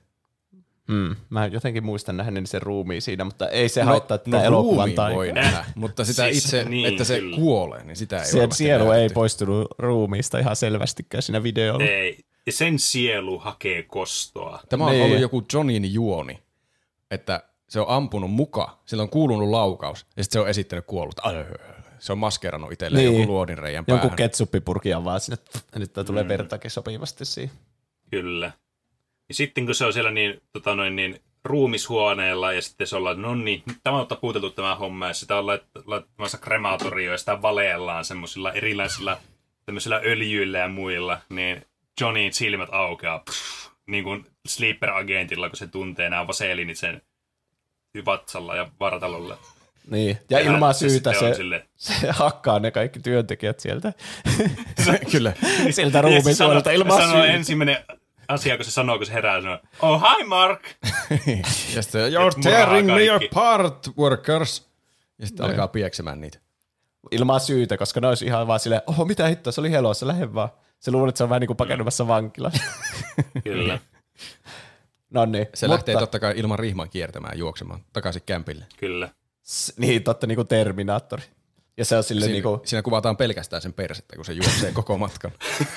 Mä jotenkin muistan nähden sen ruumiin siinä, mutta ei se haittaa tätä elokuvan tai. Voi nähdä, mutta sitä siis, itse, niin, että se kuolee, niin sitä ei sen sielu näytetty. Ei poistunut ruumiista ihan selvästikään siinä videolla. Ei, ja sen sielu hakee kostoa. Tämä on ollut joku Johnin juoni, että se on ampunut muka, sillä on kuulunut laukaus, ja sitten se on esittänyt kuollut. Se on maskeerannut itselleen joku luodinreijän päähän. Jonkun ketsuppipurkia vaan sinne, nyt tulee vertakin sopivasti siihen. Kyllä. Ja sitten kun se on siellä niin ruumishuoneella ja sitten se ollaan, no niin, tämä on taputeltu tämä homma ja sitä on laittamassa krematorio ja sitä valeellaan semmoisilla erilaisilla tämmöisillä öljyillä ja muilla, niin Johnin silmät aukeaa niin kuin Sleeper-agentilla, kun se tuntee nämä vaselinit sen vatsalla ja vartalolla. Niin, ja ilman syytä se hakkaa ne kaikki työntekijät sieltä. Kyllä. Sieltä ruumiisuodelta ilman syytä. Sanoo ensimmäinen asia, kun se sanoo, kun se herää, sanoo, oh hi Mark! Ja sitten, you're tearing me apart, workers! Ja sitten alkaa pieksemään niitä. Ilman syytä, koska ne olisi ihan vaan silleen, mitä hittoa, se oli helossa, lähde vaan. Se luulee, että se on vähän niin kuin pakenumassa vankilassa. Kyllä. Noniin. Se lähtee totta kai ilman rihman kiertämään, juoksemaan takaisin kämpille. Kyllä. Niin, totta niin kuin Terminaattori. Ja se on silleen niinku siinä kuvataan pelkästään sen persettä, kun se juoksee koko matkan.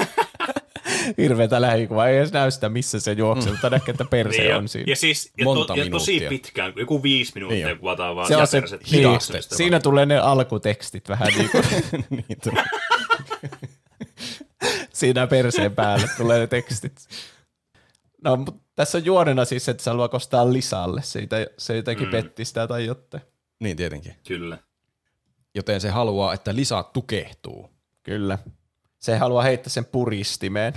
Hirveetä lähikuvaa. Ei edes näy sitä, missä se juoksee, mutta näkee, että perse niin on siinä. Ja siis tosi pitkään, joku 5 minuuttia niin kuvataan vaan. Se on se hidaste. Siinä tulee ne alkutekstit vähän niin kuin. Niin siinä perseen päälle tulee ne tekstit. No, mutta tässä on juonena siis, että se haluaa kostaa Lisalle. Se jotenkin petti sitä tai jotain. Niin tietenkin. Kyllä. Joten se haluaa, että Lisa tukehtuu. Kyllä. Se haluaa heittää sen puristimeen.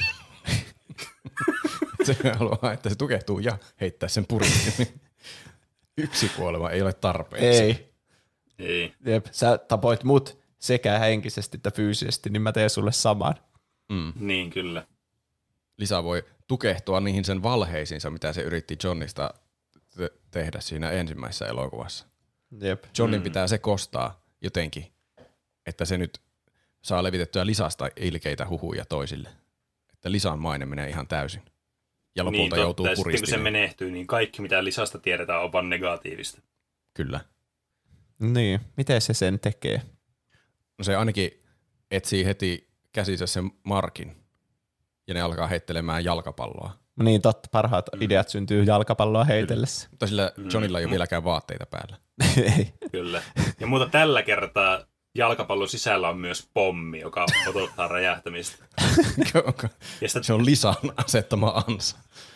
Se haluaa, että se tukehtuu ja heittää sen puristimeen. Yksi kuolema ei ole tarpeeksi. Ei. Jep, sä tapoit mut sekä henkisesti että fyysisesti, niin mä teen sulle saman. Niin, kyllä. Lisa voi tukehtua niihin sen valheisiinsa, mitä se yritti Johnista tehdä siinä ensimmäisessä elokuvassa. Jep. Johnin pitää se kostaa jotenkin, että se nyt saa levitettyä Lisasta ilkeitä huhuja toisille. Että Lisan maine menee ihan täysin. Ja lopulta niin, joutuu puristimeen. Sitten kun se menehtyy, niin kaikki mitä Lisasta tiedetään on vaan negatiivista. Kyllä. Niin, miten se sen tekee? No se ainakin etsii heti käsissä sen Markin. Ja ne alkaa heittelemään jalkapalloa. Niin totta, parhaat ideat syntyy jalkapalloa heitellessä. Mutta sillä Johnilla ei ole vieläkään vaatteita päällä. Ei. Kyllä. Ja mutta tällä kertaa jalkapallon sisällä on myös pommi, joka odottaa räjähtämistä. Se on Lisan asettama ansa.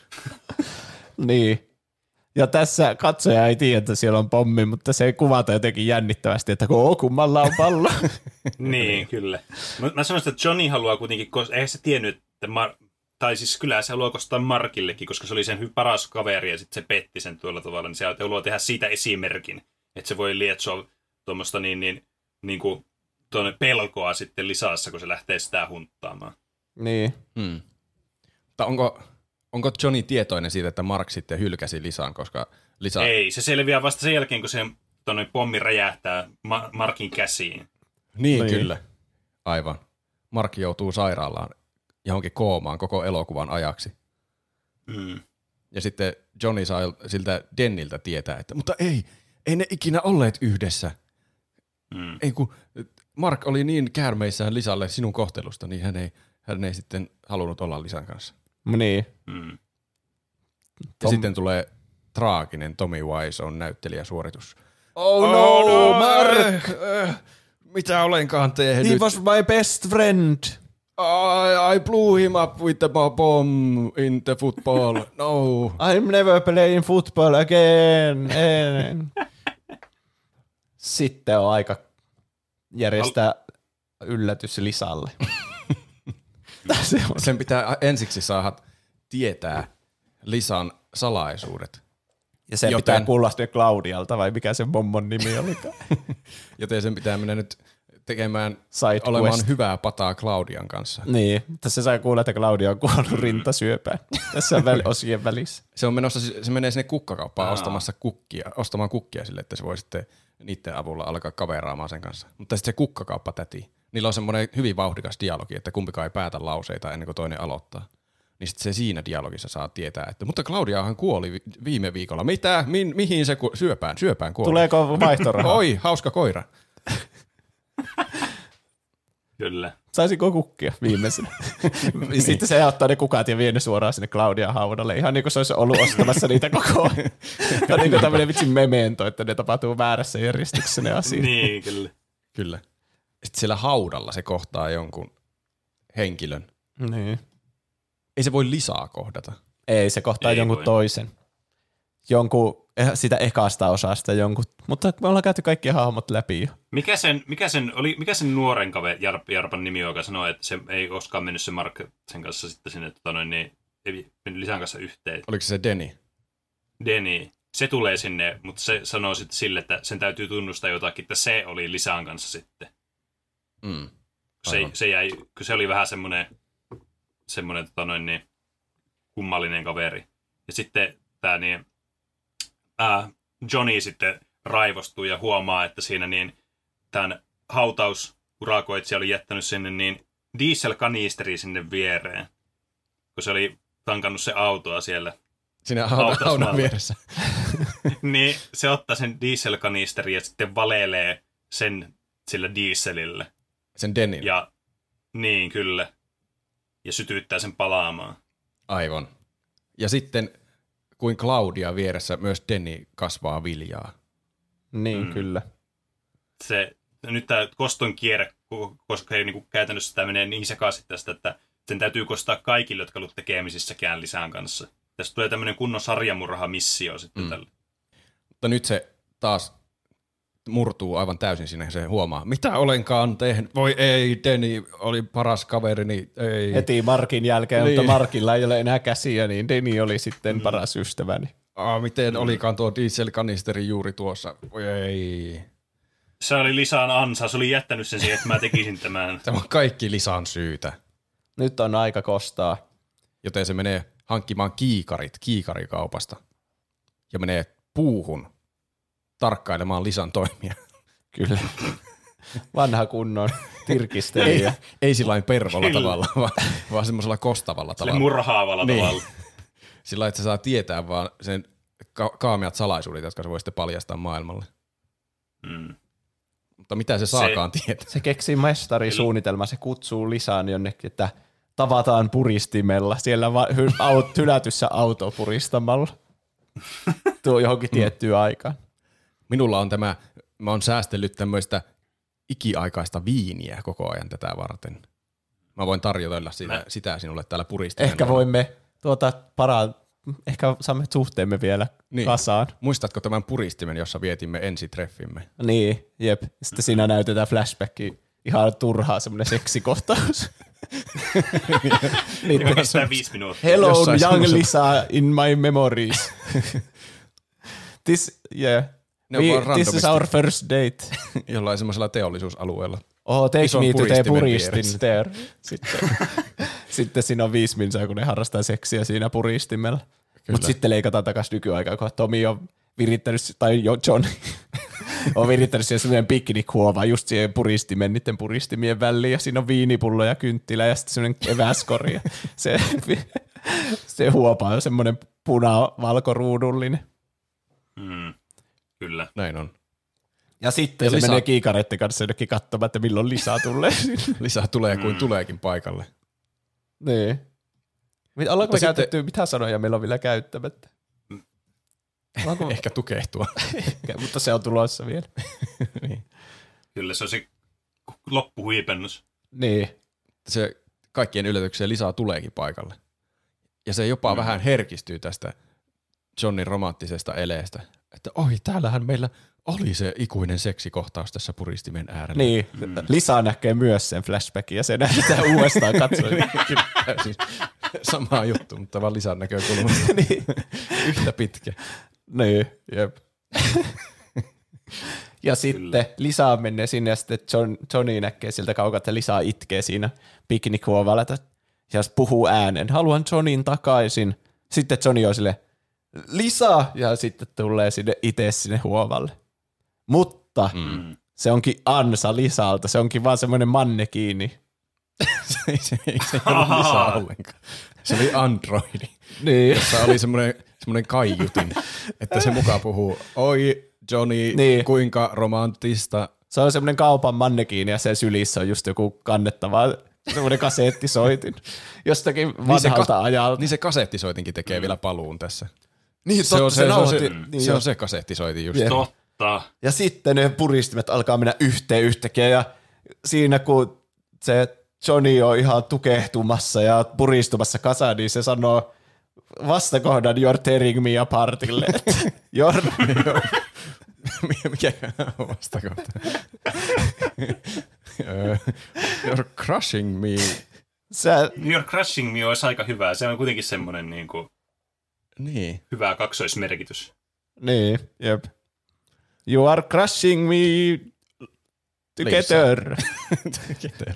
Niin. Ja tässä katsoja ei tiedä, että siellä on pommi, mutta se kuvataan jotenkin jännittävästi, että kummalla on pallo. Niin, kyllä. Mä sanoisin, että Johnny haluaa kuitenkin, eihän se tiennyt, että tai siis kyllä se haluaa kostaa Markillekin, koska se oli sen paras kaveri ja sitten se petti sen tuolla tavalla, niin se haluaa tehdä siitä esimerkin, että se voi lietsoa tuommoista niin kuin tuonne pelkoa sitten Lisassa, kun se lähtee sitä hunttaamaan. Niin. Mutta onko Johnny tietoinen siitä, että Mark sitten hylkäsi Lisan, koska Lisa... Ei, se selviää vasta sen jälkeen, kun se tuonne pommi räjähtää Markin käsiin. Niin, kyllä. Aivan. Mark joutuu sairaalaan johonkin koomaan koko elokuvan ajaksi. Ja sitten Johnny saa siltä Denniltä tietää, että mutta ei ne ikinä olleet yhdessä. Ei kun Mark oli niin käärmeissään Lisalle sinun kohtelusta, niin hän ei sitten halunnut olla Lisan kanssa. Niin. Ja sitten tulee traaginen Tommy Wiseau näyttelijäsuoritus. Oh no, Mark! Mitä olenkaan tehnyt? He was my best friend. I blew him up with the bomb in the football. No. I'm never playing football again. Sitten on aika järjestää yllätys Lisalle. Sen pitää ensiksi saada tietää Lisan salaisuudet. Ja se pitää kuulla Claudialta, vai mikä sen mommon nimi olikaan. Joten sen pitää mennä nyt tekemään Side olemaan quest. hyvää pataa Claudian kanssa. Niin, mutta se sai kuulla, että Claudia on kuollut rintasyöpään tässä osien välissä. Se on menossa, se menee sinne kukkakauppaan ostamaan kukkia sille, että se voi sitten niiden avulla alkaa kaveraamaan sen kanssa. Mutta sitten se kukkakauppatäti, niillä on semmoinen hyvin vauhdikas dialogi, että kumpikaan ei päätä lauseita ennen kuin toinen aloittaa. Niin sitten se siinä dialogissa saa tietää, että mutta Claudiahan kuoli viime viikolla. Mitä? Mihin se syöpään kuoli? Tuleeko vaihtorahaa? Oi, hauska koira. Kyllä. Saisinko kukkia viimeisenä? Sitten se ottaa ne kukat ja vie ne suoraan sinne Claudian haudalle. Ihan niin kuin se olisi ollut ostamassa niitä koko ajan. Tämä on niin kuin tämmöinen vitsin memento, että ne tapahtuu väärässä järjestyksessä ne asiat. Niin, kyllä. Kyllä. Sitten siellä haudalla se kohtaa jonkun henkilön. Niin. Ei se voi Lisaa kohdata. Ei, se kohtaa Ei jonkun voi. toisen. Jonkun sitä ekasta osasta jonkun. Mutta me ollaan käyty kaikki hahmot läpi jo. Mikä sen nuoren Jarpan nimi on, joka sanoi, että se ei koskaan mennyt se Mark sen kanssa sitten sinne, niin ei mennyt Lisan kanssa yhteen. Oliko se Denny? Denny. Se tulee sinne, mutta se sanoo sitten sille, että sen täytyy tunnustaa jotakin, että se oli Lisan kanssa sitten. Mm. Se oli vähän semmoinen kummallinen kaveri. Ja sitten tämä Johnny sitten raivostuu ja huomaa, että siinä tämän hautausurakoitsija oli jättänyt sinne dieselkanisteri sinne viereen, kun se oli tankannut se autoa siellä. Siinä haudan vieressä. Niin se ottaa sen dieselkanisterin ja sitten valelee sen sillä dieselillä. Sen Dennin. Ja niin, kyllä. Ja sytyttää sen palaamaan. Aivan. Ja sitten kuin Claudia vieressä myös Denny kasvaa viljaa. Niin, kyllä. Nyt tämä koston kierre, koska käytännössä tämä menee niin sekaisin tästä, että sen täytyy kostaa kaikille, jotka ovat tekemisissäkään Lisän kanssa. Tästä tulee tämmöinen kunnon sarjamurha-missio sitten tälle. Mutta nyt se taas murtuu aivan täysin sinne, se huomaa, mitä olenkaan tehnyt. Voi ei, Denny oli paras kaverini, ei. Heti Markin jälkeen, Niin. mutta Markilla ei ole enää käsiä, niin Denny oli sitten paras ystäväni. Miten olikaan tuo dieselkanisteri juuri tuossa? Voi ei. Se oli Lisan ansa, se oli jättänyt sen siihen, että mä tekisin tämän. Tämä on kaikki Lisan syytä. Nyt on aika kostaa. Joten se menee hankkimaan kiikarikaupasta ja menee puuhun tarkkailemaan Lisan toimia. Kyllä. Vanha kunnon tirkistelijä. Ei sillain pervolla tavalla, vaan semmoisella kostavalla Sille tavalla. murhaavalla tavalla. Sillä että se saa tietää vaan sen kaameat salaisuudet, jotka se voi sitten paljastaa maailmalle. Mm. Mutta mitä se saakaan tietää? Se keksii mestarisuunnitelma, se kutsuu Lisaan jonnekin, että tavataan puristimella. Siellä hylätyssä autopuristamalla. Tuo johonkin tiettyyn aikaan. Minulla on mä oon säästellyt tämmöistä ikiaikaista viiniä koko ajan tätä varten. Mä voin tarjotella sitä sinulle täällä puristimella. Ehkä voimme ehkä saamme suhteemme vielä kasaan. Muistatko tämän puristimen, jossa vietimme ensitreffimme? Niin, jep. Sitten siinä näytetään flashbacki. Ihan turhaa semmoinen seksikohtaus. Joka kestää 5 minuuttia. Hello, Jossain young semmoisella- Lisa in my memories. This is our first date. Jollain semmoisella teollisuusalueella. Oh, take Ison me to the puristimen puristin vieressä. there. Sitten siinä on 5 minsaa, kun ne harrastaa seksiä siinä puristimella. Mutta sitten leikataan takaisin nykyaikaan, kun Tomi on virittänyt, tai John on virittänyt siihen semmoinen piknikhuova just siihen niiden puristimien väliin, ja siinä on viinipullo ja kynttilä ja sitten semmoinen eväskori. Se huopa on semmoinen puna-valkoruudullinen. Kyllä. Näin on. Ja sitten Ja se Lisa- menee kiikareiden kanssa jonnekin katsomaan, että milloin Lisa tulee. Lisää tulee kuin tuleekin paikalle. Niin. Ollaanko me sitten- käytetty, mitä sanoja meillä on vielä käyttämättä? Ehkä tukehtua. Mutta se on tulossa vielä. Niin. Kyllä se on se loppuhuipennus. Niin. Se kaikkien yllätykseen Lisa tuleekin paikalle. Ja se jopa vähän herkistyy tästä Johnin romanttisesta eleestä. Että oi, täällähän meillä oli se ikuinen seksikohtaus tässä puristimen äärellä. Niin. Lisa näkee myös sen flashbackin ja se näytetään uudestaan katsoen. Siis sama juttu, mutta vaan Lisan näkökulmasta. niin. Yhtä pitkä. Niin, jep. Ja sitten Lisa menee sinne ja sitten Johnny näkee siltä kaukaa, että Lisa itkee siinä piknikhuovalla ja puhuu äänen. Haluan Johnin takaisin. Sitten Johnny on silleen, Lisa! Ja sitten tulee itse sinne huovalle. Mutta se onkin ansa Lisalta. Se onkin vaan semmoinen mannekiini. se ei ollut Lisa ollenkaan. Se oli androidi, niin. jossa oli semmoinen kaiutin, että se mukaan puhuu, oi Johnny, niin. Kuinka romanttista. Se on semmoinen kaupan mannekiini ja sen sylissä on just joku kannettava semmoinen kasettisoitin jostakin vanhalta ajalta. Niin se kasettisoitinkin tekee vielä paluun tässä. Niin, se on se kasettisoitin just. Totta. Ja sitten ne puristimet alkaa mennä yhteen yhtäkkiä ja siinä kun se Johnny on ihan tukehtumassa ja puristumassa kasaan, niin se sanoo vastakohdan you're tearing me apartille. Mikä on vastakohta? You're crushing me. You're crushing me olisi aika hyvä. Se on kuitenkin semmoinen niin. Hyvä kaksoismerkitys. Niin, jep. You are crushing me together. Together.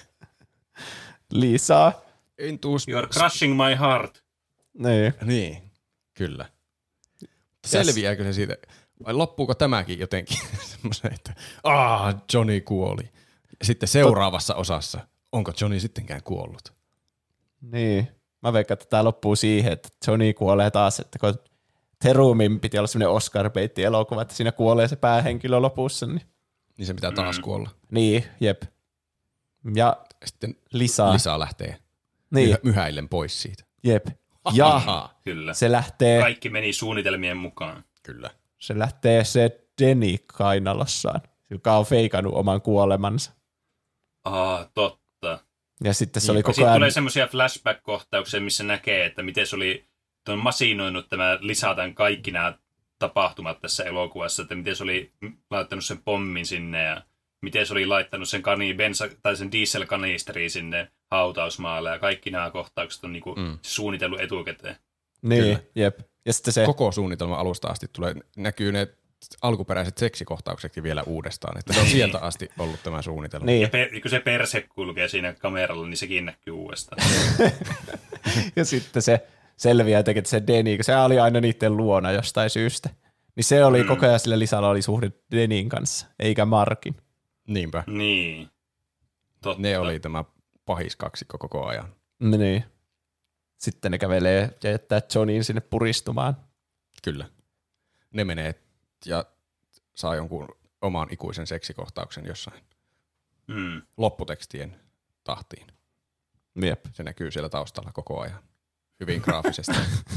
Lisa. You're crushing my heart. Niin, kyllä. Selviääkö se siitä? Vai loppuuko tämäkin jotenkin semmoisen, että Johnny kuoli. Ja sitten seuraavassa osassa, onko Johnny sittenkään kuollut? Niin. Mä veikkaan, että tää loppuu siihen, että Johnny kuolee taas, että kun Terumin piti olla semmoinen Oscar-baitti-elokuva, että siinä kuolee se päähenkilö lopussa. Niin se pitää taas kuolla. Niin, jep. Ja sitten Lisa lähtee niin. Myhäillen pois siitä. Jep. Ja kyllä. Se lähtee... Kaikki meni suunnitelmien mukaan. Kyllä. Se lähtee se Denny kainalossaan, joka on feikannut oman kuolemansa. Totta. Ja sitten se oli koko ajan... ajan... tulee semmoisia flashback-kohtauksia, missä näkee, että miten se oli masinoinut tämä Lisa tämän kaikki nämä tapahtumat tässä elokuvassa, että miten se oli laittanut sen pommin sinne ja miten se oli laittanut sen sen dieselkanisteriin sinne hautausmaalle ja kaikki nämä kohtaukset on niinku suunnitellut etukäteen. Niin, kyllä. Jep. Ja sitten se... Koko suunnitelma alusta asti näkyy ne alkuperäiset seksikohtauksetkin vielä uudestaan, että se on sieltä asti ollut tämä suunnitelma. Niin. Ja kun se perse kulkee siinä kameralla, niin sekin näkyy uudestaan. Ja sitten se selviää jotenkin, että se Denny, kun se oli aina niiden luona jostain syystä, niin se oli koko ajan sillä Lisalla oli suhde Dennin kanssa, eikä Markin. Niinpä. Niin. Totta. Ne oli tämä pahis kaksikko koko ajan. Niin. Sitten ne kävelee ja jättää Johnin sinne puristumaan. Kyllä. Ne menee ja saa jonkun oman ikuisen seksikohtauksen jossain lopputekstien tahtiin. Jep. Se näkyy siellä taustalla koko ajan. Hyvin graafisesti.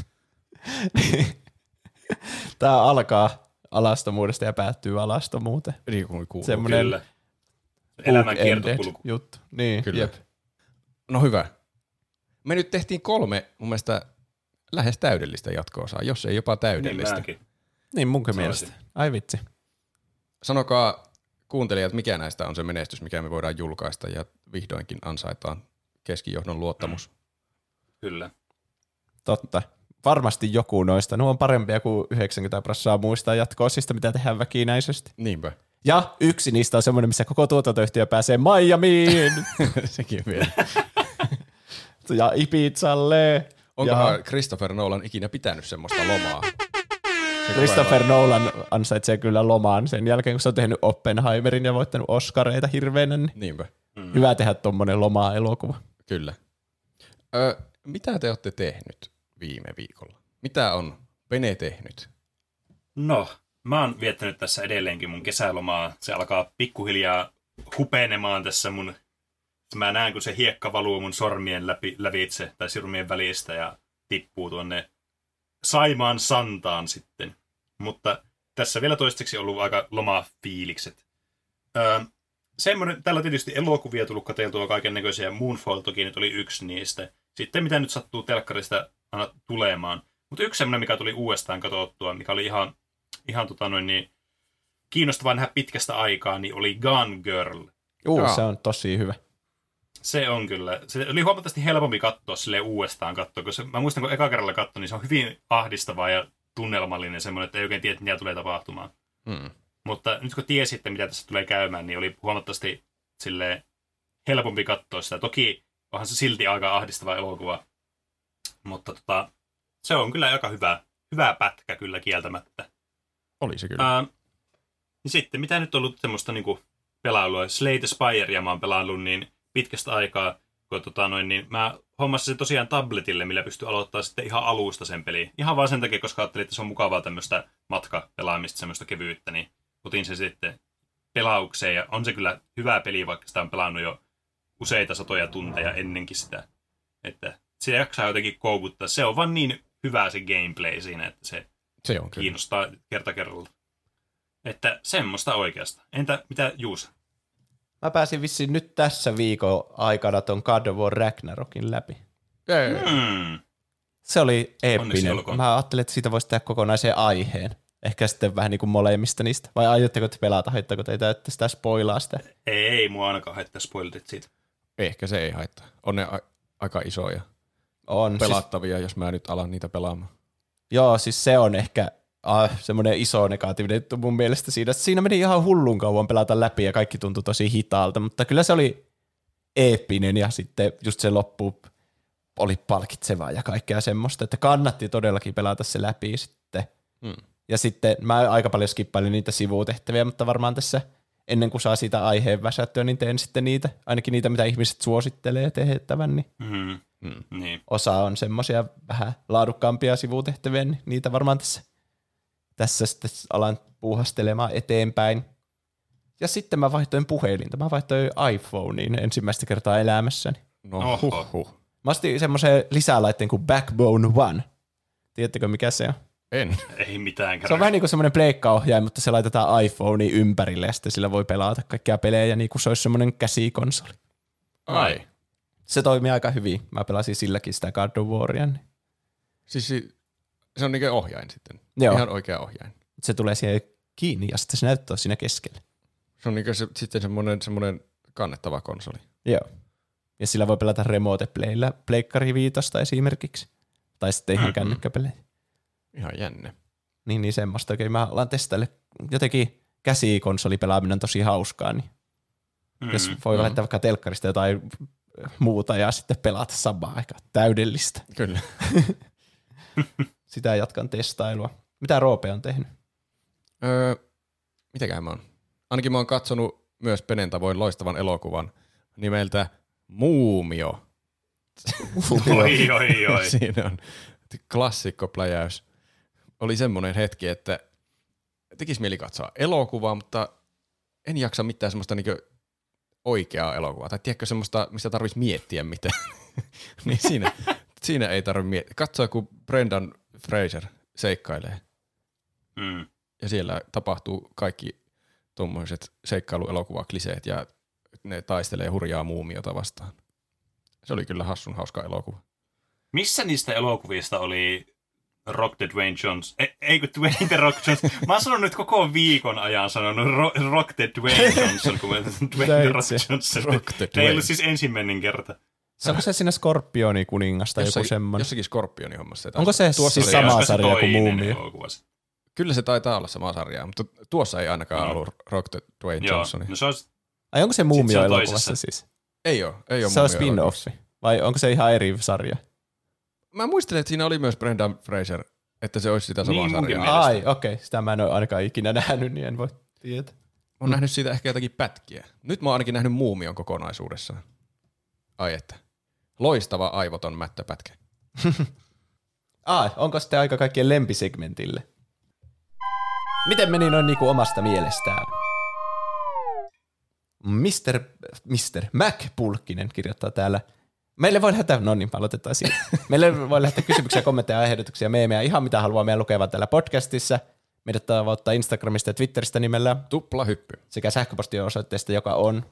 Tämä alkaa alastomuudesta ja päättyy alastomuuteen. Niin kuin kuuluu. Semmoinen elämän kiertokulku juttu. Niin, kyllä. Jep. No hyvä. Me nyt tehtiin 3 mun mielestä lähes täydellistä jatko-osaa, jos ei jopa täydellistä. Niin munkin mielestä. Ai vitsi. Sanokaa kuuntelijat, mikä näistä on se menestys, mikä me voidaan julkaista ja vihdoinkin ansaitaan keskijohdon luottamus. Kyllä. Totta. Varmasti joku noista. Nuo on parempia kuin 90% muista jatko-osista, mitä tehdään väkinäisesti. Niinpä. Ja yksi niistä on semmoinen, missä koko tuotantoyhtiö pääsee Miamiin. Sekin vielä. Ja Ibizalle. Onkohan Christopher Nolan ikinä pitänyt semmoista lomaa? Christopher Nolan ansaitsee kyllä lomaan sen jälkeen, kun se on tehnyt Oppenheimerin ja voittanut Oscareita hirveänä. Niin niinpä. Hyvä tehdä tommonen loma-elokuva. Kyllä. Mitä te olette tehnyt viime viikolla? Mitä on Pene tehnyt? No, mä oon viettänyt tässä edelleenkin mun kesälomaa. Se alkaa pikkuhiljaa hupenemaan tässä mun... Mä näen, kun se hiekka valuu mun sormien lävitse tai sormien välistä ja tippuu tuonne Saimaan santaan sitten. Mutta tässä vielä toistaiseksi ollut aika lomafiilikset. Semmoinen, täällä on tietysti elokuvia tullut katseltua kaiken näköisiä. Moonfall toki nyt oli yksi niistä. Sitten mitä nyt sattuu telkkarista aina tulemaan. Mutta yksi semmoinen, mikä tuli uudestaan katsottua, mikä oli ihan kiinnostavaa nähdä pitkästä aikaa, niin oli Gone Girl. Se on tosi hyvä. Se on kyllä. Se oli huomattavasti helpompi katsoa silleen uudestaan katsoa, koska mä muistan, kun eka kerralla katsoin, niin se on hyvin ahdistavaa ja tunnelmallinen semmoinen, että ei oikein tiedä, mitä tulee tapahtumaan. Mutta nyt kun tiesitte, mitä tässä tulee käymään, niin oli huomattavasti silleen helpompi katsoa sitä. Toki onhan se silti aika ahdistava elokuva, mutta se on kyllä aika hyvä pätkä kyllä kieltämättä. Oli se kyllä. Niin sitten, mitä nyt on ollut semmoista niinku pelailua? Slay the Spirea mä oon pelaillut niin pitkästä aikaa, kun niin mä hommasin sen tosiaan tabletille, millä pystyy aloittaa sitten ihan alusta sen peliin. Ihan vaan sen takia, koska ajattelin, että se on mukavaa tämmöistä matkapelaamista, semmoista kevyyttä, niin otin sen sitten pelaukseen. Ja on se kyllä hyvä peli, vaikka sitä on pelannut jo useita satoja tunteja ennenkin sitä. Että se jaksaa jotenkin koukuttaa. Se on vaan niin hyvä se gameplay siinä, että se on kiinnostaa kerta kerralta. Että semmoista oikeastaan. Entä mitä Juusa? Mä pääsin vissiin nyt tässä viikon aikana ton God of War Ragnarokin läpi. Se oli eeppinen. Mä ajattelin, että siitä voisi tehdä kokonaisen aiheen. Ehkä sitten vähän niin kuin molemmista niistä. Vai aiotteko te pelata? Haittaako teitä, että sitä spoilaa sitä? Ei mua ainakaan haittaa spoilerit siitä. Ehkä se ei haittaa. On ne aika isoja. On. Pelattavia, jos mä nyt alan niitä pelaamaan. Joo, siis se on ehkä semmoinen iso negatiivinen juttu mun mielestä siinä. Siinä meni ihan hullun kauan pelata läpi ja kaikki tuntui tosi hitaalta, mutta kyllä se oli eeppinen ja sitten just se loppu oli palkitsevaa ja kaikkea semmoista, että kannatti todellakin pelata se läpi sitten. Ja sitten mä aika paljon skippailin niitä sivutehtäviä, mutta varmaan tässä ennen kuin saa siitä aiheen väsättyä, niin teen sitten niitä, ainakin niitä, mitä ihmiset suosittelee tehtävän, niin niin. Osa on semmoisia vähän laadukkaampia sivutehtäviä, niin niitä varmaan tässä sitten alan puuhastelemaan eteenpäin. Ja sitten mä vaihtoin puhelinta. Mä vaihtoin iPhoneen ensimmäistä kertaa elämässäni. No huhhuh. Mä ostin semmoisen lisälaitteen kuin Backbone One. Tiedättekö mikä se on? En. Ei mitään. Se on vähän niin kuin semmoinen pleikkaohjain, mutta se laitetaan iPhoneen ympärille ja sitten sillä voi pelata kaikkia pelejä niin kuin se olisi semmoinen käsikonsoli. Ai. Se toimii aika hyvin. Mä pelasin silläkin sitä God of Waria. Niin. Siis se on niin kuin ohjain sitten. Joo. Ihan oikea ohjain. Se tulee siihen kiinni ja sitten se näyttää siinä keskellä. Se on niin kuin sitten semmoinen kannettava konsoli. Joo. Ja sillä voi pelata remote playllä Pleikkari 5 esimerkiksi. Tai sitten ihan kännykkäpelejä. Ihan jänne. Niin semmoista. Okei, mä alan testaille. Jotenkin käsikonsolipelaaminen on tosi hauskaa, niin jos voi laittaa vaikka telkkarista jotain muuta ja sitten pelata samaan aikaan. Täydellistä. Kyllä. Sitä jatkan testailua. Mitä Roope on tehnyt? Mitäköhän mä oon? Ainakin mä oon katsonut myös Penen tavoin loistavan elokuvan nimeltä Muumio. Oi. Siinä on klassikkopläjäys. Oli semmoinen hetki, että tekisi mieli katsoa elokuvaa, mutta en jaksa mitään semmoista niinku oikeaa elokuvaa. Tai tiedätkö semmoista, mistä tarvitsisi miettiä mitään. Niin siinä ei tarvitse miettiä. Katsoa, kun Brendan Fraser seikkailee. Ja siellä tapahtuu kaikki tuommoiset seikkailuelokuvakliseet ja ne taistelee hurjaa muumiota vastaan. Se oli kyllä hassun hauska elokuva. Missä niistä elokuvista oli Rock the Dwayne Johnson? Eikö Dwayne the Rock Johnson? Mä oon sanonut nyt koko viikon ajan sanonut Rock the Dwayne Johnson, kun mä Dwayne the Rock Johnson. Ei ollut siis ensimmäinen kerta. Onko se siinä Skorpioni kuningas tai joku semmoinen? Jossakin Skorpioni hommassa. Onko se siis sama sarja kuin Muumio? Kyllä se taitaa olla sama sarja, mutta tuossa ei ainakaan ollut Rock the Dwayne Johnson. No se on... Ai onko se Muumio-elokuvassa siis? Ei ole se on spin-offi. Vai onko se ihan eri sarja? Mä muistelen, että siinä oli myös Brendan Fraser, että se olisi sitä samaa sarjaa. Ai, okei. Sitä mä en ole ainakaan ikinä nähnyt, niin en voi tietää. Mä oon nähnyt siitä ehkä jotakin pätkiä. Nyt mä oon ainakin nähnyt Muumion kokonaisuudessaan. Ai että. Loistava aivoton mättäpätkä. Onko sitten aika kaikkien lempisegmentille? Miten meni noin niinku omasta mielestään? Mr. Mac Pulkkinen kirjoittaa täällä. Meille voi lähettää, aloitetaan siitä. Meille voi lähettää kysymyksiä, kommentteja, ehdotuksia, meemejä, ihan mitä haluaa meidän lukevan täällä podcastissa. Meidät tavoittaa Instagramista ja Twitteristä nimellä Tuplahyppy. Sekä sähköpostiosoitteesta, joka on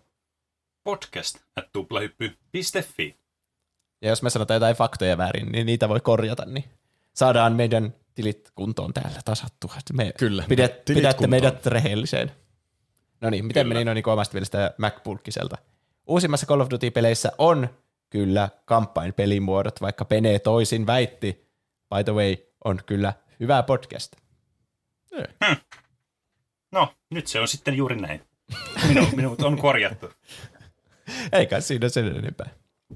podcast@tuplahyppy.fi. Ja jos me sanotaan jotain faktoja väärin, niin niitä voi korjata, niin saadaan meidän tilit kuntoon täällä tasattua. Kyllä. Pidätte meidät rehelliseen. No niin, miten meni noin niin omasta mielestä Mac-pulkkiselta? Uusimmassa Call of Duty-peleissä on kyllä campaign-pelimuodot, vaikka Pene toisin väitti. By the way, on kyllä Hyvää podcast. No, nyt se on sitten juuri näin. Minut on korjattu. Eikä siinä sen enempää.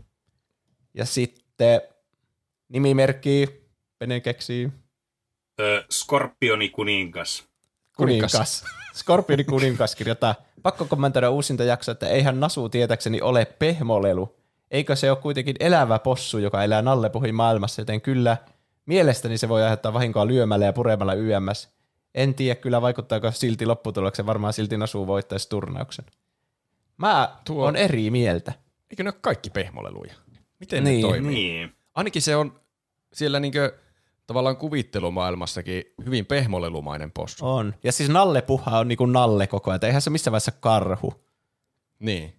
Ja sitten nimimerkki, Pene keksii. Skorpioni kuningas. Kuningas. Skorpioni kuningas kirjoittaa, pakko kommentoida uusinta jaksoa, että eihän Nasu tietäkseni ole pehmolelu. Eikö se ole kuitenkin elävä possu, joka elää nallepuhin maailmassa, joten kyllä mielestäni se voi aiheuttaa vahinkoa lyömällä ja puremalla YMS. En tiedä kyllä vaikuttaako silti lopputuloksen, varmaan silti Nasu voittaisi turnauksen. Mä oon eri mieltä. Eikö ne ole kaikki pehmoleluja? Miten ne toimii? Niin. Ainakin se on siellä niinkö tavallaan kuvittelumaailmassakin hyvin pehmolelumainen possu. On. Ja siis nallepuha on niinku nalle koko ajan, eihän se missään vaiheessa karhu. Niin.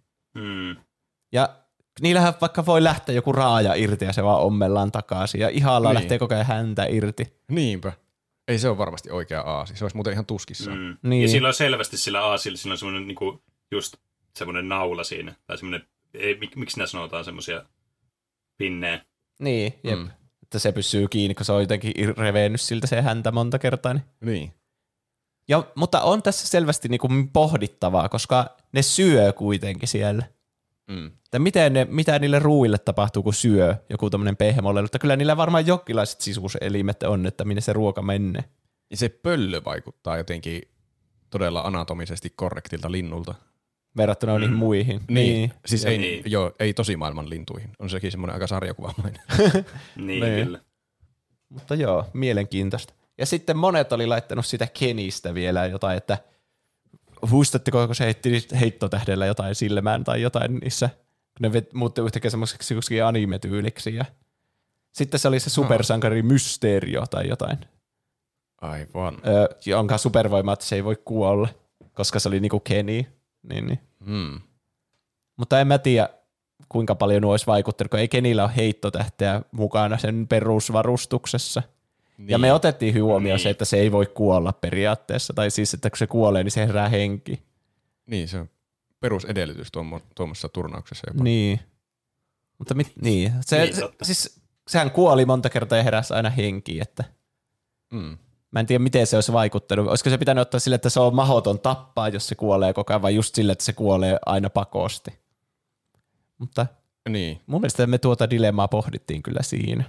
Ja niillähän vaikka voi lähteä joku raaja irti ja se vaan ommellaan takaisin. Ja ihalla lähtee koko ajan häntä irti. Niinpä. Ei se ole varmasti oikea aasi. Se olisi muuten ihan tuskissaan. Niin. Ja sillä on selvästi sillä aasilla, siinä on semmoinen niinku, just semmoinen naula siinä. Tai semmoinen, miksi nämä sanotaan semmoisia pinnejä? Niin, jep. Että se pysyy kiinni, kun se on jotenkin revennyt siltä se häntä monta kertaa. Niin. Ja, mutta on tässä selvästi niinku pohdittavaa, koska ne syö kuitenkin siellä. Että mitä niille ruuille tapahtuu, kun syö joku tämmöinen pehmolelu. Että kyllä niillä varmaan jonkinlaiset sisuuselimet on, että minne se ruoka menee. Ja se pöllö vaikuttaa jotenkin todella anatomisesti korrektilta linnulta. Verrattuna niihin muihin. Niin. Siis ei tosimaailman lintuihin. On sekin semmoinen aika sarjakuvamainen. Niin, kyllä. Mutta joo, mielenkiintoista. Ja sitten monet oli laittanut sitä Kenistä vielä jotain, että muistatteko, kun se heitti heittotähdellä jotain silmään tai jotain niissä, kun ne muutti yhtäkkiä semmoiseksi anime-tyyliksi. Ja sitten se oli se supersankari Mysterio tai jotain. Aivan. Onkaan supervoima, että se ei voi kuolla, koska se oli niinku Kenny. Niin. Mutta en mä tiedä, kuinka paljon nuo olisi vaikuttanut, kun ei Kenillä ole heittotähteä mukana sen perusvarustuksessa. Niin. Ja me otettiin huomioon se, että se ei voi kuolla periaatteessa, tai siis, että kun se kuolee, niin se herää henki. Niin, se on perusedellytys tuommoisessa turnauksessa jopa. Niin. Mutta niin. Siis, sehän kuoli monta kertaa ja heräsi aina henkiin, että mä en tiedä, miten se olisi vaikuttanut. Olisiko se pitänyt ottaa sille, että se on mahdoton tappaa, jos se kuolee koko ajan, vai just sille, että se kuolee aina pakosti. Mutta mun mielestä me tuota dilemmaa pohdittiin kyllä siinä.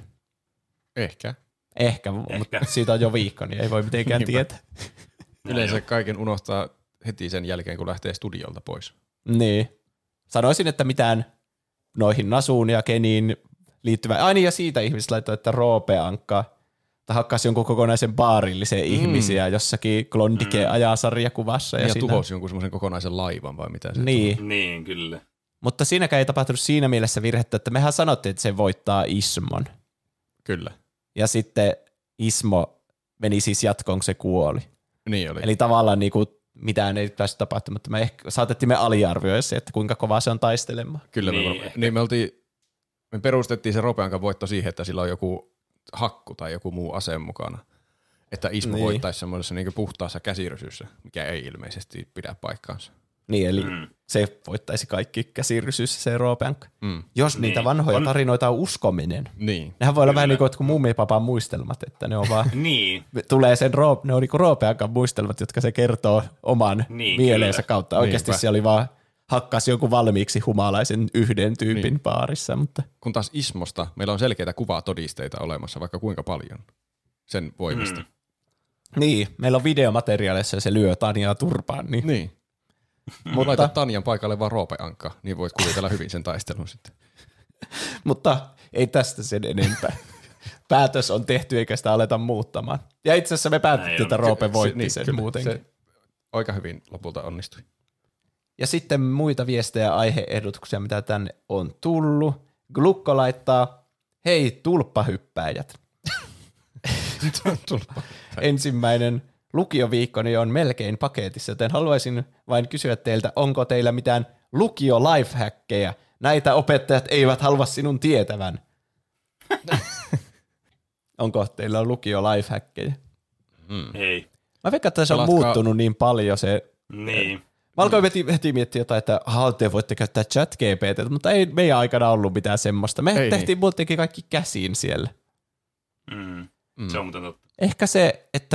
Ehkä, mutta siitä on jo viikko, niin ei voi mitenkään tietää. Yleensä kaiken unohtaa heti sen jälkeen, kun lähtee studiolta pois. Niin. Sanoisin, että mitään noihin Nasuun ja Keniin liittyvää. Aini ja siitä ihmiset laittoi, että Roope Ankka hakkasi jonkun kokonaisen baarillisen ihmisiä jossakin Klondike ajaa sarjakuvassa. Ja tuhosi jonkun semmoisen kokonaisen laivan vai mitä se Niin, kyllä. Mutta siinäkään ei tapahtunut siinä mielessä virhettä, että mehän sanottiin, että se voittaa Ismon. Kyllä. Ja sitten Ismo meni siis jatkoon, kun se kuoli. Niin oli. Eli tavallaan niinku mitään ei päässyt tapahtumaan, mutta saatettiin me aliarvioida se, että kuinka kovaa se on taistelemaan. Kyllä me perustettiin se Ropeankan voitto siihen, että sillä on joku hakku tai joku muu ase mukana. Että Ismo voittaisi semmoisessa niinku puhtaassa käsirysyssä, mikä ei ilmeisesti pidä paikkaansa. Niin, eli se voittaisi kaikki käsirysyssä se Roopeankka. Jos niitä vanhoja tarinoita on uskominen. Niin. Nehän voi olla vähän niin kuin Mummipapan muistelmat, että ne on vaan, tulee ne on niin kuin Roopeankan muistelmat, jotka se kertoo oman mieleensä kautta. Oikeasti se oli vaan hakkasi jonkun valmiiksi humalaisen yhden tyypin baarissa. Mutta. Kun taas Ismosta meillä on selkeitä kuvatodisteita olemassa, vaikka kuinka paljon sen voimista. Niin, meillä on videomateriaalissa ja se lyö Tanjaa turpaan. Niin. Mutta laita Tanjan paikalle vaan Roopeankka, niin voit kuvitella hyvin sen taistelun sitten. Mutta ei tästä sen enempää. Päätös on tehty eikä sitä aleta muuttamaan. Ja itse asiassa me päätettiin, että Roope voitti sen muutenkin. Se aika hyvin lopulta onnistui. Ja sitten muita viestejä ja aihe-ehdotuksia, mitä tänne on tullut. Glukko laittaa, hei tulppahyppäjät. Ensimmäinen lukioviikkoni on melkein paketissa, joten haluaisin vain kysyä teiltä, onko teillä mitään lukio-lifehackkejä? Näitä opettajat eivät halua sinun tietävän. Onko teillä lukio-lifehackkejä? Ei. Mä veikkaan, että se on muuttunut niin paljon se. Niin. Mä alkoin heti miettiä jotain, että te voitte käyttää ChatGPT, mutta ei meidän aikana ollut mitään semmoista. Me tehtiin muutenkin kaikki käsiin siellä. Se on muuten totta. ehkä se, että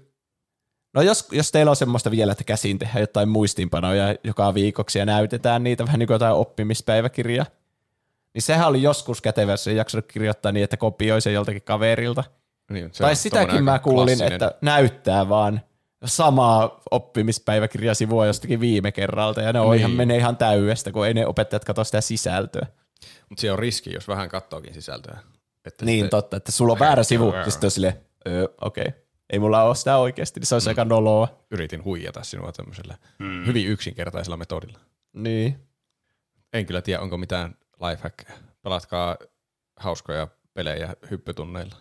no jos teillä on semmoista vielä, että käsin tehdään jotain muistiinpanoja joka viikoksi ja näytetään niitä vähän niin kuin jotain oppimispäiväkirjaa, niin sehän oli joskus kätevä, jos ei jaksanut kirjoittaa niin, että kopioi sen joltakin kaverilta. Niin, tai sitäkin mä kuulin, klassinen. Että näyttää vaan samaa oppimispäiväkirjasivua jostakin viime kerralta, ja ne niin. Menee ihan täydestä, kun ei ne opettajat katso sitä sisältöä. Mutta se on riski, jos vähän katsookin sisältöä. Että niin, totta, että sulla on väärä sivu, ja sitten on silleen, okei. Ei mulla ole sitä oikeasti, niin se olisi aika noloa. Yritin huijata sinua tämmöisellä hyvin yksinkertaisella metodilla. Niin. En kyllä tiedä, onko mitään lifehackkejä. Pelatkaa hauskoja pelejä hyppytunneilla.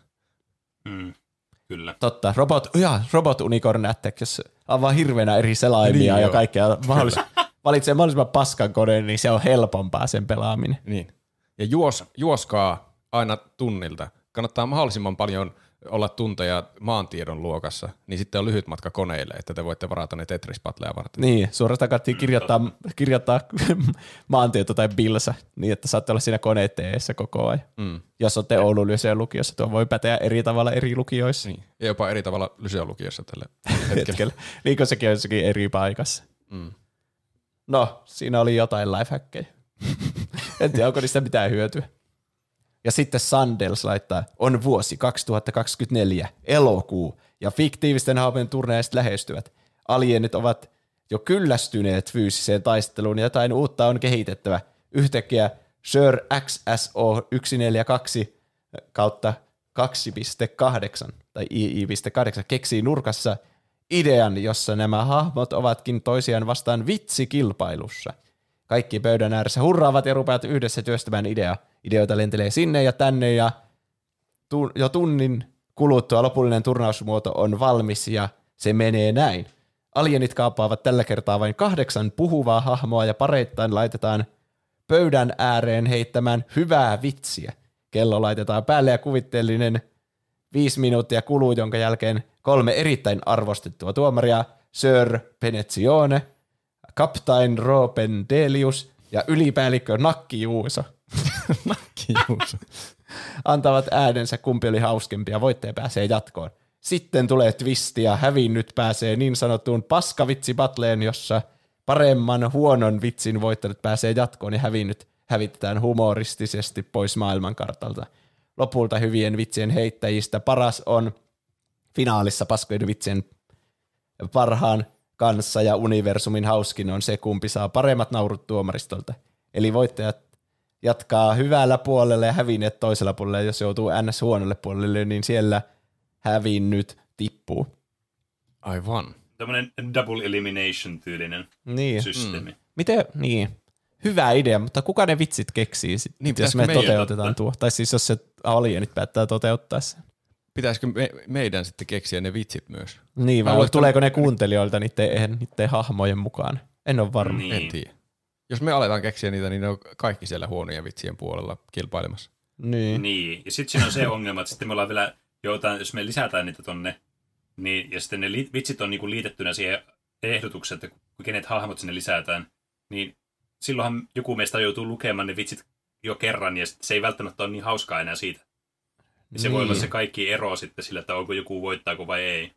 Kyllä. Totta, Robot Unicorn Attack, jos avaa hirveänä eri selaimia niin ja kaikkea, valitsee mahdollisimman paskan koneen, niin se on helpompaa sen pelaaminen. Niin. Ja juoskaa aina tunnilta. Kannattaa mahdollisimman paljon olla tunteja maantiedon luokassa, niin sitten on lyhyt matka koneille, että te voitte varata ne Tetris-patleja varten. Niin, suorastaan kannattiin kirjoittaa maantieto tai bilsa, niin että saatte olla siinä koneiden eessä koko ajan. Jos olette Oulun Lyseon lukiossa, tuo voi päteä eri tavalla eri lukioissa. Niin, ja jopa eri tavalla Lyseon lukiossa tällä hetkellä. Niin kuin sekin on jossakin eri paikassa. No, siinä oli jotain lifehackkejä. En tiedä, onko niistä mitään hyötyä. Ja sitten Sandels laittaa, on vuosi 2024, elokuu, ja fiktiivisten hahmojen turneet lähestyvät. Alienit ovat jo kyllästyneet fyysiseen taisteluun, ja jotain uutta on kehitettävä. Yhtäkkiä Sir XSO 142 kautta 2.8 tai II.8 keksii nurkassa idean, jossa nämä hahmot ovatkin toisiaan vastaan vitsikilpailussa. Kaikki pöydän ääressä hurraavat ja rupeavat yhdessä työstämään ideoita lentelee sinne ja tänne ja jo tunnin kuluttua lopullinen turnausmuoto on valmis ja se menee näin. Alienit kaappaavat tällä kertaa vain 8 puhuvaa hahmoa ja pareittain laitetaan pöydän ääreen heittämään hyvää vitsiä. Kello laitetaan päälle ja kuvitteellinen 5 minuuttia kuluu, jonka jälkeen 3 erittäin arvostettua tuomaria, Sir Penezione, Kaptain Ropendelius ja ylipäällikkö Nakki Juuso. Nakki Juuso. Antavat äänensä, kumpi oli hauskempi ja voittaja pääsee jatkoon. Sitten tulee twisti ja hävinnyt pääsee niin sanottuun paskavitsi-battleen, jossa paremman huonon vitsin voittanut pääsee jatkoon ja hävinnyt hävitetään humoristisesti pois maailmankartalta. Lopulta hyvien vitsien heittäjistä paras on finaalissa paskojen vitsien parhaan kanssa ja universumin hauskin on se, kumpi saa paremmat naurut tuomaristolta. Eli voittajat jatkaa hyvällä puolella ja hävinneet toisella puolella. Jos joutuu ns. Huonolle puolelle, niin siellä hävinnyt tippuu. Aivan. Tämmöinen double elimination tyylinen systeemi. Miten? Niin. Hyvä idea, mutta kuka ne vitsit keksii sitten, niin, jos me toteutetaan tuo? Tai siis jos se alienit päättää toteuttaa sen. Pitäisikö meidän sitten keksiä ne vitsit myös? Niin, vai tuleeko ne kuuntelijoilta niiden hahmojen mukaan? En ole varma. Niin. En tiedä. Jos me aletaan keksiä niitä, niin ne on kaikki siellä huonojen vitsien puolella kilpailemassa. Niin. Ja sitten siinä on se ongelma, että sitten me ollaan vielä, jos me lisätään niitä tonne, niin, ja sitten ne vitsit on niinku liitettynä siihen ehdotukseen, että kenet hahmot sinne lisätään, niin silloinhan joku meistä joutuu lukemaan ne vitsit jo kerran, ja se ei välttämättä ole niin hauskaa enää siitä. Ja se voi olla se kaikki ero sitten sillä, että onko joku voittaako vai ei.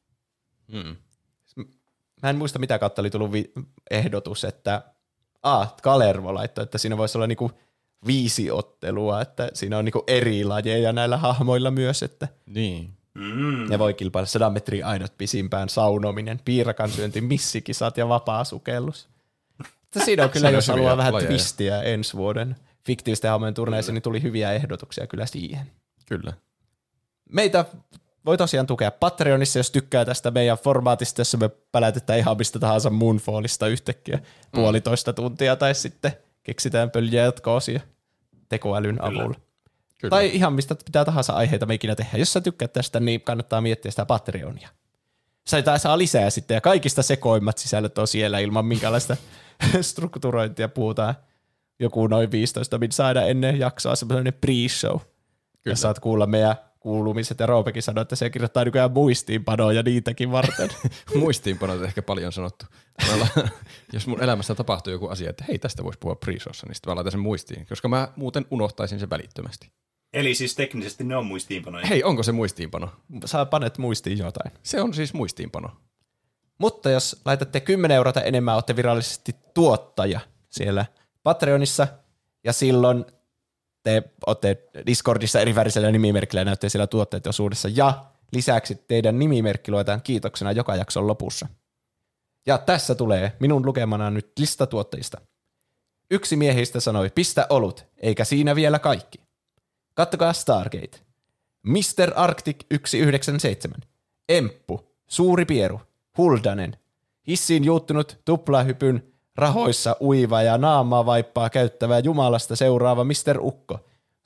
Mä en muista, mitä kautta oli tullut ehdotus, että Kalervo laittoi, että siinä voisi olla niinku 5 ottelua, että siinä on niinku eri lajeja näillä hahmoilla myös, että ne voi kilpailla 100 metriä aidot pisimpään saunominen, piirakansyönti, missikisat ja vapaa-sukellus. Siinä on kyllä, jos haluaa vähän twistiä ensi vuoden fiktiivisten hahmojen turneeseen, niin tuli hyviä ehdotuksia kyllä siihen. Kyllä. Meitä voi tosiaan tukea Patreonissa, jos tykkää tästä meidän formaatista, jossa me pälätetään ihan mistä tahansa Moonfallista yhtäkkiä 1,5 tuntia, tai sitten keksitään pöljiä jatko-osia tekoälyn avulla. Kyllä. Tai ihan mistä pitää tahansa aiheita me ikinä tehdä. Jos sä tykkäät tästä, niin kannattaa miettiä sitä Patreonia. Saa lisää sitten, ja kaikista sekoimmat sisällöt on siellä ilman minkälaista strukturointia. Puhutaan joku noin 15 min saada ennen jaksoa semmoinen pre-show. Ja saat kuulla meidän kuulumiset, ja Roopekin sanoi, että se kirjoittaa nykyään muistiinpanoja niitäkin varten. Muistiinpanot ehkä paljon sanottu. Jos mun elämässä tapahtuu joku asia, että hei, tästä voisi puhua pre-showssa, niin sitten mä laitan sen muistiin, koska mä muuten unohtaisin sen välittömästi. Eli siis teknisesti ne on muistiinpanoja. Hei, onko se muistiinpano? Sä panet muistiin jotain. Se on siis muistiinpano. Mutta jos laitatte 10 € enemmän, olette virallisesti tuottaja siellä Patreonissa, ja silloin te olette Discordissa eri värisellä nimimerkillä ja näytte siellä tuotteiden osuudessa, ja lisäksi teidän nimimerkki luetaan kiitoksena joka jakson lopussa. Ja tässä tulee minun lukemana nyt lista tuottajista. Yksi miehistä sanoi, pistä olut, eikä siinä vielä kaikki. Kattokaa Stargate. Mr. Arctic 197. Emppu. Suuri pieru. Huldanen. Hissiin juuttunut tuplahypyn rahoissa uiva ja naamaa vaippaa käyttävä Jumalasta seuraava Mr. Ukko.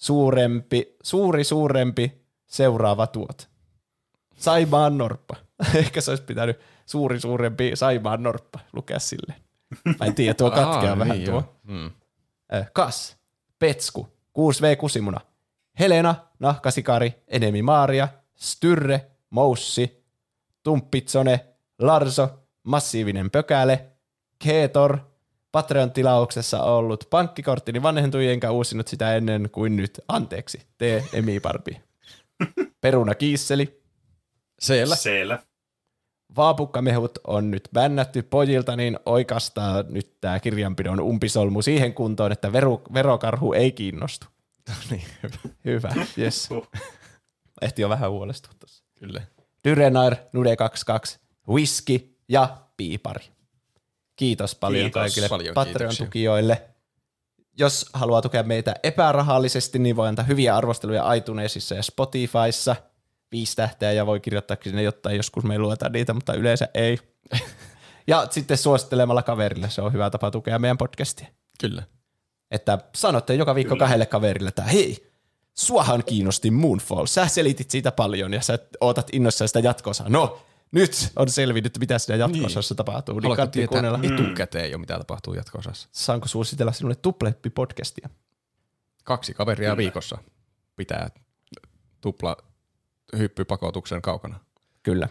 Suurempi seuraava tuot. Saimaan norppa. Ehkä se olisi pitänyt suurempi Saimaan norppa lukea silleen. Mä en tiedä, tuo katkeaa vähän niin tuo. Kas. Petsku. 6V Kusimuna. Helena, Nahkasikari, Enemi Maaria, Styrre, Moussi, Tumppitsone, Larso, Massiivinen Pökäle, Keetor, Patreon-tilauksessa ollut pankkikorttini vanhentui enkä uusinut sitä ennen kuin nyt. Anteeksi, Emi Barbi. Peruna Kiisseli. Siellä. Vaapukkamehut on nyt bännätty pojilta, niin oikastaa nyt tää kirjanpidon umpisolmu siihen kuntoon, että verokarhu ei kiinnostu. Niin, hyvä, jes. Ehti jo vähän huolestua tuossa. Kyllä. Dyrenair, Nude22, Whisky ja Piipari. Kiitos paljon kaikille Patreon-tukijoille. Jos haluaa tukea meitä epärahallisesti, niin voi antaa hyviä arvosteluja iTunesissa ja Spotifyssa. 5 tähteä ja voi kirjoittaa sinne jotain, joskus me ei lueta niitä, mutta yleensä ei. Ja sitten suosittelemalla kaverille, se on hyvä tapa tukea meidän podcastia. Kyllä. Että sanotte joka viikko 2 kaverille, että hei, suahan kiinnosti Moonfall, sä selitit siitä paljon ja sä ootat innoissaan sitä jatko-osaa. No, nyt on selvinnyt, mitä siinä jatko-osassa tapahtuu. Niin haluatko tietää etukäteen jo, mitä tapahtuu jatko-osassa? Saanko suositella sinulle Tupleppi-podcastia? 2 kaveria viikossa pitää tupla hyppypakotuksen kaukana. Kyllä.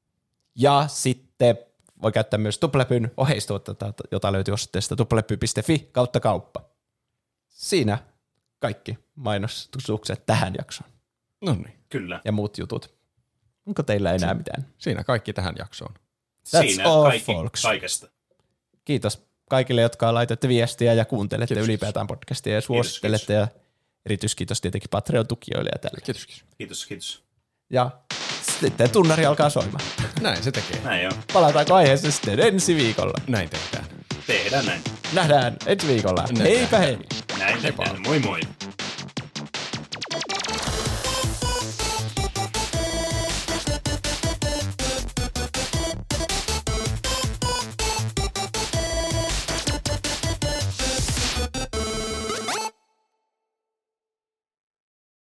Ja sitten voi käyttää myös Tuplepyn oheistuotetta, jota löytyy osoitteesta tuplepy.fi/kauppa. Siinä kaikki mainostukset tähän jaksoon. No niin. Kyllä. Ja muut jutut. Onko teillä enää mitään? Siinä kaikki tähän jaksoon. Siinä kaikki kaikesta. Kiitos kaikille, jotka laitatte viestiä ja kuuntelette ylipäätään podcastia ja suosittelette. Ja erityiskiitos tietenkin Patreon-tukijoille ja tälle. Kiitos. Ja sitten tunnari alkaa soimaan. Näin se tekee. Näin on. Palataanko aiheeseen sitten ensi viikolla? Näin tehdään. Tehdään näin. Nähdään ensi viikolla. Heipä hei. Näin tehdään. Moi moi.